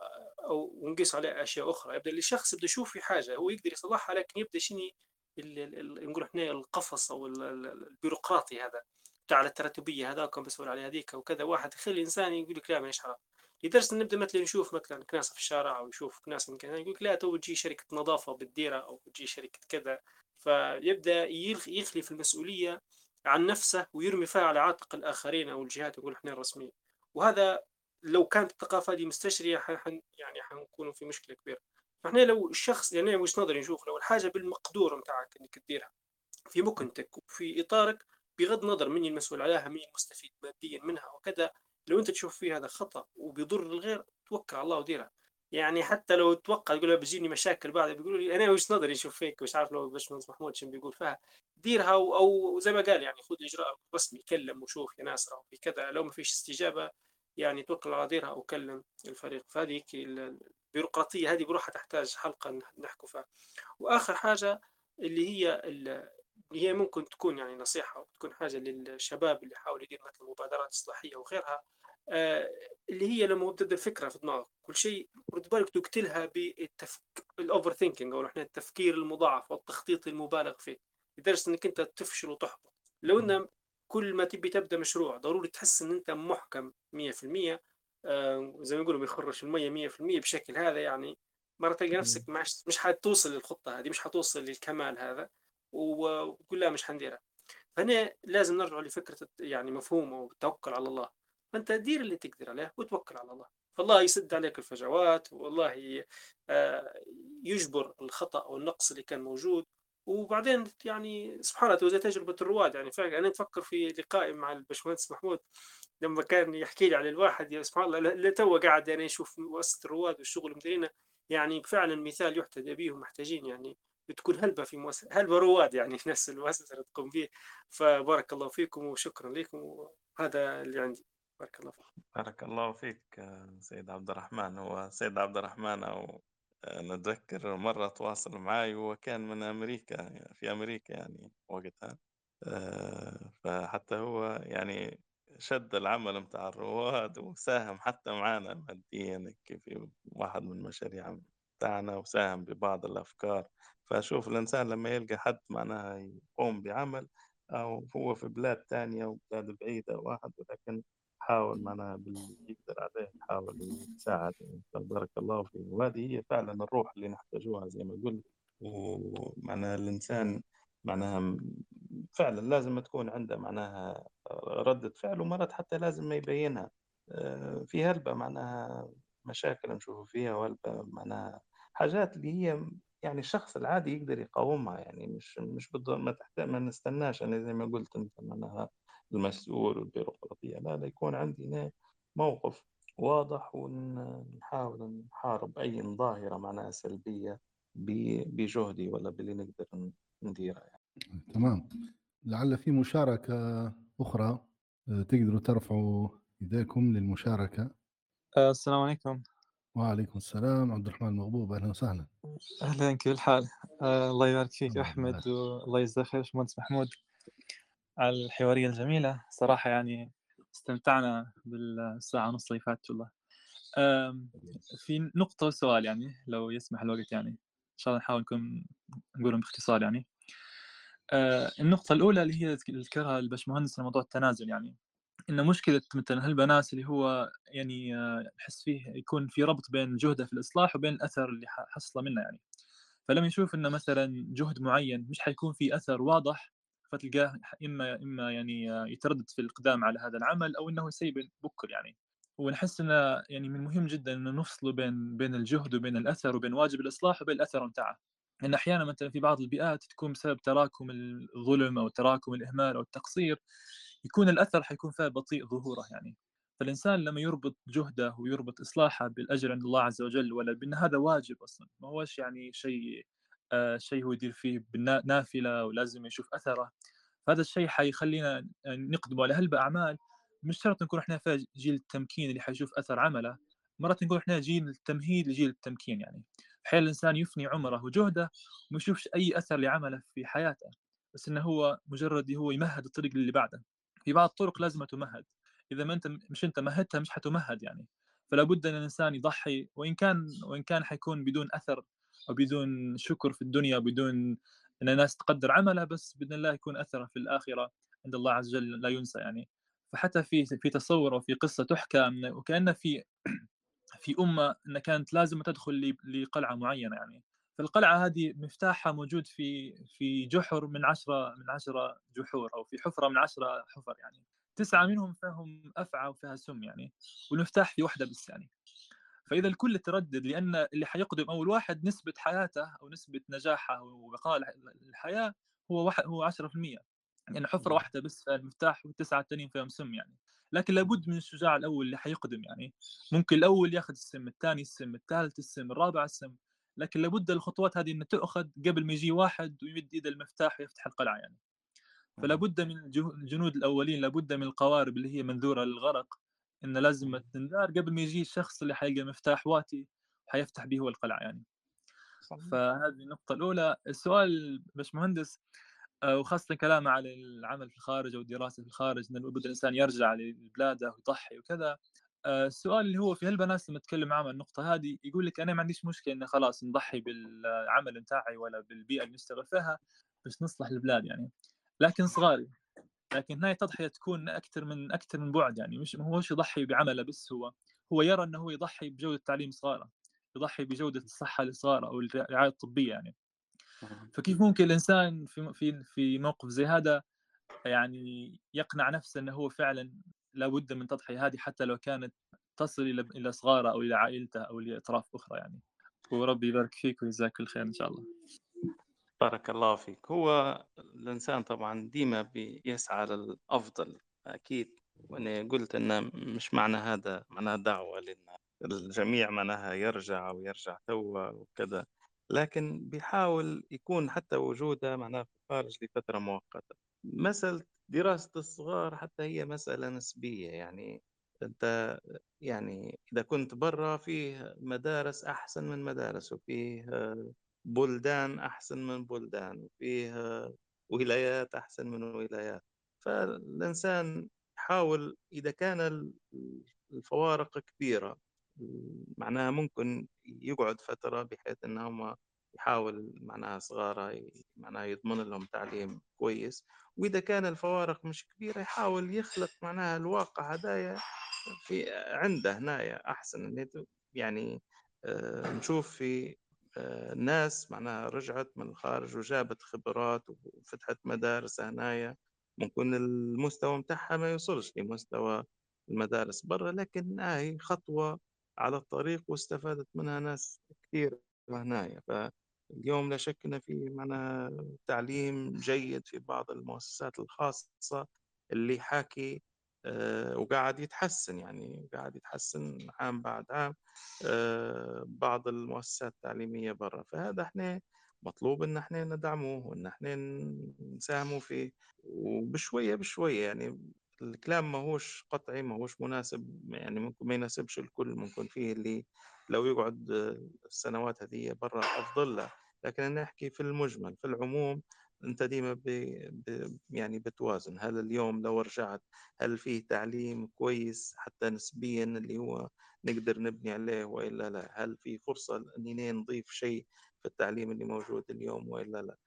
[SPEAKER 3] أو ونقيس عليه أشياء أخرى. يبدأ الشخص يبدأ يشوف في حاجة هو يقدر يصلحها، لكن يبدأ شني نقول احنا القفص أو البيروقراطي هذا بتاع التراتبية هذاك بيسوي عليه هذيك وكذا، واحد يخلي الإنسان يقول لك لا مانيش حرام. لدرجة نبدأ مثلا نشوف مثلا ناس في الشارع أو يشوف ناس يمكن يقول لك لا تو تجي شركة نظافة بالديرة أو تجي شركة كذا، فيبدأ يخلي في المسؤولية عن نفسه ويرمي فيها على عاتق الآخرين أو الجهات يقول احنا الرسمية. وهذا لو كانت الثقافة هذه مستشرية حن يعني حنكونوا في مشكلة كبيرة. فاحنا لو الشخص يعني وجهة نظري نشوف لو الحاجة بالمقدور متاعك انك تديرها في مكنتك وفي اطارك، بغض النظر مين المسؤول عليها مين المستفيد ماديا منها وكذا، لو انت تشوف فيه هذا خطا وبيضر الغير توكل على الله وديرها. يعني حتى لو توقع تقول بيجيني مشاكل بعد بيقولوا لي انا وجهه نظري نشوف فيك مش عارف لو باشمهندس محمود شنو بيقول فيها، ديرها او, أو زي ما قال يعني خذ اجراء رسمي كلم وشوف يا ناس راهو في كذا، لو ما فيش استجابه يعني توكل على ديرها او كلم الفريق. فهذه البيروقراطيه هذه بروحها تحتاج حلقه نحكوا فيها. واخر حاجه اللي هي هي ممكن تكون يعني نصيحة وتكون حاجة للشباب اللي يحاول يدير مثل مبادرات إصلاحية وغيرها، آه اللي هي لما تبدأ الفكرة في دماغك كل شيء رد بالك تقتلها بالتفك... الأوفر ثينكينج أو احنا التفكير المضاعف والتخطيط المبالغ فيه لدرجة إنك أنت تفشل وتحبط. لو إن كل ما تبي تبدأ مشروع ضروري تحس إن أنت محكم مية في المية، آه زي ما يقولوا بيخرش المية مية في المية بشكل هذا، يعني مرة تلقى نفسك مش مش حتوصل للخطة هذه، مش حتوصل للكمال هذا وتقول لا مش حنديرها. فهنا لازم نرجع لفكرة يعني مفهوم أو التوكل على الله. فأنت دير اللي تقدر عليه وتوكل على الله، فالله يسد عليك الفجوات والله يجبر الخطأ أو النقص اللي كان موجود. وبعدين يعني سبحان الله زي تجربة الرواد، يعني فعلا أنا نفكر في لقائي مع البشمهندس محمود لما كان يحكي لي على الواحد يا سبحان الله، ل- تو قاعد يعني نشوف وسط الرواد والشغل مديرين، يعني فعلا مثال يحتذى به، ومحتاجين يعني تكون هلبة في مؤسسة، هلبة رواد يعني في نفس المؤسسة اللي تقوم به. فبارك الله فيكم وشكرا لكم، وهذا اللي عندي. بارك الله فيكم.
[SPEAKER 2] بارك الله فيك آه، سيد عبد الرحمن. هو سيد عبد الرحمن أو آه، نتذكر مرة تواصل معي وهو كان من أمريكا، في أمريكا يعني وقتها. آه، فحتى هو يعني شد العمل متاع الرواد وساهم حتى معنا ماديا في واحد من المشاريع بتاعنا، وساهم ببعض الأفكار. فشوف الإنسان لما يلقى حد معناها يقوم بعمل، أو هو في بلاد تانية وبلاد بعيدة واحد، ولكن حاول معناها باللي يقدر عليه يحاول يساعد يعني. فبارك الله فيه. وهذه هي فعلا الروح اللي نحتاجوها زي ما قلت. ومعناها الإنسان معناها م- فعلا لازم تكون عنده معناها ردة فعل، ومرات حتى لازم ما يبينها. آه، في هلبة معناها مشاكل نشوف فيها، وهلبة معناها حاجات اللي هي يعني الشخص العادي يقدر يقاومها. يعني مش مش بالضرورة ما تحتاج ما نستناش. أنا زي ما قلت أنت معناها المسؤول والبيروقراطية، لا لا، يكون عندنا موقف واضح ونحاول نحارب أي ظاهرة معناها سلبية ب- بجهدي ولا باللي نقدر نديره يعني.
[SPEAKER 1] تمام. لعل في مشاركة أخرى، آه، تقدروا ترفعوا يديكم للمشاركة.
[SPEAKER 4] آه، السلام عليكم.
[SPEAKER 1] وعليكم السلام. عبد الرحمن مغبوب، أهلا وسهلا.
[SPEAKER 4] أهلا، كيف الحال؟ آه، الله يبارك فيك يا
[SPEAKER 1] الحمد لله.
[SPEAKER 4] أحمد، والله يجزاك خير باشمهندس محمود على الحوارية الجميلة. صراحة يعني استمتعنا بالساعة ونص اللي فاتت والله. آم، في نقطة وسؤال يعني لو يسمح الوقت، يعني إن شاء الله نحاول نكون نقولهم باختصار. يعني آه، النقطة الأولى اللي هي اللي ذكرها الباشمهندس، موضوع التنازل. يعني إن مشكلة مثلا هالبناس اللي هو يعني آه، نحس فيه يكون في ربط بين جهده في الإصلاح وبين الأثر اللي ح- حصله منه يعني. فلما يشوف إنه مثلا جهد معين مش حيكون في أثر واضح، فتلقاه إما إما يعني آه، يتردد في الإقدام على هذا العمل، أو إنه يسيب بكر يعني. ونحس إنه يعني من المهم جدا إنه نفصل بين بين الجهد وبين الأثر، وبين واجب الإصلاح وبين الأثر متاعه. لأن أحيانا مثلا في بعض البيئات تكون بسبب تراكم الظلم أو تراكم الإهمال أو التقصير، يكون الأثر حيكون فيها بطيء ظهوره يعني. فالإنسان لما يربط جهده ويربط إصلاحه بالأجر عند الله عز وجل، ولا بأن هذا واجب أصلا، ما هوش يعني شيء آه شيء هو يدير فيه بالنافلة ولازم يشوف أثره. فهذا الشيء حيخلينا نقدم على هلبة أعمال. مش شرط نكون احنا في جيل التمكين اللي حيشوف أثر عمله، مرات نقول احنا جيل التمهيد لجيل التمكين يعني. حين الإنسان يفني عمره وجهده وما يشوفش أي أثر لعمله في حياته، بس إنه هو مجرد هو يمهد الطريق للي بعده. في بعض الطرق لازم تمهد، إذا ما أنت مش أنت مهدتها مش حتمهد يعني. فلا بد أن الإنسان يضحي، وإن كان وإن كان حيكون بدون أثر أو بدون شكر في الدنيا، بدون أن الناس تقدر عمله، بس بإذن الله يكون أثره في الآخرة عند الله عز وجل لا ينسى يعني. فحتى في في تصور وفي قصة تحكى وكأن في في أمة أن كانت لازم تدخل لقلعة معينة يعني. فالقلعة هذه مفتاحها موجود في في جحر من عشرة من عشرة جحور، أو في حفرة من عشرة حفر يعني. تسعة منهم فيهم أفعى وفيها سم يعني، والمفتاح في واحدة بس يعني. فإذا الكل تردد، لأن اللي حيقدم أول واحد نسبة حياته أو نسبة نجاحه وبقاء الحياة هو واحد هو عشرة في المية، يعني حفرة واحدة بس فيها المفتاح والتسعة التانيين فيهم سم يعني. لكن لابد من الشجاع الأول اللي حيقدم يعني. ممكن الأول ياخذ السم، الثاني السم، الثالث السم، الرابع السم، لكن لابد الخطوات هذه أن تؤخذ قبل ما يجي واحد ويمد إيده المفتاح ويفتح القلعة يعني. فلا بد من الجنود الأولين، لابد من القوارب اللي هي منذورة للغرق، إن لازم تنذار قبل ما يجي الشخص اللي حيلقى مفتاح واتي حيفتح به هو القلعة يعني. فهذه النقطة الأولى. السؤال باش مهندس، وخاصة كلامه على العمل في الخارج أو الدراسة في الخارج، أن لابد الإنسان يرجع لبلاده ويضحي وكذا. السؤال اللي هو في هالبناس لما تكلم معاه عن النقطة هذه، يقول لك أنا ما عنديش مشكلة إنه خلاص نضحي بالعمل نتاعي ولا بالبيئة اللي نشتغل فيها باش نصلح البلاد يعني، لكن صغاري. لكن هاي التضحية تكون أكثر من أكثر من بعد يعني. مش ما هوش يضحي بعمله بس، هو هو يرى أنه هو يضحي بجودة تعليم صغاره، يضحي بجودة الصحة لصغاره أو الرعاية الطبية يعني. فكيف ممكن الإنسان في في في موقف زي هذا يعني يقنع نفسه أنه هو فعلا لابد من تضحية هذه، حتى لو كانت تصل إلى إلى صغاره أو إلى عائلته أو لأطراف أخرى يعني. وربي يبارك فيك ويجزاك كل خير إن شاء الله.
[SPEAKER 2] بارك الله فيك. هو الإنسان طبعا ديما بيسعى للأفضل أكيد، وأنا قلت إن مش معنى هذا معناها دعوة لأن الجميع معناها يرجع أو يرجع توا وكذا، لكن بيحاول يكون حتى وجوده معناها في الخارج لفترة مؤقتة. مسألة دراسة الصغار حتى هي مسألة نسبية، يعني أنت يعني إذا كنت برا فيه مدارس أحسن من مدارس، وفيه آه، بلدان أحسن من بلدان، وفيه آه، ولايات أحسن من ولايات. فالإنسان يحاول إذا كان ال- الفوارق كبيرة، معناها ممكن يقعد فترة بحيث إن هم يحاول معناها صغارها ي- معناها يضمن لهم تعليم كويس. وإذا كان الفوارق مش كبيرة يحاول يخلق معناها الواقع هدايا في عنده هنايا أحسن إن يت- يعني آه، نشوف في آه، ناس معناها رجعت من الخارج وجابت خبرات وفتحت مدارس هنايا، ممكن المستوى متاعها ما يوصلش لمستوى المدارس برا، لكن هاي خطوة على الطريق واستفادت منها ناس كثير هنايا. فاليوم لا شك أن في معناها تعليم جيد في بعض المؤسسات الخاصة اللي حاكي آه، وقاعد يتحسن، يعني قاعد يتحسن عام بعد عام آه، بعض المؤسسات التعليمية برا. فهذا احنا مطلوب ان احنا ندعموه وان احنا نساهموا فيه، وبشوية بشوية. يعني الكلام ما هوش قطعي، ما هوش مناسب، يعني ممكن ما يناسبش الكل، ممكن فيه اللي لو يقعد السنوات هذه برا أفضل له. لكن نحكي في المجمل في العموم، أنت ديما ب... ب... يعني بتوازن. هل اليوم لو رجعت هل فيه تعليم كويس حتى نسبيا اللي هو نقدر نبني عليه وإلا لا؟ هل في فرصة أني نضيف شيء في التعليم اللي موجود اليوم وإلا لا؟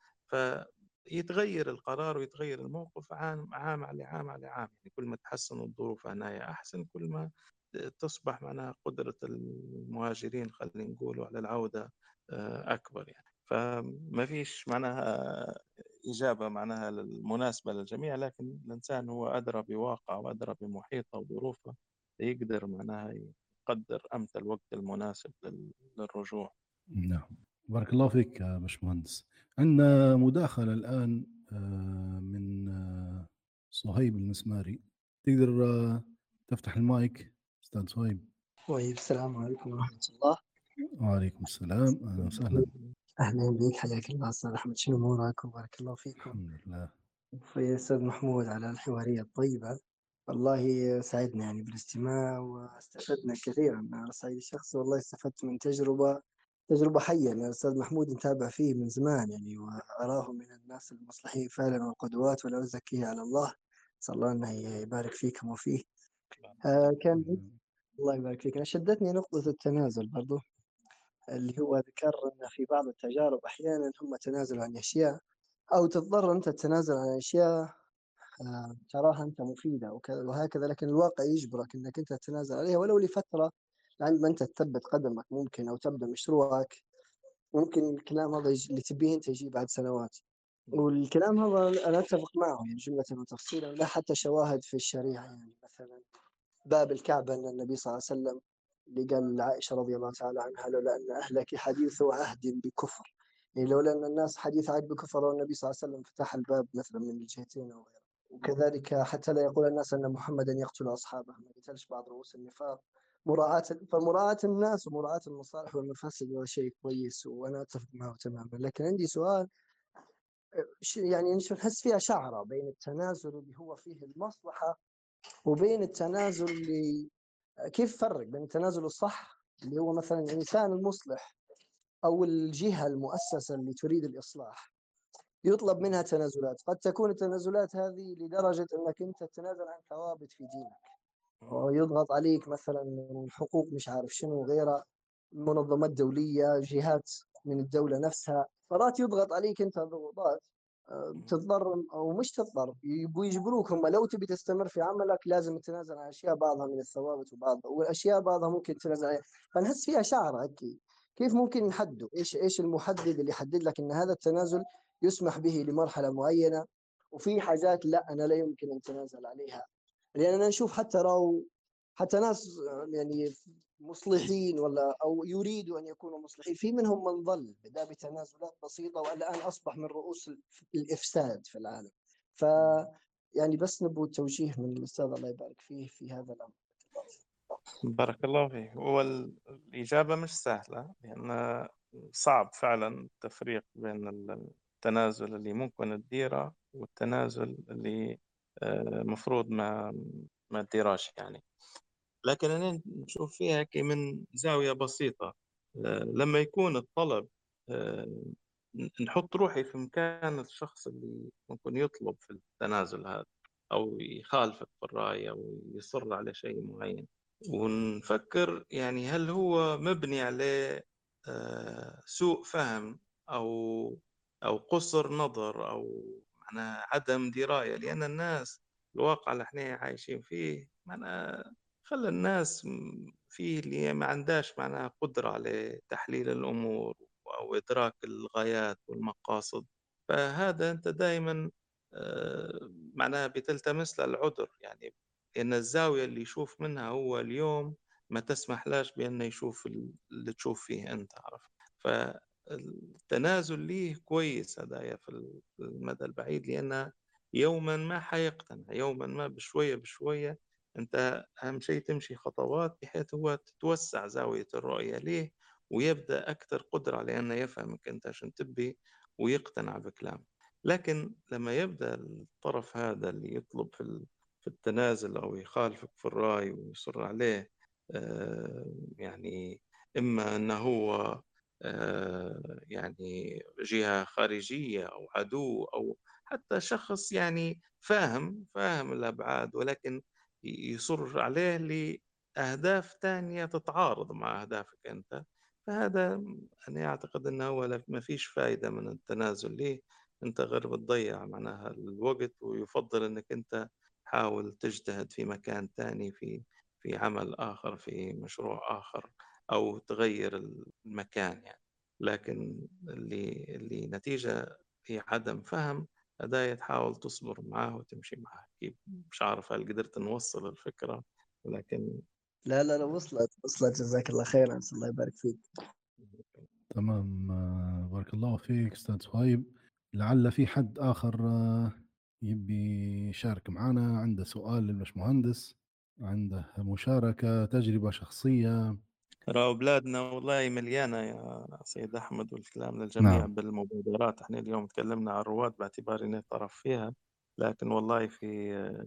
[SPEAKER 2] فيتغير القرار ويتغير الموقف عام عام على عام على عام. يعني كل ما تحسن الظروف هنايا أحسن، كل ما تصبح معناها قدرة المهاجرين خلينا نقولوا على العودة آه، أكبر. يعني فما فيش معناها إجابة معناها المناسبة للجميع، لكن الإنسان هو أدرى بواقع وأدرى بمحيطه وظروفه، يقدر معناها يقدر أمتى الوقت المناسب لل- للرجوع.
[SPEAKER 1] نعم، بارك الله فيك يا باشمهندس. عندنا مداخلة الآن آه، من آه، صهيب المسماري. تقدر آه، تفتح المايك أستاذ صهيب؟
[SPEAKER 5] طيب السلام عليكم ورحمة الله.
[SPEAKER 1] وعليكم السلام، أهلا وسهلا.
[SPEAKER 5] أهلا بك، حياك الله أستاذ أحمد، شنو أمورك وبارك الله فيكم.
[SPEAKER 1] الحمد لله.
[SPEAKER 5] في أستاذ محمود على الحوارية الطيبة، والله سعدنا يعني بالاستماع واستفدنا كثيرا. على صعيد الشخصي والله استفدت من تجربة تجربة حية. أنا الأستاذ محمود نتابع فيه من زمان يعني، وأراه من الناس المصلحين فعلا والقدوات، ولا أزكيه على الله. أسأل الله أنه يبارك فيكم وفيه. آه كان الله يبارك فيك. أنا شدتني نقطة التنازل برضو، اللي هو ذكر أن في بعض التجارب أحيانا هم تنازلوا عن أشياء، أو تضطر أنت تتنازل عن أشياء آه، تراها أنت مفيدة وهكذا، لكن الواقع يجبرك أنك أنت تتنازل عليها ولو لفترة، لعند ما أنت تثبت قدمك ممكن، أو تبدأ مشروعك. ممكن الكلام هذا يجي اللي تبيه أنت يجي بعد سنوات. والكلام هذا أنا أتفق معه يعني جملة وتفصيلا، لا حتى شواهد في الشريعة. يعني مثلا باب الكعبة أن النبي صلى الله عليه وسلم اللي قال لعائشة رضي الله تعالى عنها: لولا أن أهلك حديث عهد بكفر، يعني لولا أن الناس حديث عهد بكفر والنبي صلى الله عليه وسلم فتح الباب مثلا من الجهتين أو غيره. وكذلك حتى لا يقول الناس أن محمدا يقتل أصحابه، ما قتلش بعض رؤوس النفاق. مراعاة فمراعاة الناس ومراعاة المصالح والمفاسد هو شيء كويس، وأنا أتفق معه تماما. لكن عندي سؤال، يعني نحس فيها شعرة بين التنازل اللي هو فيه المصلحة وبين التنازل اللي، كيف فرق بين التنازل الصح اللي هو مثلا الإنسان المصلح أو الجهة المؤسسة اللي تريد الإصلاح يطلب منها تنازلات، قد تكون التنازلات هذه لدرجة أنك أنت تتنازل عن ثوابت في دينك، ويضغط عليك مثلا من حقوق مش عارف شنو غيرها، منظمات دولية، جهات من الدولة نفسها، مرات يضغط عليك أنت ضغوطات تضطر او مش تضطر، يبغوا يجبروك هم لو تبي تستمر في عملك لازم تتنازل عن اشياء، بعضها من الثوابت وبعض والاشياء بعضها ممكن تنازل عليها. فنحس فيها شعره اكيد. كيف ممكن نحدد ايش ايش المحدد اللي يحدد لك ان هذا التنازل يسمح به لمرحله معينه، وفي حاجات لا انا لا يمكن ان اتنازل عليها؟ لان انا نشوف حتى لو حتى ناس يعني مصلحين ولا او يريدوا ان يكونوا مصلحين، في منهم من ظل بدا بتنازلات بسيطه والان اصبح من رؤوس الافساد في العالم. ف يعني بس نبغى توجيه من الأستاذ الله يبارك فيه في هذا الأمر.
[SPEAKER 2] بارك الله فيك. هو ال- الإجابة مش سهلة، لأن صعب فعلا التفريق بين ال- التنازل اللي ممكن تديره والتنازل اللي آه، مفروض ما ما تديراش يعني. لكن أنا نشوف فيها كي من زاوية بسيطة. آه، لما يكون الطلب، آه، نحط روحي في مكان الشخص اللي ممكن يطلب في التنازل هذا، أو يخالفك في الرأي أو يصر على شيء معين، ونفكر يعني هل هو مبني على آه، سوء فهم أو أو قصر نظر أو معناها عدم دراية. لأن الناس الواقع اللي احنا عايشين فيه معناها خلى الناس م- فيه اللي ما عندهاش معناها قدرة على تحليل الأمور أو إدراك الغايات والمقاصد. فهذا أنت دائما آه، معناها بتلتمس له العذر يعني، لأن الزاوية اللي يشوف منها هو اليوم ما تسمحلاش بأنه يشوف ال- اللي تشوف فيه أنت، عرفت. فالتنازل ليه كويس هدايا في المدى البعيد، لأنه يوما ما حيقتنع، يوما ما بشوية بشوية. أنت أهم شيء تمشي خطوات بحيث هو تتوسع زاوية الرؤية ليه، ويبدأ أكثر قدرة على أنه يفهمك أنت عشان تبي ويقتنع بكلامك. لكن لما يبدأ الطرف هذا اللي يطلب في في التنازل أو يخالفك في الرأي ويصر عليه، آه، يعني إما أنه هو آه، يعني جهة خارجية أو عدو أو حتى شخص يعني فاهم فاهم الأبعاد، ولكن يصر عليه لأهداف تانية تتعارض مع أهدافك أنت. فهذا أنا أعتقد أنه هو ما فيش فايدة من التنازل ليه. أنت غير بتضيع معناها الوقت، ويفضل أنك أنت حاول تجتهد في مكان تاني، في في عمل آخر، في مشروع آخر، أو تغير المكان يعني. لكن اللي اللي نتيجة في عدم فهم هدايا تحاول تصبر معاه وتمشي معاه. كيف مش عارف هل قدرت نوصل الفكرة، ولكن
[SPEAKER 5] لا لا لا وصلت وصلت جزاك الله خيرا الله يبارك فيك.
[SPEAKER 1] تمام. آه، بارك الله فيك أستاذ صهيب. لعل في حد آخر آه، يبي يشارك معنا، عنده سؤال للبشمهندس، عنده مشاركة تجربة شخصية.
[SPEAKER 2] راهو بلادنا والله مليانة يا سيد أحمد، والكلام للجميع
[SPEAKER 1] نعم.
[SPEAKER 2] بالمبادرات. احنا اليوم تكلمنا عن الرواد باعتبار اني طرف فيها، لكن والله في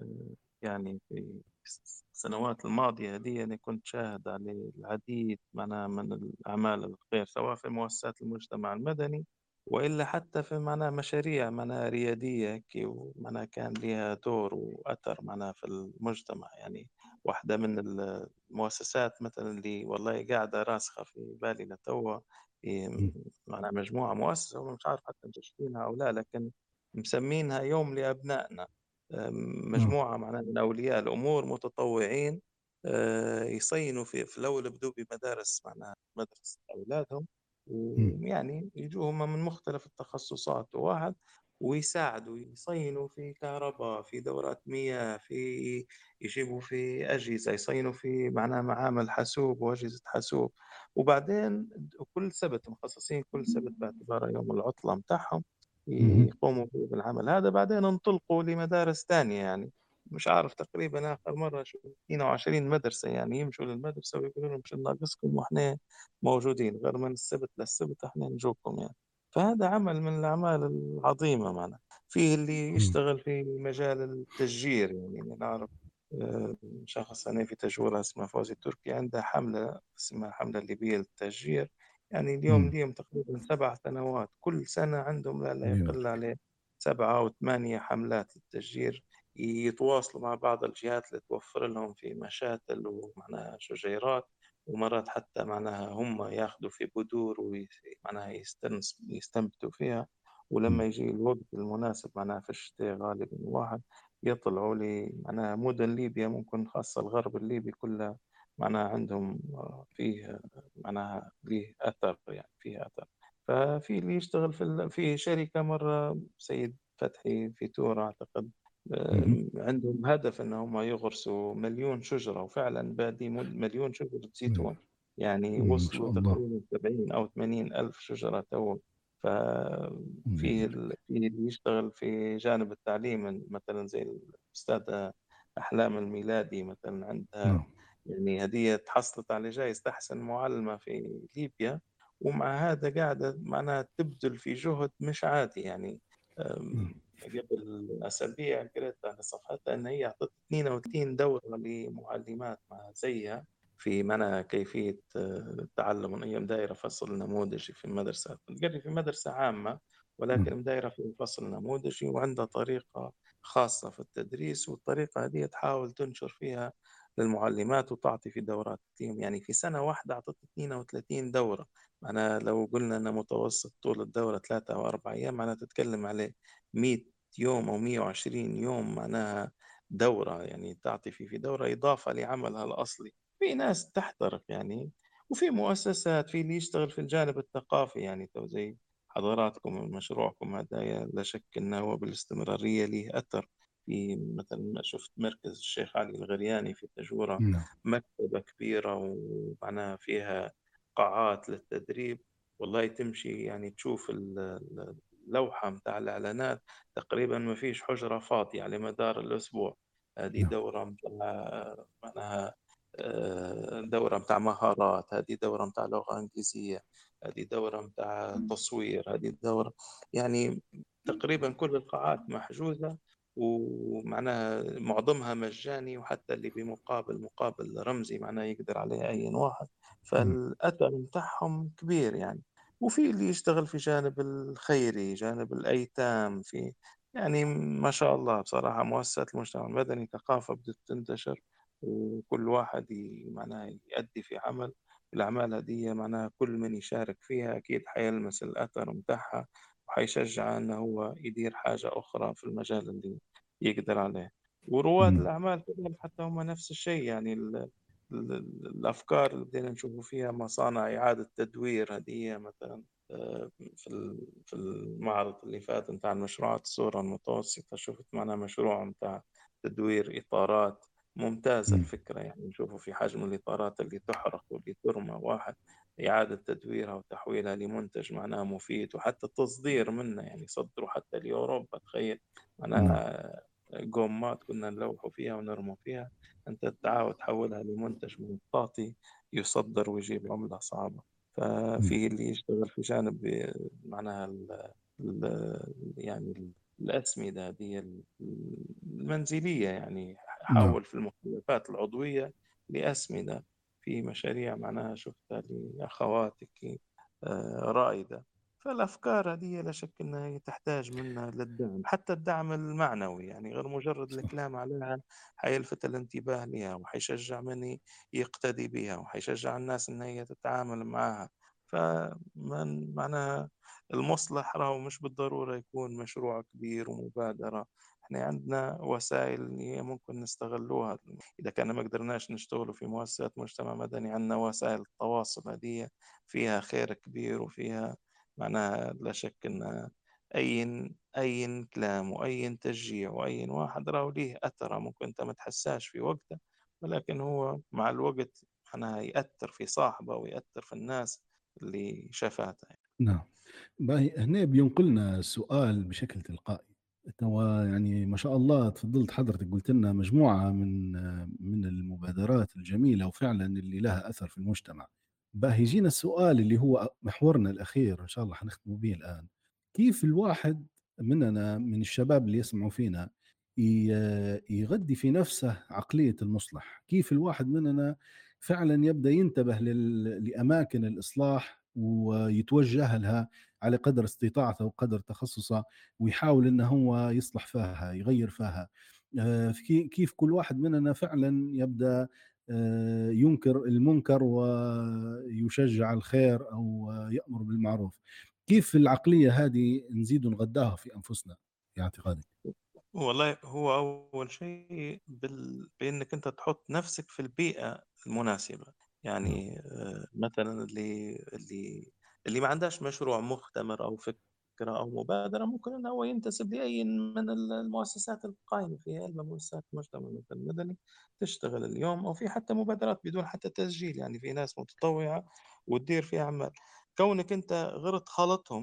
[SPEAKER 2] يعني في السنوات الماضية هذه أنا كنت شاهد على العديد معناها من الأعمال الخير، سواء في مؤسسات المجتمع المدني وإلا حتى في معناها مشاريع معناها ريادية كي معناها كان لها دور وأثر معناها في المجتمع. يعني واحدة من المؤسسات مثلا اللي والله قاعدة راسخة في بالي لتوا، هي
[SPEAKER 1] م-
[SPEAKER 2] معناها مجموعة مؤسسة مش عارف حتى متشكلينها أو لا، لكن مسمينها يوم لأبنائنا. أم،
[SPEAKER 1] نعم.
[SPEAKER 2] مجموعة معناها من أولياء الأمور متطوعين، آه، يصينوا في في الأول بدوا بمدارس معناها مدرسة أولادهم،
[SPEAKER 1] م-
[SPEAKER 2] ويعني يجوا هم من مختلف التخصصات واحد، ويساعدوا يصينوا في كهرباء، في دورات مياه، في يجيبوا في أجهزة، يصينوا في معناها معامل حاسوب وأجهزة حاسوب. وبعدين كل سبت مخصصين كل سبت باعتباره يوم العطلة متاعهم
[SPEAKER 1] مهم.
[SPEAKER 2] يقوموا فيه بالعمل هذا. بعدين انطلقوا لمدارس تانية يعني، مش عارف تقريبا آخر مرة شو اثنين وعشرين مدرسة يعني يمشوا للمدرسة ويقولوا لهم شو ناقصكم وإحنا موجودين، غير من السبت للسبت إحنا نجوكم يعني. فهذا عمل من الأعمال العظيمة معنا. فيه اللي
[SPEAKER 1] م-
[SPEAKER 2] يشتغل في مجال التشجير، يعني نعرف آه، شخص أنا في تجورة اسمه فوزي التركي، عنده حملة اسمها حملة الليبية للتشجير. يعني اليوم
[SPEAKER 1] م.
[SPEAKER 2] ليهم تقريبا سبع سنوات، كل سنة عندهم لا لا
[SPEAKER 1] جميل.
[SPEAKER 2] يقل عليه سبعة أو ثمانية حملات للتشجير، يتواصلوا مع بعض الجهات اللي توفر لهم في مشاتل ومعناها شجيرات، ومرات حتى معناها هم ياخذوا في بذور ومعناها يستنبتوا فيها،
[SPEAKER 1] م-
[SPEAKER 2] ولما يجي الوقت المناسب معناها في الشتاء غالبا واحد يطلعوا لي معناها مدن ليبيا، ممكن خاصة الغرب الليبي كلها معناها عندهم آه، فيه معناها ليه أثر، يعني فيه أثر. ففي اللي يشتغل في ال- في شركة مرة سيد فتحي في تورا أعتقد،
[SPEAKER 1] مهم.
[SPEAKER 2] آم، عندهم هدف أنهم يغرسوا مليون شجرة، وفعلا بادي مل- مليون شجرة
[SPEAKER 1] جميل.
[SPEAKER 2] زيتون، يعني
[SPEAKER 1] م- ما شاء
[SPEAKER 2] وصلوا
[SPEAKER 1] الله.
[SPEAKER 2] تقريبا سبعين أو ثمانين ألف شجرة تو. ففيه ال فيه اللي يشتغل في جانب التعليم مثلًا زي الأستاذة أحلام الميلادي مثلًا، عندها
[SPEAKER 1] نعم.
[SPEAKER 2] يعني هدية حصلت على جايزة أحسن معلمة في ليبيا، ومع هذا قاعدة معناها تبذل في جهد مش عادي يعني. آمم،
[SPEAKER 1] نعم.
[SPEAKER 2] قبل أسابيع قريت على صفحتها إن هي أعطت اثنين وثلاثين دورة لمعلمات مع زيها في معناها كيفية آه، التعلم، وإن هي مدايرة فصل نموذجي في المدرسة، تلقاني في مدرسة عامة
[SPEAKER 1] نعم.
[SPEAKER 2] ولكن مدايرة في فصل نموذجي وعندها طريقة خاصة في التدريس، والطريقة هذه تحاول تنشر فيها للمعلمات وتعطي في دورات لهم. يعني في سنة واحدة أعطت اثنين وثلاثين دورة. معناها لو قلنا أن متوسط طول الدورة ثلاثة أو أربع أيام، معناها تتكلم عليه مئة يوم أو مئة وعشرين يوم معناها دورة، يعني تعطي في في دورة إضافة لعملها الأصلي. في ناس تحترق يعني، وفي مؤسسات، في اللي يشتغل في الجانب الثقافي يعني تو زي حضراتكم مشروعكم هذا، لا شك أنه هو بالاستمرارية له أثر. في مثلا ما شفت مركز الشيخ علي الغرياني في تجورة،
[SPEAKER 1] نعم.
[SPEAKER 2] مكتبة كبيرة ومعناها فيها قاعات للتدريب. والله تمشي يعني تشوف ال- ال- اللوحة متاع الإعلانات، تقريبا ما فيش حجرة فاضية على مدار الأسبوع. هذه
[SPEAKER 1] نعم.
[SPEAKER 2] دورة متاع معناها آه، دورة متاع مهارات، هذه دورة متاع لغة إنجليزية، هذه دورة متاع تصوير، هذه دورة يعني تقريبا كل القاعات محجوزة، ومعناها معظمها مجاني، وحتى اللي بمقابل مقابل رمزي معناه يقدر عليه أي واحد.
[SPEAKER 1] نعم.
[SPEAKER 2] فالأثر متاعهم كبير يعني. وفي اللي يشتغل في جانب الخيري، جانب الأيتام، في يعني ما شاء الله بصراحة مؤسسات المجتمع المدني ثقافة بدأت تنتشر، وكل واحد ي- معناها يؤدي في عمل. الأعمال هذه معناها كل من يشارك فيها أكيد حيلمس الأثر متاعها، وحيشجع أنه هو يدير حاجة أخرى في المجال اللي يقدر عليه. ورواد
[SPEAKER 1] نعم.
[SPEAKER 2] الأعمال كذلك حتى هم نفس الشيء يعني. ال ال الأفكار اللي بدينا نشوفوا فيها مصانع إعادة تدوير هذه مثلا، آه، في ال- في المعرض اللي فات متاع المشروعات الصغرى المتوسطة، شفت معنا مشروع متاع تدوير إطارات. ممتازة
[SPEAKER 1] نعم.
[SPEAKER 2] الفكرة يعني، نشوفوا في حجم الإطارات اللي تحرق واللي ترمى واحد، إعادة تدويرها وتحويلها لمنتج معناها مفيد، وحتى التصدير منه يعني يصدروا حتى لأوروبا. تخيل
[SPEAKER 1] نعم.
[SPEAKER 2] معناها قومات كنا نلوحوا فيها ونرموا فيها، أنت تعاود تحولها لمنتج مطاطي يصدر ويجيب عملة صعبة.
[SPEAKER 1] نعم.
[SPEAKER 2] ففي اللي يشتغل في جانب معناها ال ال يعني ال- الأسمدة هذه المنزلية يعني،
[SPEAKER 1] نعم.
[SPEAKER 2] حول في المخلفات العضوية لأسمدة. في مشاريع معناها شفتها لأخواتك آه، رائدة. فالأفكار هذه لا شك أنها هي تحتاج منا للدعم، حتى الدعم المعنوي يعني، غير مجرد
[SPEAKER 1] صح.
[SPEAKER 2] الكلام عليها. حيلفت الانتباه لها، وحيشجع من يقتدي بها، وحيشجع الناس أن هي تتعامل معها. فمن معناها المصلح راهو مش بالضرورة يكون مشروع كبير ومبادرة. احنا عندنا وسائل هي ممكن نستغلوها. إذا كان ما قدرناش نشتغلوا في مؤسسات مجتمع مدني، عندنا وسائل التواصل هذه فيها خير كبير، وفيها معناها لا شك أن أي أي كلام وأي تشجيع وأي واحد راهو ليه أثر، ممكن أنت ما تحساش في وقته، ولكن هو مع الوقت معناها يأثر في صاحبه ويأثر في الناس اللي شافته.
[SPEAKER 1] نعم. باهي هنا بينقلنا السؤال بشكل تلقائي. توا يعني ما شاء الله تفضلت حضرتك قلت لنا مجموعة من من المبادرات الجميلة وفعلا اللي لها أثر في المجتمع. باهي يجينا السؤال اللي هو محورنا الأخير إن شاء الله حنختم به الآن. كيف الواحد مننا من الشباب اللي يسمعوا فينا ي- يغذي في نفسه عقلية المصلح؟ كيف الواحد مننا فعلا يبدأ ينتبه لل- لأماكن الإصلاح ويتوجه لها على قدر استطاعته وقدر تخصصه، ويحاول انه هو يصلح فيها يغير فيها. آه، في- كيف كل واحد مننا فعلا يبدأ آه، ينكر المنكر ويشجع الخير او يأمر بالمعروف. كيف العقلية هذه نزيد نغداها في انفسنا في اعتقادك؟
[SPEAKER 2] والله هو أول شيء بال... بإنك أنت تحط نفسك في البيئة المناسبة.
[SPEAKER 1] نعم.
[SPEAKER 2] يعني آه، مثلا اللي اللي اللي ما عندهاش مشروع مختمر أو فكرة أو مبادرة، ممكن أنه هو ينتسب لأي من المؤسسات القائمة في علم مؤسسات المجتمع المدني تشتغل اليوم، أو في حتى مبادرات بدون حتى تسجيل، يعني في ناس متطوعة وتدير فيها أعمال. كونك أنت غير خالطهم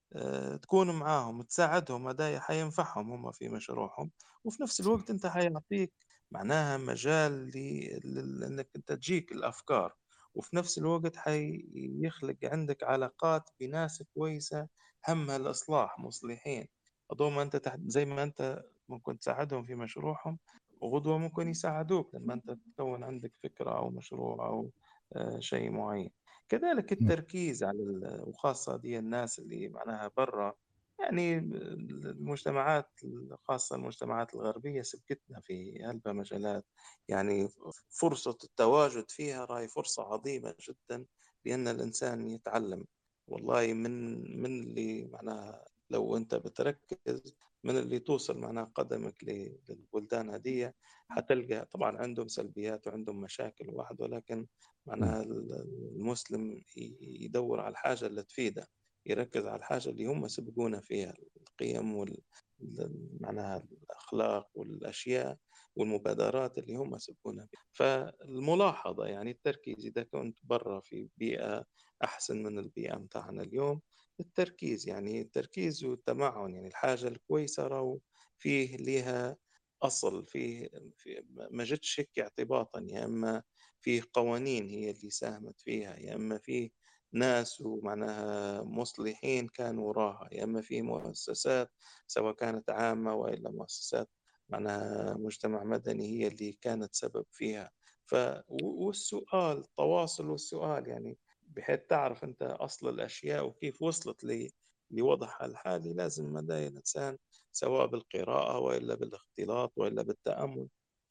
[SPEAKER 2] آه، تكون معاهم تساعدهم، هذا حينفعهم هم في مشروعهم، وفي نفس
[SPEAKER 1] صح.
[SPEAKER 2] الوقت أنت حيعطيك معناها مجال ل- لل- إنك أنت تجيك الأفكار، وفي نفس الوقت حيخلق عندك علاقات بناس كويسة همها الإصلاح، مصلحين. أظن أنت تحت زي ما أنت ممكن تساعدهم في مشروعهم، وغدوة ممكن يساعدوك لما أنت تكون عندك فكرة أو مشروع أو آه، شيء معين. كذلك
[SPEAKER 1] نعم.
[SPEAKER 2] التركيز على ال- وخاصة دي الناس اللي معناها برا، يعني المجتمعات، خاصة المجتمعات الغربية سبقتنا في هلبة مجالات، يعني فرصة التواجد فيها راهي فرصة عظيمة جدا بأن الإنسان يتعلم. والله من من اللي معناها لو أنت بتركز من اللي توصل معناها قدمك ل- للبلدان هذه، حتلقى طبعا عندهم سلبيات وعندهم مشاكل واحد، ولكن
[SPEAKER 1] نعم.
[SPEAKER 2] معناها المسلم يدور على الحاجة اللي تفيده، يركز على الحاجة اللي هم سبقونا فيها، القيم وال ال- معناها الأخلاق والأشياء والمبادرات اللي هم سبقونا فيها. فالملاحظة يعني التركيز، إذا كنت برا في بيئة أحسن من البيئة متاعنا اليوم، التركيز يعني التركيز والتمعن، يعني الحاجة الكويسة راهو فيه لها أصل، فيه في ما جتش هيك اعتباطا، يا إما فيه قوانين هي اللي ساهمت فيها، يا إما فيه ناس ومعناها مصلحين كانوا وراها، يا إما فيه مؤسسات سواء كانت عامة وإلا مؤسسات معناها مجتمع مدني هي اللي كانت سبب فيها. ف والسؤال التواصل والسؤال، يعني بحيث تعرف أنت أصل الأشياء وكيف وصلت لي لوضعها الحالي، لازم مدى الإنسان سواء بالقراءة وإلا بالاختلاط وإلا بالتأمل،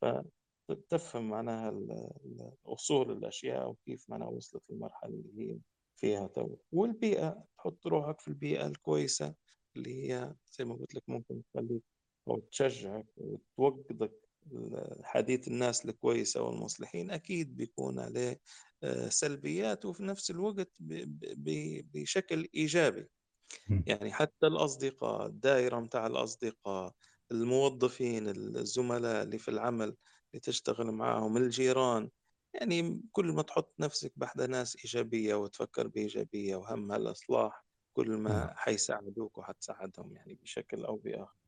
[SPEAKER 2] فتفهم معناها ال- ال- أصول الأشياء وكيف معناها وصلت للمرحلة اللي هي فيها تو. والبيئة، تحط روحك في البيئة الكويسة اللي هي زي ما قلت لك ممكن تخليك أو تشجعك وتوقظك. حديث الناس الكويسة والمصلحين أكيد بيكون عليه آه، سلبيات، وفي نفس الوقت ب- ب- بشكل إيجابي.
[SPEAKER 1] مم.
[SPEAKER 2] يعني حتى الأصدقاء، الدائرة متاع الأصدقاء، الموظفين، الزملاء اللي في العمل اللي تشتغل معاهم، الجيران، يعني كل ما تحط نفسك بحد ناس إيجابية وتفكر بإيجابية وهم الإصلاح، كل
[SPEAKER 1] نعم.
[SPEAKER 2] ما حيساعدوك وحتساعدهم يعني بشكل أو بآخر.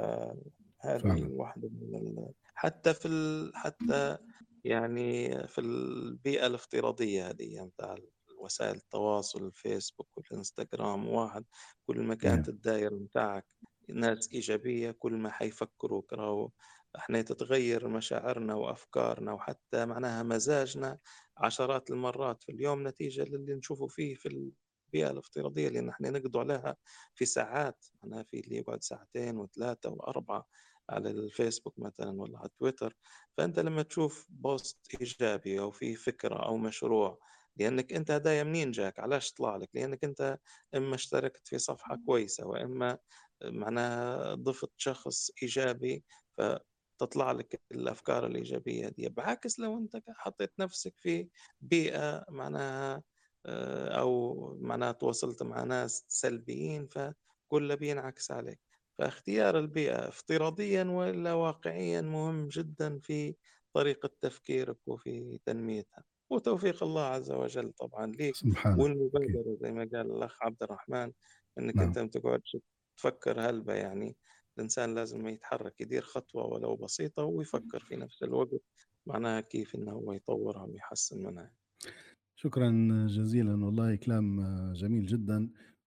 [SPEAKER 2] فهذه
[SPEAKER 1] فعلا.
[SPEAKER 2] واحدة من ال... حتى في ال... حتى يعني في البيئة الافتراضية هذه متاع وسائل التواصل، الفيسبوك والإنستغرام، واحد كل ما كانت
[SPEAKER 1] نعم.
[SPEAKER 2] الدائرة متاعك ناس إيجابية، كل ما حيفكروك. راهو احنا تتغير مشاعرنا وأفكارنا وحتى معناها مزاجنا عشرات المرات في اليوم نتيجة للي نشوفه فيه في البيئة الافتراضية، لأن احنا نقضوا عليها في ساعات، معناها في اللي يقعد ساعتين وثلاثة وأربعة على الفيسبوك مثلا ولا على تويتر. فأنت لما تشوف بوست إيجابي أو في فكرة أو مشروع، لأنك أنت هدايا منين جاك، علاش طلع لك؟ لأنك أنت إما اشتركت في صفحة كويسة، وإما معناها ضفت شخص إيجابي فتطلع لك الأفكار الإيجابية دي. بعكس لو أنت حطيت نفسك في بيئة معناها آه، أو معناها تواصلت مع ناس سلبيين، فكل بينعكس عليك. فاختيار البيئة افتراضيا ولا واقعيا مهم جدا في طريقة تفكيرك وفي تنميتها، وتوفيق الله عز وجل طبعا ليك.
[SPEAKER 1] سبحانه. أكيد.
[SPEAKER 2] والمبادرة زي ما قال الأخ عبد الرحمن، إنك
[SPEAKER 1] نعم.
[SPEAKER 2] أنت ما تقعدش تفكر هلبة، يعني الإنسان لازم يتحرك، يدير خطوة ولو بسيطة، ويفكر في نفس الوقت معناها كيف إنه هو يطورها ويحسن منها.
[SPEAKER 1] شكرا جزيلا، والله كلام جميل جدا،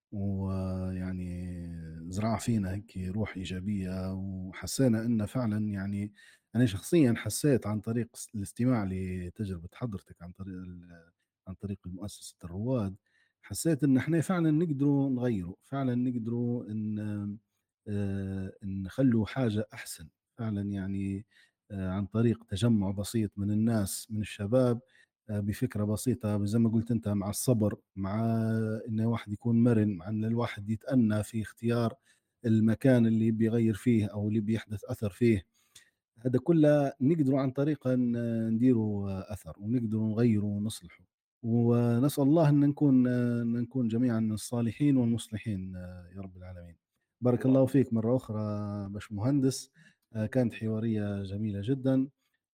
[SPEAKER 1] ويعني زرع فينا هيك روح إيجابية، وحسينا أن فعلا يعني أنا شخصيا حسيت عن طريق الاستماع لتجربة حضرتك عن طريق ال- عن طريق مؤسسة الرواد، حسيت أن احنا فعلا نقدروا نغيروا، فعلا نقدروا أن آه، إن نخلوا حاجة أحسن فعلا، يعني آه، عن طريق تجمع بسيط من الناس، من الشباب، آه، بفكرة بسيطة زي ما قلت أنت، مع الصبر، مع إن الواحد يكون مرن، مع إن الواحد يتأنى في اختيار المكان اللي بيغير فيه أو اللي بيحدث أثر فيه. هذا كله نقدروا عن طريقه ن- نديروا أثر، ونقدروا نغيروا ونصلحوا. ونسأل الله أن نكون أن نكون جميعا الصالحين والمصلحين آه، يا رب العالمين. بارك الله
[SPEAKER 2] اللهم
[SPEAKER 1] فيك مرة أخرى باش مهندس، آه، كانت حوارية جميلة جدا.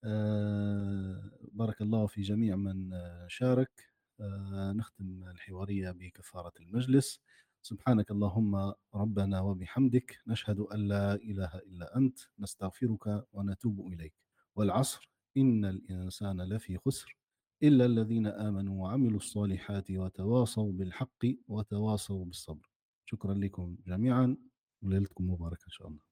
[SPEAKER 1] آه، بارك الله في جميع من آه، شارك. آه، نختم الحوارية بكفارة المجلس. سبحانك اللهم ربنا وبحمدك، نشهد أن لا إله إلا أنت، نستغفرك ونتوب إليك. والعصر إن الإنسان لفي خسر إلا الذين آمنوا وعملوا الصالحات وتواصوا بالحق وتواصوا بالصبر. شكرا لكم جميعا وليلتكم مباركة إن شاء الله.